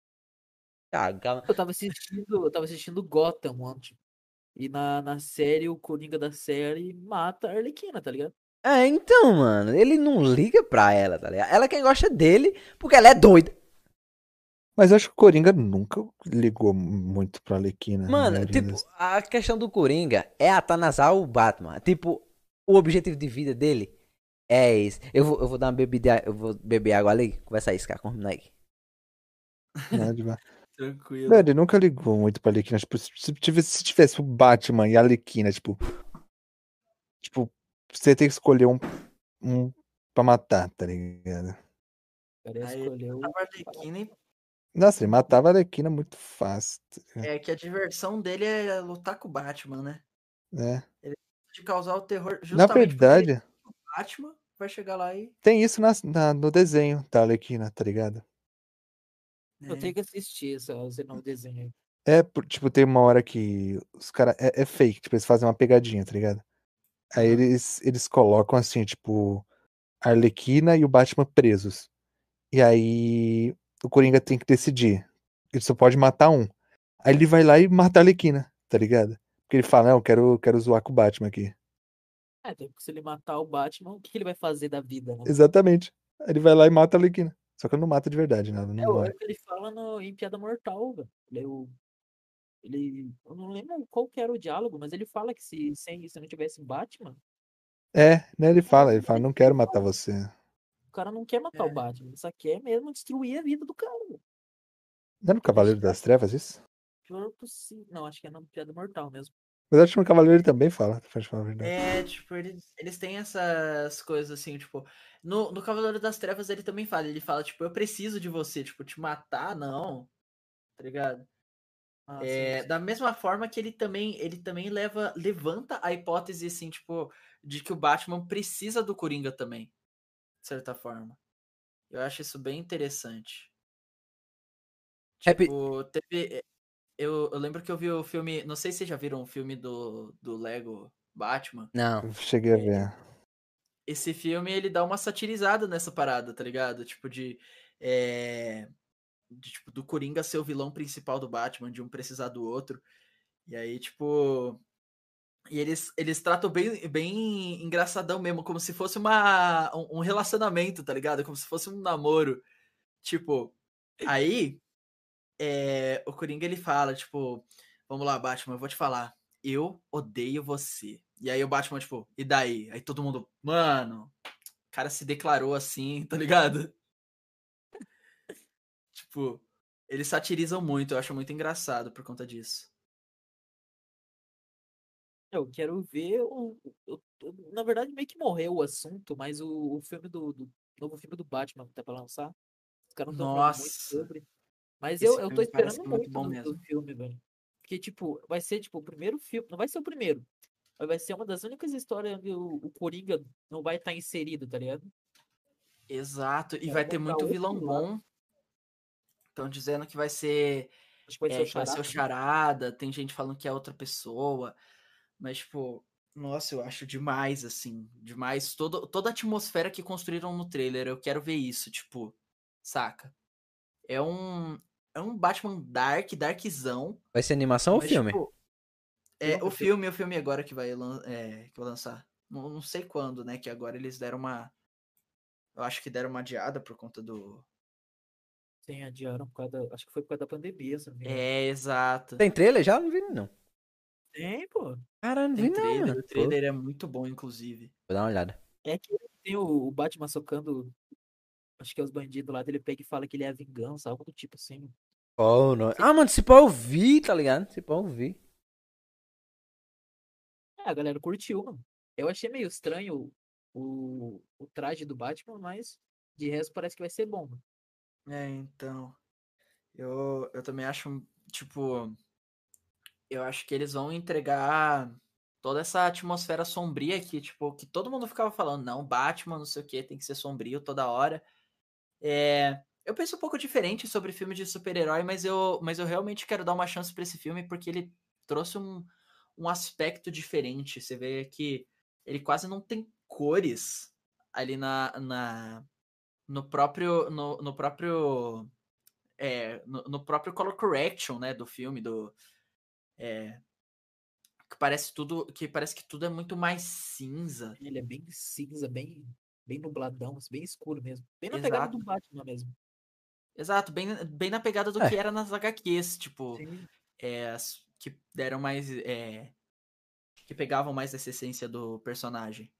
caga. Eu tava assistindo, eu tava assistindo Gotham ontem. E na, na série, o Coringa da série mata a Arlequina, tá ligado? É, então, mano, ele não liga pra ela, tá ligado? Ela é quem gosta dele, porque ela é doida. Mas eu acho que o Coringa nunca ligou muito pra Arlequina, na Mano, maioria tipo, das... a questão do Coringa é atanasar o Batman. Tipo, o objetivo de vida dele é esse. Eu vou, eu vou dar uma bebida, eu vou beber água ali, conversa aí, cara, combina aí. né, de- Tranquilo. Não, ele nunca ligou muito pra Arlequina. Tipo, se se tivesse, se tivesse o Batman e a Arlequina, tipo... Tipo, você tem que escolher um, um pra matar, tá ligado? O cara Aí escolheu. tava Arlequina e Nossa, ele matava a Arlequina muito fácil, é que a diversão dele é lutar com o Batman, né? né? De causar o terror Na justamente porque ele verdade, é o Batman, vai chegar lá e. tem isso na, na- no desenho da Arlequina, tá ligado? Eu É, tenho que assistir essa, esse novo desenho aí. É, por- tipo, tem uma hora que os caras... É, é fake, tipo, eles fazem uma pegadinha, tá ligado? Aí aham. eles, eles colocam, assim, tipo, a Arlequina e o Batman presos. E aí o Coringa tem que decidir. Ele só pode matar um. Aí ele vai lá e mata a Arlequina, tá ligado? Porque ele fala, não, eu quero, quero zoar com o Batman aqui. É, então, se ele matar o Batman, o que que ele vai fazer da vida, né? Exatamente. Aí ele vai lá e mata a Arlequina. Só que ele não mata de verdade, né? Ela não É, o- é morre. o que ele fala no, em Piada Mortal, velho. Ele, é o- ele, eu não lembro qual que era o diálogo, mas ele fala que se, sem, se não tivesse um Batman, É, né? Ele cara, fala, ele fala, não quero matar você. o cara não quer matar o É. Batman, ele só quer mesmo destruir a vida do cara, velho. Não é no Cavaleiro das Trevas isso? Pior possível. Não, acho que é na Piada Mortal mesmo. Mas acho que no Cavaleiro ele também fala, pra te falar a verdade. É, tipo, eles, eles têm essas coisas assim, tipo. No, no Cavaleiro das Trevas ele também fala, ele fala, tipo, eu preciso de você, tipo, te matar, não, tá ligado? Ah, sim, É, sim. da mesma forma que ele também, ele também leva, levanta a hipótese, assim, tipo, de que o Batman precisa do Coringa também, de certa forma. Eu acho isso bem interessante. Rap... Tipo, teve. Eu, eu lembro que eu vi o filme. Não sei se vocês já viram o filme do, do Lego Batman. Não. Eu cheguei a ver. Esse filme ele dá uma satirizada nessa parada, tá ligado? Tipo, de. É, de, tipo, do Coringa ser o vilão principal do Batman, de um precisar do outro. E aí, tipo. E eles, eles tratam bem, bem engraçadão mesmo, como se fosse uma, um, um relacionamento, tá ligado? Como se fosse um namoro. Tipo, aí é, o Coringa ele fala, tipo, vamos lá, Batman, eu vou te falar. Eu odeio você. E aí o Batman, tipo, e daí? Aí todo mundo, mano, o cara se declarou assim, tá ligado? Tipo, eles satirizam muito, eu acho muito engraçado por conta disso. Eu quero ver. O, o- o- na verdade, meio que morreu o assunto, mas o, o filme do, do novo filme do Batman que tá pra lançar, os caras não estão falando muito Nossa, sobre. Mas eu, esse eu tô filme parece esperando muito muito bom do, do mesmo. filme, velho. Porque, tipo, vai ser, tipo, o primeiro filme. Não vai ser o primeiro. Mas vai ser uma das únicas histórias onde o, o Coringa não vai estar inserido, tá ligado? Exato, e Vai vai ter mostrar muito outro vilão lado. bom. Estão dizendo que vai ser, Acho que vai ser é, o que vai ser o Charada, né? Charada, tem gente falando que é outra pessoa. Mas, tipo, nossa, eu acho demais, assim. Demais. Todo, toda a atmosfera que construíram no trailer. Eu quero ver isso, tipo, saca? É um. É um Batman dark, darkzão. Vai ser animação ou Mas, filme? tipo, é o Filme, filme. filme, o filme agora que vai, lan- é, que vai lançar. Não, não sei quando, né? Que agora eles deram uma. Eu acho que deram uma adiada por conta do. Sim, adiaram por causa da, acho que foi por causa da pandemia, se não me engano. É, exato. Tem trailer já? Não vi, não. Tem, pô. Cara, não vi, Tem não, trailer. mano. O Pô, vou trailer é muito bom, inclusive. dar uma olhada. É que tem o, o Batman socando, acho que é os bandidos lá, dele pega e fala que ele é a vingança, algo do tipo assim. Oh, não. Ah, mano, se pô, eu vi, tá ligado? Se pô, eu vi. É, a galera curtiu, mano. Eu achei meio estranho o, o, o traje do Batman, mas de resto parece que vai ser bom, mano. É, então. Eu, eu também acho, tipo. eu acho que eles vão entregar toda essa atmosfera sombria que, tipo, que todo mundo ficava falando, não, Batman, não sei o que, tem que ser sombrio toda hora. É, eu penso um pouco diferente sobre filme de super-herói, mas eu, mas eu realmente quero dar uma chance pra esse filme porque ele trouxe um, um aspecto diferente. Você vê que ele quase não tem cores ali na, na no próprio no, no próprio é, no, no próprio color correction, né, do filme do é, que parece tudo que parece que tudo é muito mais cinza. Ele é bem cinza, bem, bem nubladão, assim, bem escuro mesmo. Bem na pegada Exato. do Batman mesmo. Exato, bem, bem na pegada do É. que era nas H Qs, tipo, Sim. é, as- que deram mais é, que pegavam mais essa essência do personagem.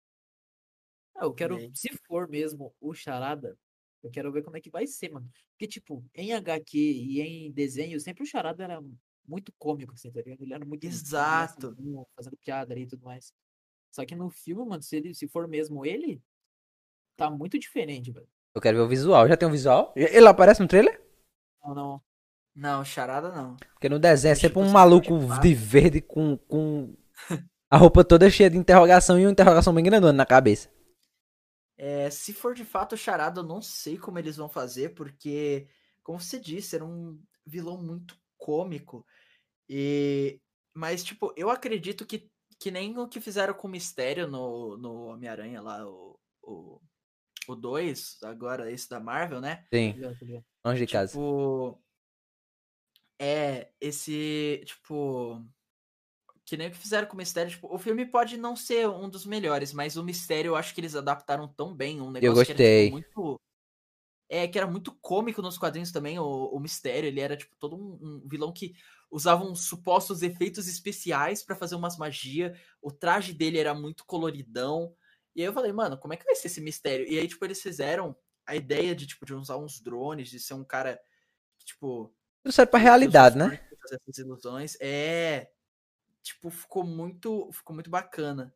Ah, eu quero, E aí? se for mesmo o Charada, eu quero ver como é que vai ser, mano. Porque, tipo, em H Q e em desenho, sempre o Charada era muito cômico, assim, tá ligado? Ele era muito Exato. engraçadinho, fazendo piada ali e tudo mais. Só que no filme, mano, se, ele, se for mesmo ele, tá muito diferente, velho. Eu quero ver o visual. Já tem um visual? Ele aparece no trailer? Não, não. Não, charada não. Porque no desenho é Mas, sempre tipo, um se maluco for de fato- de verde com, com a roupa toda cheia de interrogação e uma interrogação bem grandona na cabeça. É, se for de fato charada, eu não sei como eles vão fazer, porque, como você disse, era um vilão muito cômico. E mas tipo, eu acredito que que nem o que fizeram com o Mistério no, no Homem-Aranha lá, o, o, o dois, agora esse da Marvel, né? Sim, Já, tá ligado? longe de casa. Tipo, é esse, tipo, que nem o que fizeram com o Mistério, tipo, o filme pode não ser um dos melhores, mas o Mistério eu acho que eles adaptaram tão bem, um Eu negócio que era, tipo, gostei. muito... É, que era muito cômico nos quadrinhos também, o, o Mistério, ele era, tipo, todo um, um vilão que usava uns supostos efeitos especiais pra fazer umas magias, o traje dele era muito coloridão, e aí eu falei, mano, como é que vai ser esse Mistério? E aí, tipo, eles fizeram a ideia de, tipo, de usar uns drones, de ser um cara que, tipo, Tudo serve pra que, que usa os realidade, né? drones pra fazer essas ilusões, é... Tipo, ficou muito, ficou muito bacana.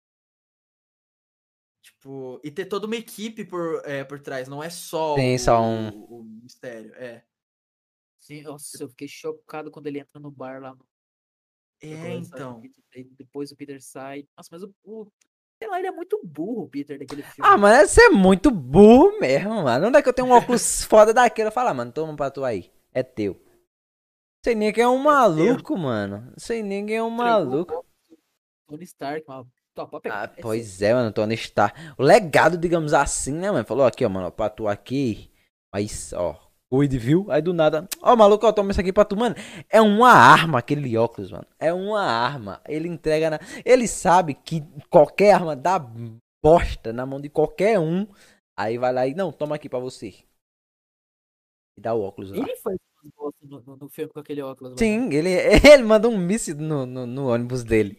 Tipo, e ter toda uma equipe por, é, por trás, não é só Tem só um. o, o mistério, é. Sim, nossa, eu fiquei chocado quando ele entra no bar lá no, pra É, conversar com o então. Peter. Daí depois o Peter sai. Nossa, mas o, o- sei lá, ele é muito burro, o Peter, daquele filme. Ah, mano, deve ser muito burro mesmo, mano. Onde é que eu tenho um óculos foda daquele? Eu falo, ah, mano, toma pra tu aí. É teu. Não sei nem quem é um maluco, mano. Não sei nem quem é um Entregou o maluco. óculos do Tony Stark, mas, tó, pode pegar. Ah, é seu. pois é, mano, Tony Stark. O legado, digamos assim, né, mano? Falou aqui, ó, mano, pra tu aqui. Mas, ó, cuide, viu? Aí do nada, ó, maluco, ó, toma isso aqui pra tu, mano. É uma arma aquele óculos, mano. É uma arma. Ele entrega na. Ele sabe que qualquer arma dá bosta na mão de qualquer um. Aí vai lá e, não, toma aqui pra você. E dá o óculos lá. Ele faz umas bosta no, no, no filme com aquele óculos lá, né? Sim, ele, ele manda um míssil no, no, no ônibus dele.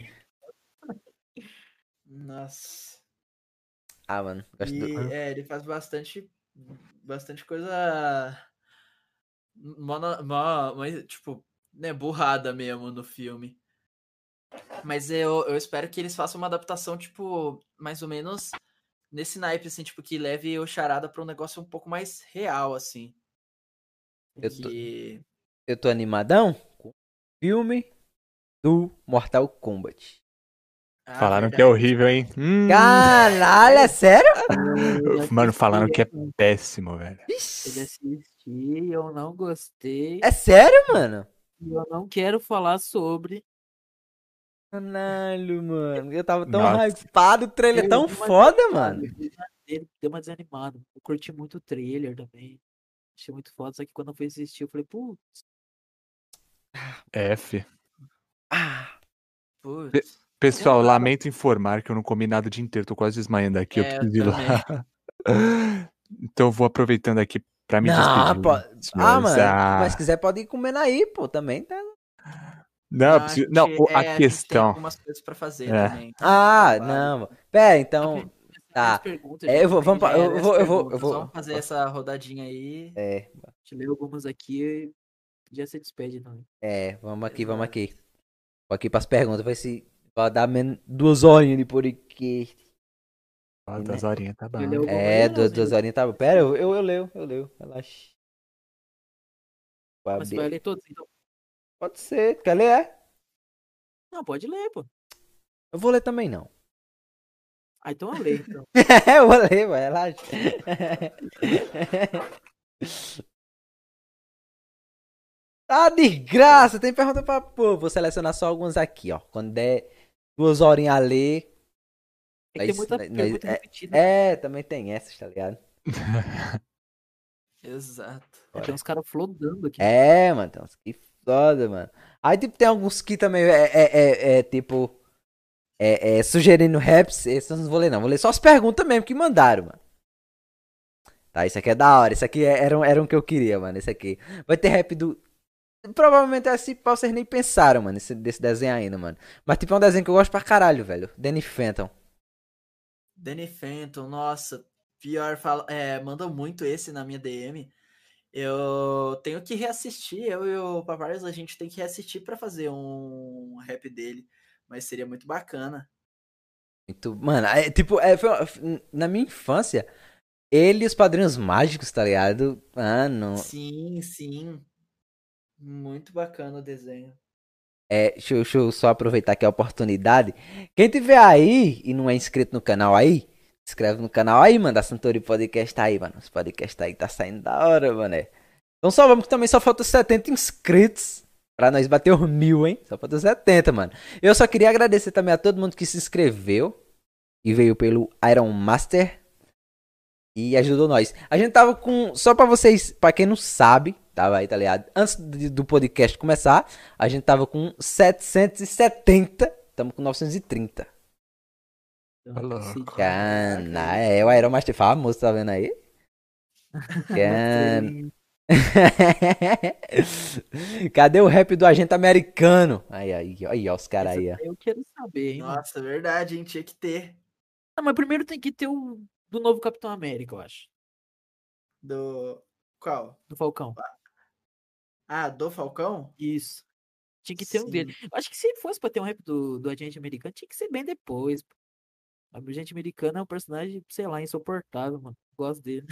Nossa. Ah, mano, gosto do. E é, ele faz bastante. Bastante coisa. Mó, mó, mó, tipo, né, burrada mesmo no filme. Mas eu, eu espero que eles façam uma adaptação, tipo, mais ou menos nesse naipe, assim, tipo, que leve o Charada pra um negócio um pouco mais real, assim. Eu tô, Que. eu tô animadão com o filme do Mortal Kombat. Ah, Falaram que é verdade. horrível, hein? Hum, Caralho, é sério? Eu mano, assisti, falaram que é eu péssimo, velho. Ele assisti, eu não gostei. É sério, mano? E eu não quero falar sobre. Caralho, mano. Eu tava tão Nossa. hypado, o trailer é Eu tão dei uma foda, desanimada, mano. eu dei uma- Ele deu uma desanimada. Eu curti muito o trailer também. Achei muito foda. Só que quando eu fui assistir, eu falei, putz, F. Ah, Putz. Pessoal, Eu tava- lamento informar que eu não comi nada o dia inteiro. Tô quase desmaiando aqui. Eu É, eu preciso ir lá. Então eu vou aproveitando aqui pra me não, despedir. pô. Ah, senhores. mano, Ah, mas se quiser pode ir comendo aí, pô, também tá. Não, eu a preciso- gente- não, o- é, a a gente tem questão. algumas coisas pra fazer É. também. Ah, Trabalho. não. Pera, então. minhas Tá. perguntas, É, já eu vou, que vamos pra, É, eu dez vou, eu vou, eu perguntas. vou. Vamos fazer essa rodadinha aí. É, a gente leu algumas aqui e já se despede também. é, vamos aqui, vamos Exato. aqui. Vou aqui pras perguntas, vai se vai dar menos duas horinhas de podcast. Ó, né? duas horinhas, tá bom. Ele é o- É, Vamos ler, duas, Leozinho? duas horinhas tá bom. Pera, eu, eu, eu leio, eu leio, relaxa. Vou Mas você abrir. vai ler todos, então. Pode ser, quer ler? É? Não, pode ler, pô. Eu vou ler também, não. Ah, então eu leio, então. Eu vou ler, vai, relaxa. Ah, de graça! Tem pergunta pra pô. Vou selecionar só algumas aqui, ó. Quando der duas horinhas a ler. É que tem nós- muita nós- pergunta é, repetida. né? é, também tem essas, tá ligado? Exato. É, tem uns caras flodando aqui. É, mano, tem uns que foda, mano. Aí, tipo, tem alguns que também é, é, é, é, tipo, é, é, sugerindo raps. Esses eu não vou ler, não. Vou ler só as perguntas mesmo que mandaram, mano. Tá, isso aqui é da hora. Isso aqui é- era, um- era um que eu queria, mano. Esse aqui. Vai ter rap do. Provavelmente é assim, pra vocês nem pensaram, mano, esse, desse desenho ainda, mano. Mas, tipo, é um desenho que eu gosto pra caralho, velho. Danny Phantom. Danny Phantom, nossa, pior, fala, é, mandam muito esse na minha D M. Eu tenho que reassistir, eu e o Paparazzo, a gente tem que reassistir pra fazer um rap dele, mas seria muito bacana. Muito, mano, é, tipo, é, foi uma- na minha infância, ele e os Padrinhos Mágicos, tá ligado? Ah, não. Sim, sim, muito bacana o desenho. É, deixa, eu- deixa eu só aproveitar aqui a oportunidade. Quem tiver aí e não é inscrito no canal aí, se inscreve no canal aí, mano, da Santori Podcast aí, mano. Os podcasts aí tá saindo da hora, mano. é. Então só vamos que também só falta setenta inscritos pra nós bater os mil, hein? Só falta setenta, mano. Eu só queria agradecer também a todo mundo que se inscreveu e veio pelo Iron Master e ajudou nós. A gente tava com, só pra vocês, pra quem não sabe, tava aí, tá ligado? Antes de- do podcast começar, a gente tava com setecentos e setenta, tamo com novecentos e trinta. Então, Tá louco. esse- Cana, é, o Iron Master famoso, tá vendo aí? Cana. Mostrei. Cadê o rap do agente americano? Aí, aí, aí, ó, os caras Essa aí, ó. eu quero saber, hein, mano. Nossa, verdade, hein, tinha que ter Não, mas primeiro tem que ter o do novo Capitão América, eu acho. do... Qual? Do Falcão. Ah, do Falcão? Isso. Tinha que ter um dele. Sim. Eu acho que se fosse pra ter um rap do, do agente americano, tinha que ser bem depois. Pô. O agente americano é um personagem, sei lá, insuportável, mano. Gosto dele.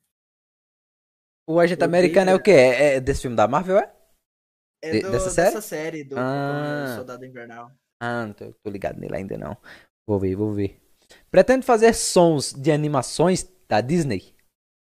O agente Eu americano é odeio, o quê? É, é desse filme da Marvel, é? É De- do, dessa dessa, série? série? do Ah. Falcão e Soldado Invernal. Ah, não tô, tô ligado nele ainda não. Vou ver, vou ver. Pretende fazer sons de animações da Disney?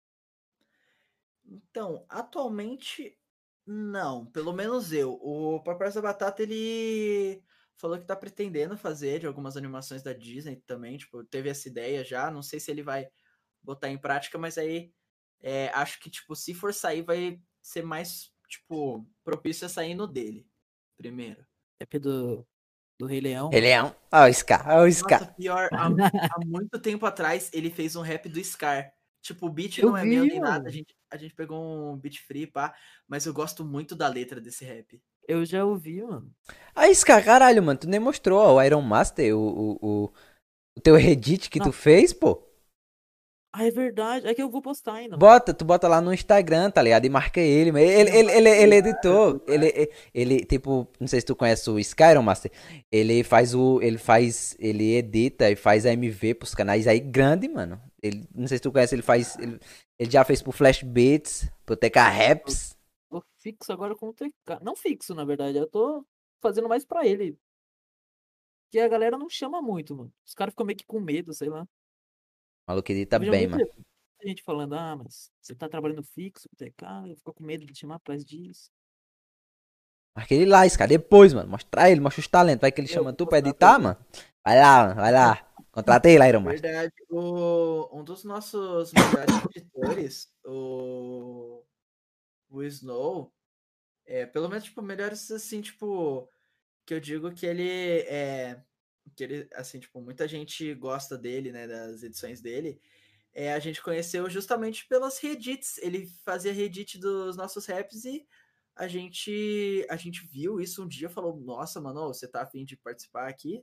Então, atualmente, não. Pelo menos eu. O Papai da Batata, ele falou que tá pretendendo fazer de algumas animações da Disney também. Tipo, teve essa ideia já. Não sei se ele vai botar em prática, mas aí é, acho que, tipo, se for sair, vai ser mais, tipo, propício a sair no dele. Primeiro. Rap do, do Rei Leão. Ele é um. Ó, o Scar, ó, o Scar. Nossa, pior, há, há muito tempo atrás ele fez um rap do Scar. Tipo, o beat Eu não é meu vi, nem nada, mano. a gente, a gente pegou um beat free, pá, mas eu gosto muito da letra desse rap. Eu já ouvi, mano. Ah, Scar, caralho, mano. Tu nem mostrou ó, o Iron Master, o, o, o, o teu Reddit que Não. tu fez, pô. Ah, é verdade. É que eu vou postar ainda. mano. Bota, tu bota lá no Instagram, tá ligado? E marca ele. mas Ele, ele, ele, ele editou. Ele, ele, tipo, não sei se tu conhece o Skyron Master. Ele faz o. Ele faz. Ele edita e faz a M V pros canais aí grande, mano. Ele, não sei se tu conhece, ele faz. Ele, ele já fez pro Flash Beats, pro T K Raps. Tô fixo agora com o T K. Não fixo, na verdade. Eu tô fazendo mais pra ele. Porque a galera não chama muito, mano. Os caras ficam meio que com medo, sei lá. O maluco edita Eu vejo bem, muita- mano. muita gente falando, ah, mas você tá trabalhando fixo com o T K, eu fico com medo de chamar por causa disso. Marca ele lá, Scar, depois, mano. Mostra ele, mostra os talentos. Vai que ele Eu chama vou tu pra postar editar, pra mano. Vai lá, mano, vai lá. Contrata ele, Iron Master. Verdade, o, um dos nossos melhores editores, o, o Snow, é, pelo menos, tipo, melhores, assim, tipo, que eu digo que ele é, que ele, assim, tipo, muita gente gosta dele, né, das edições dele, é, a gente conheceu justamente pelas reedits, ele fazia reedit dos nossos raps e a gente, a gente viu isso um dia e falou, nossa, mano, você tá afim de participar aqui?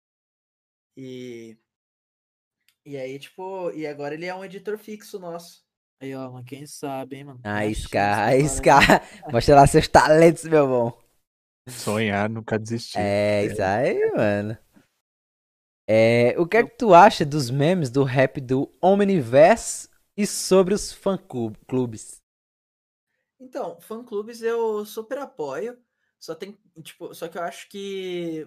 E, e aí, tipo, e agora ele é um editor fixo nosso. Aí, ó, mas quem sabe, hein, mano. Ah, É a Scar, chance ah, do cara, Scar. Mostra lá seus talentos, meu bom. Sonhar, nunca desistir. É, isso aí, mano. É, o que é que tu acha dos memes do rap do Omniverse e sobre os fã-clubes? Então, fã-clubes eu super apoio. Só tem, tipo, só que eu acho que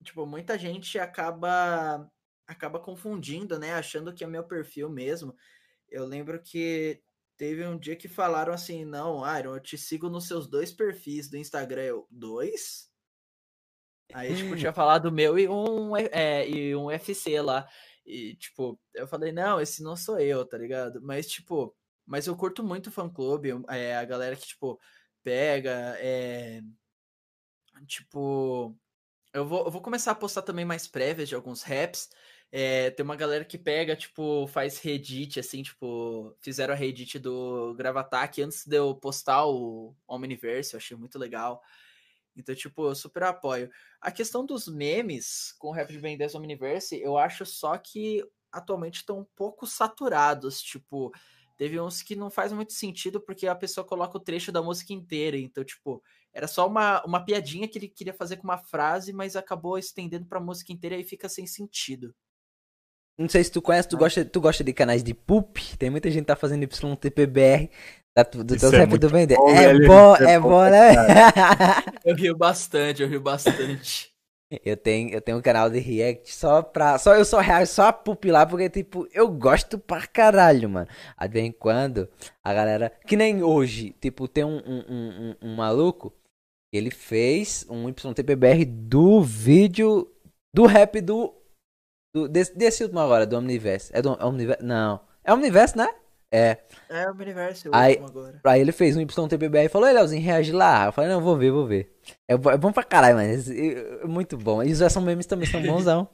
tipo, muita gente acaba acaba confundindo, né? Achando que é meu perfil mesmo. Eu lembro que teve um dia que falaram assim, não, Iron, eu te sigo nos seus dois perfis do Instagram. Eu, dois? Aí, tipo, tinha falado o meu e um, é, e um F C lá. E, tipo, eu falei, não, esse não sou eu, tá ligado? Mas, tipo, mas eu curto muito o fã-clube, é, a galera que, tipo, pega, é, tipo, eu vou, eu vou começar a postar também mais prévias de alguns raps. É, tem uma galera que pega, tipo, faz reedit, assim, tipo, fizeram a reedit do Gravatac antes de eu postar o Omniverse, eu achei muito legal. Então, tipo, eu super apoio. A questão dos memes com o Rap de Ben dez Omniverse, eu acho só que atualmente estão um pouco saturados. Tipo, teve uns que não faz muito sentido porque a pessoa coloca o trecho da música inteira. Então, tipo, era só uma, uma piadinha que ele queria fazer com uma frase, mas acabou estendendo pra música inteira e fica sem sentido. Não sei se tu conhece, tu gosta, tu gosta de canais de poop? Tem muita gente que tá fazendo Y T P B R da, do teu Isso é rap do muito Ben dez. bom, É velho, bom, isso é é bom bom, pra né? Eu rio bastante, eu rio bastante. Eu tenho, eu tenho um canal de react só pra. Só, eu só reajo só a poop lá, porque, tipo, eu gosto pra caralho, mano. Aí, de vez em quando, a galera. Que nem hoje, tipo, tem um, um, um, um- um maluco. Ele fez um Y T P B R do vídeo do rap do. do- desse, desse último agora, do Omniverse. É do é Omniverse? Não. É Omniverse, né? É. É o universo, o Aí, último agora. aí ele fez um Y T P B R e falou: Ei, Leozinho, reage lá. Eu falei: Não, vou ver, vou ver. É, bo- é bom pra caralho, mano. É, é muito bom. E os Version Memes também são bonzão.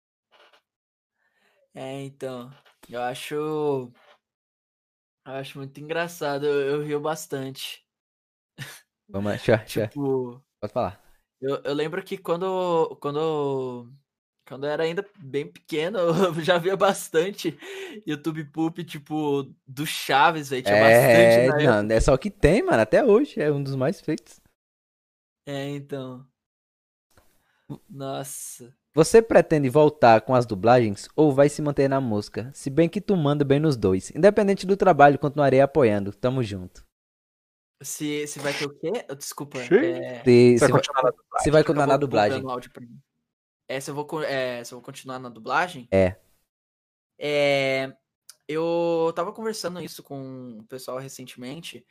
É, então, eu acho, eu acho muito engraçado, eu, eu rio bastante. Vamos lá, tchau, tchau. Tipo, Pode falar. eu, eu lembro que quando, quando, quando eu era ainda bem pequeno, eu já via bastante YouTube Poop, tipo, do Chaves, velho. Tinha bastante É, na não, é época. só o que tem, mano, até hoje. É um dos mais feitos. É, então. Nossa. Você pretende voltar com as dublagens ou vai se manter na música? Se bem que tu manda bem nos dois. Independente do trabalho, continuarei apoiando. Tamo junto. Se, se vai ter o quê? Desculpa. Xiii. É, Se, Você se vai vai, continuar na se vai que continuar na acabou dublagem. bugando o áudio pra mim. É, se eu vou, co- é, se eu vou continuar na dublagem. É. É, eu tava conversando isso com o pessoal recentemente.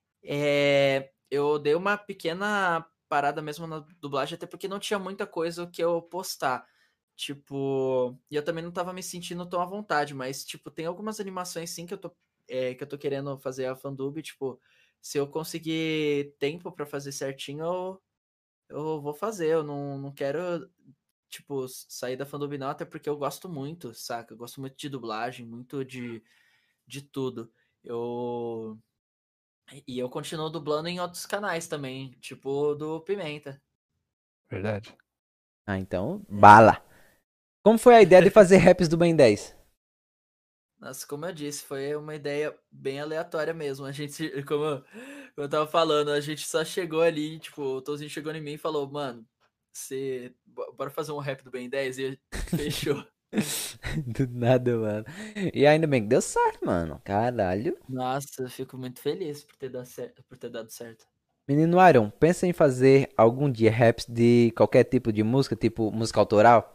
É, eu dei uma pequena parada mesmo na dublagem, até porque não tinha muita coisa que eu postar. Tipo, e eu também não tava me sentindo tão à vontade, mas, tipo, tem algumas animações sim que eu tô, é, que eu tô querendo fazer a fandub, tipo, se eu conseguir tempo pra fazer certinho, eu, eu vou fazer. Eu não, não quero, tipo, sair da fandub não, até porque eu gosto muito, saca? Eu gosto muito de dublagem, muito de, de tudo. Eu e eu continuo dublando em outros canais também, tipo o do Pimenta. Verdade. Ah, então, É. bala. Como foi a ideia de fazer raps do Ben dez? Nossa, como eu disse, foi uma ideia bem aleatória mesmo. A gente, como eu, como eu tava falando, a gente só chegou ali, tipo, o Tozinho chegou em mim e falou, mano, você. Bora fazer um rap do Ben dez e fechou. Do nada, mano. E ainda bem que deu certo, mano. Caralho. Nossa, eu fico muito feliz por ter dado certo, por ter dado certo. Menino Iron, pensa em fazer algum dia raps de qualquer tipo de música, tipo música autoral?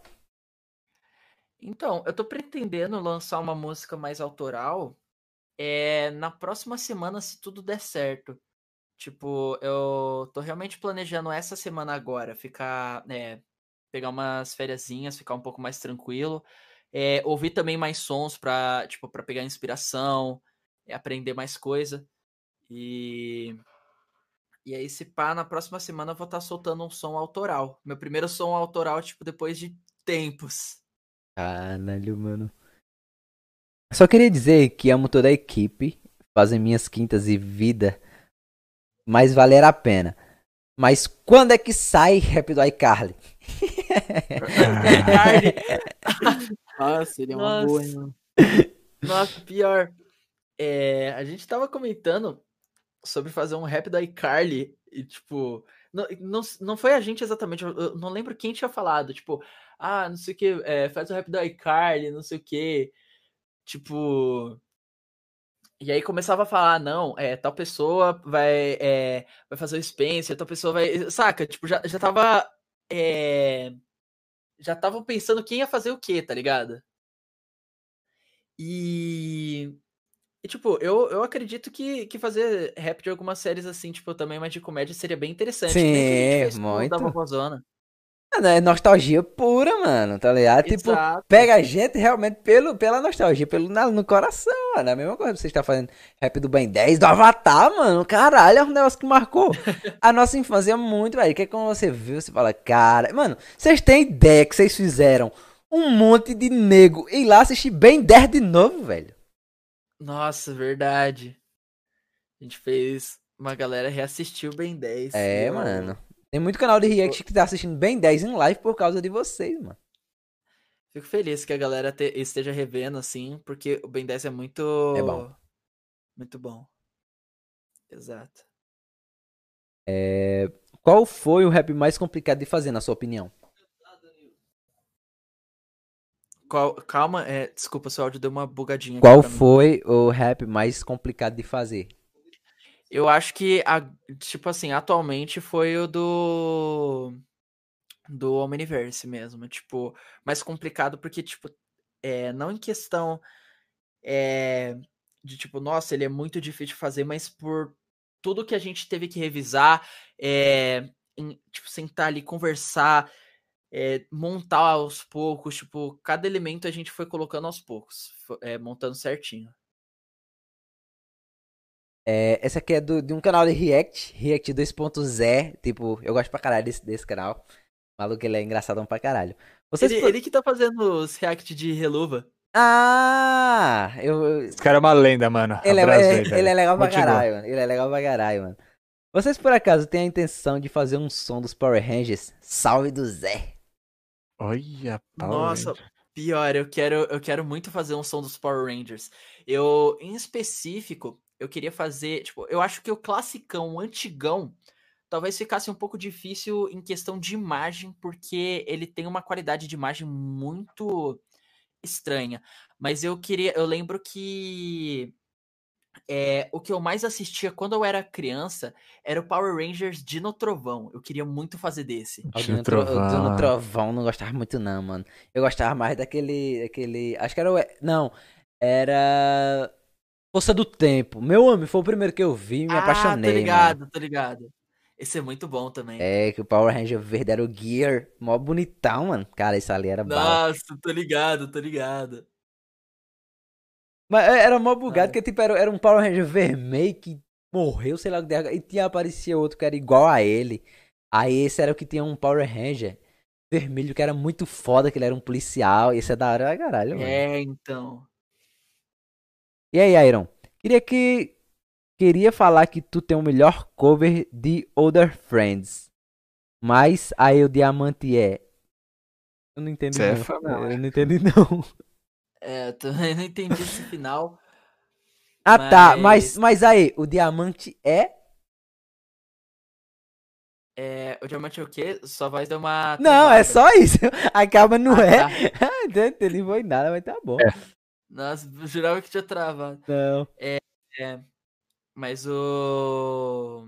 Então, eu tô pretendendo lançar uma música mais autoral é, na próxima semana, se tudo der certo. Tipo, eu tô realmente planejando essa semana agora, ficar, né, pegar umas fériasinhas, ficar um pouco mais tranquilo, é, ouvir também mais sons pra, tipo, pra pegar inspiração, é, aprender mais coisa. E, e aí, se pá, na próxima semana eu vou estar soltando um som autoral. Meu primeiro som autoral, tipo, depois de tempos. Caralho, mano. Só queria dizer que amo toda a equipe, fazem minhas quintas e vida, mas valer a pena. Mas quando é que sai rap do iCarly? iCarly. Ah, seria uma boa, hein, Nossa, mano. nossa, pior. É, a gente tava comentando sobre fazer um rap da iCarly e, tipo, não, não, não foi a gente exatamente, eu, eu não lembro quem tinha falado, tipo, ah, não sei o que, é, faz o rap da iCarly, não sei o que, tipo. E aí começava a falar, não, é, tal pessoa vai, é, vai fazer o Spencer, tal pessoa vai. Saca? Tipo, já, já tava. É, já estavam pensando quem ia fazer o quê, tá ligado? E, e tipo, eu, eu acredito que, que fazer rap de algumas séries assim, tipo, também mais de comédia seria bem interessante, que nem o que a gente Sim, fez com o da muito. Vovozona. Mano, é nostalgia pura, mano, tá ligado? Tipo, Exato. pega a gente realmente pelo, pela nostalgia, pelo na- no coração, mano. É a mesma coisa que você está fazendo rap do Ben dez, do Avatar, mano. Caralho, é um negócio que marcou a nossa infância muito, velho. Que é quando você viu, você fala, cara. Mano, vocês têm ideia que vocês fizeram um monte de nego ir lá assistir Ben dez de novo, velho. Nossa, verdade. A gente fez. Uma galera reassistiu o Ben dez. E É, eu mano. Tem muito canal de fico, react que tá assistindo Ben dez em live por causa de vocês, mano. fico feliz que a galera te- esteja revendo, assim, porque o Ben dez é muito. É bom. Muito bom. Exato. É... Qual foi o rap mais complicado de fazer, na sua opinião? Qual- calma, é, desculpa, seu áudio deu uma bugadinha aqui Qual pra mim. foi o rap mais complicado de fazer? Eu acho que, a, tipo assim, atualmente foi o do. Do Omniverse mesmo. Tipo, mais complicado porque, tipo, é, não em questão é, de tipo, nossa, ele é muito difícil de fazer, mas por tudo que a gente teve que revisar, é, em, tipo, sentar ali, conversar, é, montar aos poucos, tipo, cada elemento a gente foi colocando aos poucos, fo- é, montando certinho. É, essa aqui é do, de um canal de React, React dois ponto zero. Tipo, eu gosto pra caralho desse, desse canal. O maluco, ele é engraçadão pra caralho. Vocês. Ele, po- ele que tá fazendo os react de Reluva. Ah! Eu, Esse cara é uma lenda, mano. ele, Abraço é, aí, ele velho. é legal pra Continua. caralho, mano. Ele é legal pra caralho, mano. Vocês, por acaso, têm a intenção de fazer um som dos Power Rangers? Salve do Zé! Olha, Power Nossa, Ranger. pior, eu quero, eu quero muito fazer um som dos Power Rangers. Eu, em específico, eu queria fazer, tipo, eu acho que o classicão, o antigão, talvez ficasse um pouco difícil em questão de imagem, porque ele tem uma qualidade de imagem muito estranha. Mas eu queria, eu lembro que é, o que eu mais assistia quando eu era criança era o Power Rangers Dino Trovão. Eu queria muito fazer desse. O Tio Dino, Tro- o Dino Trovão. Trovão não gostava muito não, mano. Eu gostava mais daquele, daquele, acho que era o, não, era Força do Tempo. Meu homem, foi o primeiro que eu vi e me Ah, tô apaixonei, mano. ligado, tô ligado. Esse é muito bom também. É, que o Power Ranger verde era o Gear, mó bonitão, mano. Cara, isso ali era bala. Nossa, tô ligado, tô ligado. Mas é, era mó bugado, Ah, porque tipo, era, era um Power Ranger vermelho que morreu, sei lá, o que der- e tinha aparecia outro que era igual a ele. Aí esse era o que tinha um Power Ranger vermelho que era muito foda, que ele era um policial. E esse é da hora, pra caralho, mano. é, então. E aí, Iron? Queria que. Queria falar que tu tem o melhor cover de Other Friends. Mas aí o diamante é. Eu não entendi, Você é não. fã mesmo. Eu não entendi, não. É, eu também não entendi esse final, Ah, tá. Mas, mas mas aí, o diamante é. é, o diamante é o quê? Sua voz deu uma Não, é travada. só isso. Acaba no Ah, é. tá. Não entendi foi nada, mas tá bom. É. Nossa, eu jurava que tinha travado. Não. É, mas o.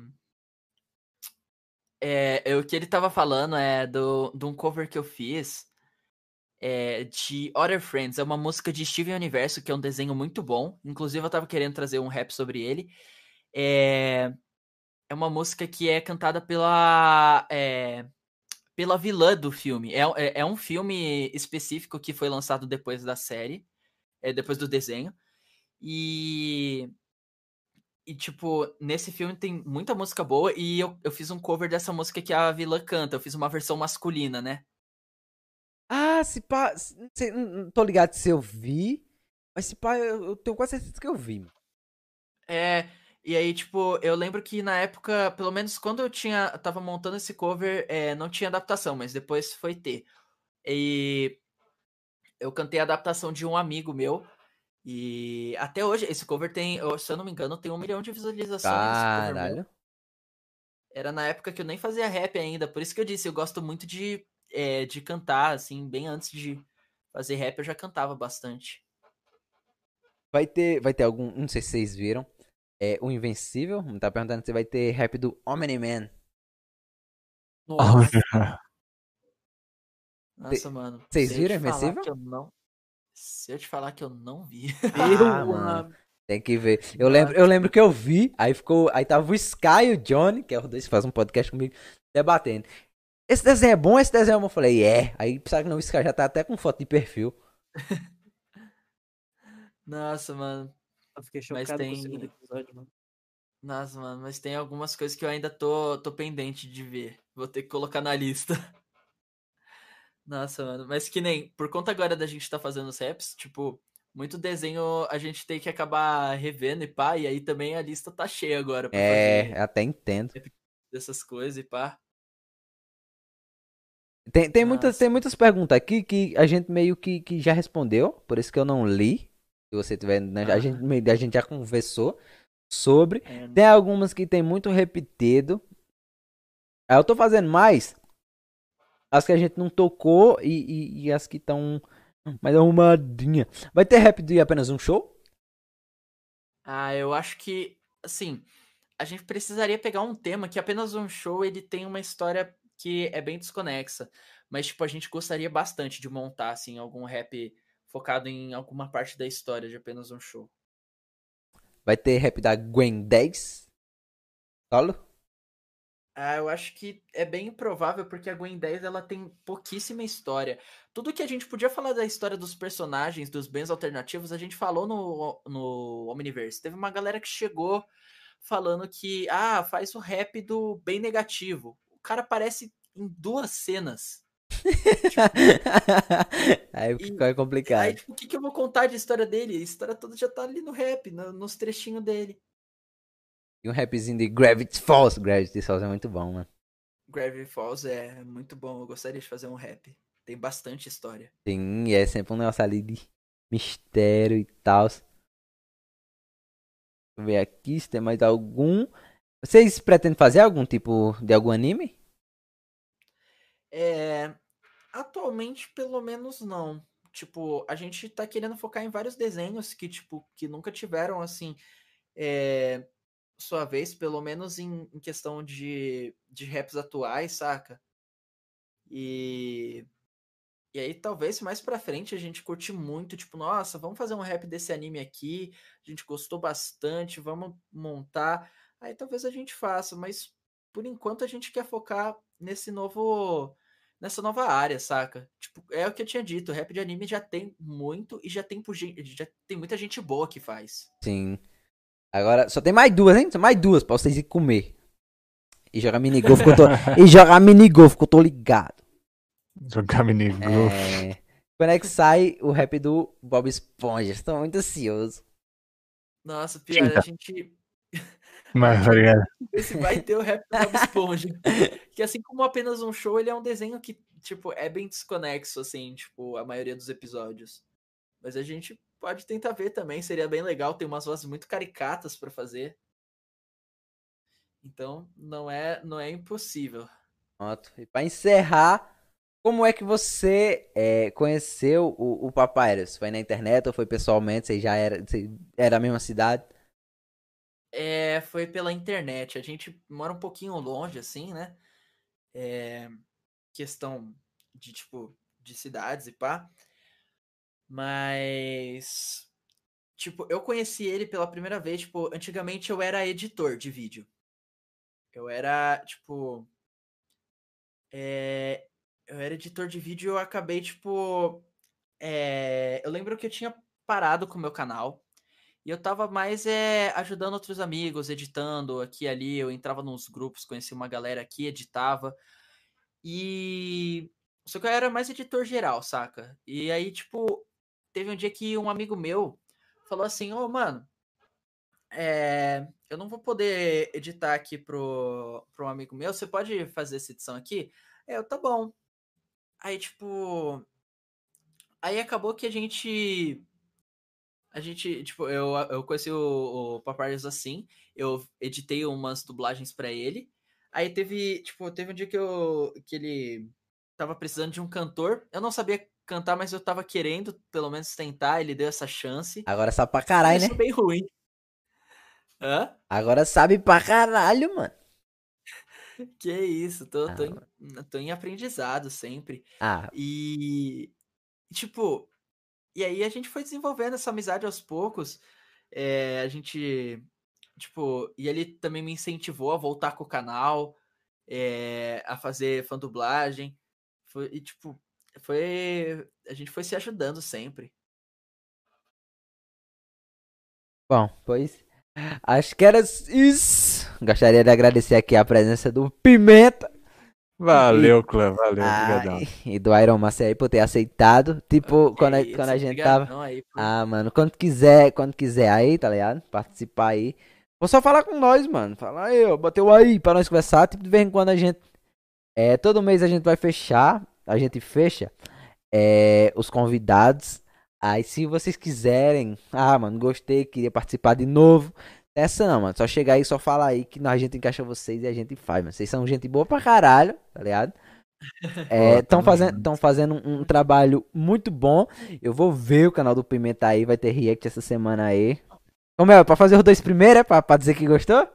É, é, o que ele tava falando é do, de um cover que eu fiz é, de Other Friends. É uma música de Steven Universo, que é um desenho muito bom. Inclusive, eu tava querendo trazer um rap sobre ele. É, é uma música que é cantada pela. É, pela vilã do filme. É, é, é um filme específico que foi lançado depois da série, é, depois do desenho. E, e, tipo, nesse filme tem muita música boa e eu, eu fiz um cover dessa música que a vilã canta. Eu fiz uma versão masculina, né? Ah, se pá. Se, se- não tô ligado se eu vi. Mas se pá, eu, eu tenho quase certeza que eu vi, mano. É, e aí, tipo, eu lembro que na época, pelo menos quando eu tinha, tava montando esse cover, é, não tinha adaptação, mas depois foi ter. E eu cantei a adaptação de um amigo meu. E até hoje, esse cover tem, eu- se eu não me engano, tem um milhão de visualizações, esse cover meu. Caralho. Era na época que eu nem fazia rap ainda, por isso que eu disse, eu gosto muito de, é, de cantar, assim, bem antes de fazer rap eu já cantava bastante. Vai ter, vai ter algum. Não sei se vocês viram. É o Invencível. Me tá perguntando se vai ter rap do Omni-Man. Nossa, Nossa, mano. Vocês se eu viram te falar Invencível? que eu não. Se eu te falar que eu não vi. Ah, Eu, mano. ah, Tem que ver. Eu lembro, eu lembro que eu vi, aí ficou. Aí tava o Sky e o Johnny, que é os dois que fazem um podcast comigo, debatendo. Esse desenho é bom, esse desenho é bom. Eu falei, é. Aí, sabe que não, o Sky já tá até com foto de perfil. Nossa, mano. eu fiquei Mas chocado com o segundo tem. episódio, mano. Nossa, mano, mas tem algumas coisas que eu ainda tô, tô pendente de ver. Vou ter que colocar na lista. Nossa, mano. Mas que nem, por conta agora da gente tá fazendo os raps, tipo, muito desenho a gente tem que acabar revendo e pá, e aí também a lista tá cheia agora pra É, fazer até entendo. dessas coisas e pá. Tem, tem, muitas, Nossa. tem muitas perguntas aqui que a gente meio que, que já respondeu, por isso que eu não li. Se você tiver, né, a, Ah, gente, meio- a gente já conversou sobre. é, Tem algumas que tem muito repetido. Aí eu tô fazendo mais as que a gente não tocou e, e, e as que estão mais arrumadinha. Vai ter rap de apenas um show? ah, eu acho que, assim, a gente precisaria pegar um tema que apenas um show ele tem uma história que é bem desconexa. Mas, tipo, a gente gostaria bastante de montar, assim, algum rap focado em alguma parte da história de apenas um show. Vai ter rap da Gwen dez? Solo? Ah, eu acho que é bem improvável porque a Gwen dez ela tem pouquíssima história. Tudo que a gente podia falar da história dos personagens, dos bens alternativos, a gente falou no, no Omniverse. Teve uma galera que chegou falando que, ah, faz o rap do bem negativo. O cara aparece em duas cenas. Aí E fica aí, complicado. tipo, o que, que eu vou contar de história dele? A história toda já tá ali no rap, no- nos trechinhos dele. E um rapzinho de Gravity Falls. Gravity Falls é muito bom, mano. Gravity Falls é muito bom. Eu gostaria de fazer um rap. Tem bastante história. Sim, e é sempre um negócio ali de mistério e tal. Deixa eu ver aqui se tem mais algum. Vocês pretendem fazer algum tipo de algum anime? É, atualmente, pelo menos não. Tipo, a gente tá querendo focar em vários desenhos que, tipo, que nunca tiveram, assim, é, sua vez, pelo menos em, em questão de, de raps atuais, saca? E, e aí, talvez mais pra frente a gente curte muito, tipo, nossa, vamos fazer um rap desse anime aqui, a gente gostou bastante, vamos montar. Aí talvez a gente faça, mas por enquanto a gente quer focar nesse novo, nessa nova área, saca? Tipo, é o que eu tinha dito, rap de anime já tem muito e já tem, por gen- já tem muita gente boa que faz. Sim. Agora, só tem mais duas, hein? Só mais duas pra vocês ir comer. E jogar minigolf que eu tô. E jogar minigolf que eu tô ligado. Jogar minigolf. É. Quando é que sai o rap do Bob Esponja? Estou muito ansioso. Nossa, pior, a gente Mas, tá ligado? ver se vai ter o rap do Bob Esponja. Que assim como apenas um show, ele é um desenho que, tipo, é bem desconexo, assim, tipo, a maioria dos episódios. Mas a gente pode tentar ver também, seria bem legal, tem umas vozes muito caricatas pra fazer. Então, não é, não é impossível. Pronto. E pra encerrar, como é que você é, conheceu o, o Papyrus? Foi na internet ou foi pessoalmente? Você já era, você era da mesma cidade? É, foi pela internet. A gente mora um pouquinho longe, assim, né? É, questão de, tipo, de cidades e pá. Mas, tipo, eu conheci ele pela primeira vez, tipo, antigamente eu era editor de vídeo. Eu era, tipo, é, eu era editor de vídeo e eu acabei, tipo, é, eu lembro que eu tinha parado com o meu canal e eu tava mais é, ajudando outros amigos, editando aqui e ali, eu entrava nos grupos, conheci uma galera aqui, editava e... Só que eu era mais editor geral, saca? E aí, tipo, teve um dia que um amigo meu falou assim, ô, mano, é, eu não vou poder editar aqui pro, pro um amigo meu, você pode fazer essa edição aqui? É, eu, tá bom. Aí, tipo, aí acabou que a gente, a gente, tipo, eu, eu conheci o, o Papyrus assim, eu editei umas dublagens pra ele, aí teve, tipo, teve um dia que eu, que ele tava precisando de um cantor, eu não sabia cantar, mas eu tava querendo, pelo menos, tentar, ele deu essa chance, Agora sabe pra caralho, começou né? bem ruim. Hã? Agora sabe pra caralho, mano. Que isso, tô, tô, Ah, em, tô em aprendizado sempre. ah, E, tipo, e aí a gente foi desenvolvendo essa amizade aos poucos. É, a gente, tipo, e ele também me incentivou a voltar com o canal, é, a fazer fandublagem. Foi, e, tipo, foi. A gente foi se ajudando sempre. bom, pois acho que era isso. Gostaria de agradecer aqui a presença do Pimenta e, Valeu, clã, valeu, ah, obrigadão. e do Iron Master aí por ter aceitado. Tipo, Que quando a, quando isso, a gente tava. obrigadão aí por. Ah, mano, quando quiser, quando quiser aí, tá ligado? Participar aí. Ou só falar com nós, mano. Falar aí, ó, bateu aí pra nós conversar. Tipo, de vez em quando a gente. É, todo mês a gente vai fechar. A gente fecha. É, os convidados. Aí, se vocês quiserem, ah, mano, gostei, queria participar de novo. Essa não, mano. Só chegar aí, só falar aí que a gente encaixa vocês e a gente faz, mano. Vocês são gente boa pra caralho, tá ligado? Pô, Estão tamo fazendo, junto. tão fazendo um, um trabalho muito bom. Eu vou ver o canal do Pimenta aí, vai ter react essa semana aí. Como é? Pra fazer os dois primeiros, é? Pra, pra dizer que gostou?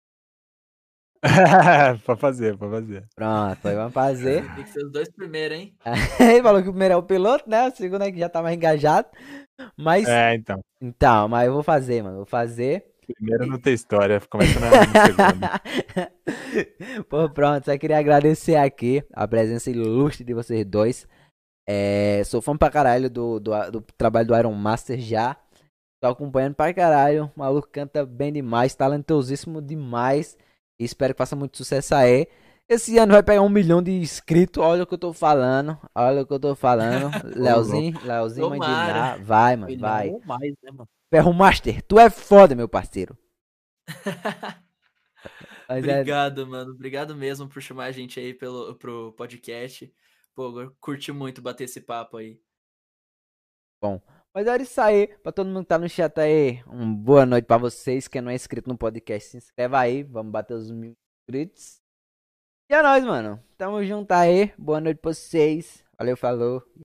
Pra fazer, pra fazer. Pronto, aí vamos fazer. Tem que ser os dois primeiros, hein? Ele falou que o primeiro é o piloto, né? O segundo é que já tá mais engajado. Mas, É, então. então, mas eu vou fazer, mano. Vou fazer. Primeiro não tem história, começa na- no segundo. Pô, pronto, só queria agradecer aqui a presença ilustre de vocês dois. É, sou fã pra caralho do, do, do trabalho do Iron Master já. Tô acompanhando pra caralho. O maluco canta bem demais, talentosíssimo demais. E espero que faça muito sucesso aí. Esse ano vai pegar um milhão de inscritos. Olha o que eu tô falando. Olha o que eu tô falando. Ô, louco. Leozinho, Leozinho, mãe de Tomara. Ná. Vai, mano, Milhão vai. ou mais, né, mano? Ferro Master, tu é foda, meu parceiro. Mas é Obrigado, mano. Obrigado mesmo por chamar a gente aí pelo, pro podcast. Pô, eu curti muito bater esse papo aí. bom. Mas era isso aí. Pra todo mundo que tá no chat aí, uma boa noite pra vocês. Quem não é inscrito no podcast, se inscreva aí. Vamos bater os mil inscritos. E é nóis, mano. Tamo junto aí. Boa noite pra vocês. Valeu, falou.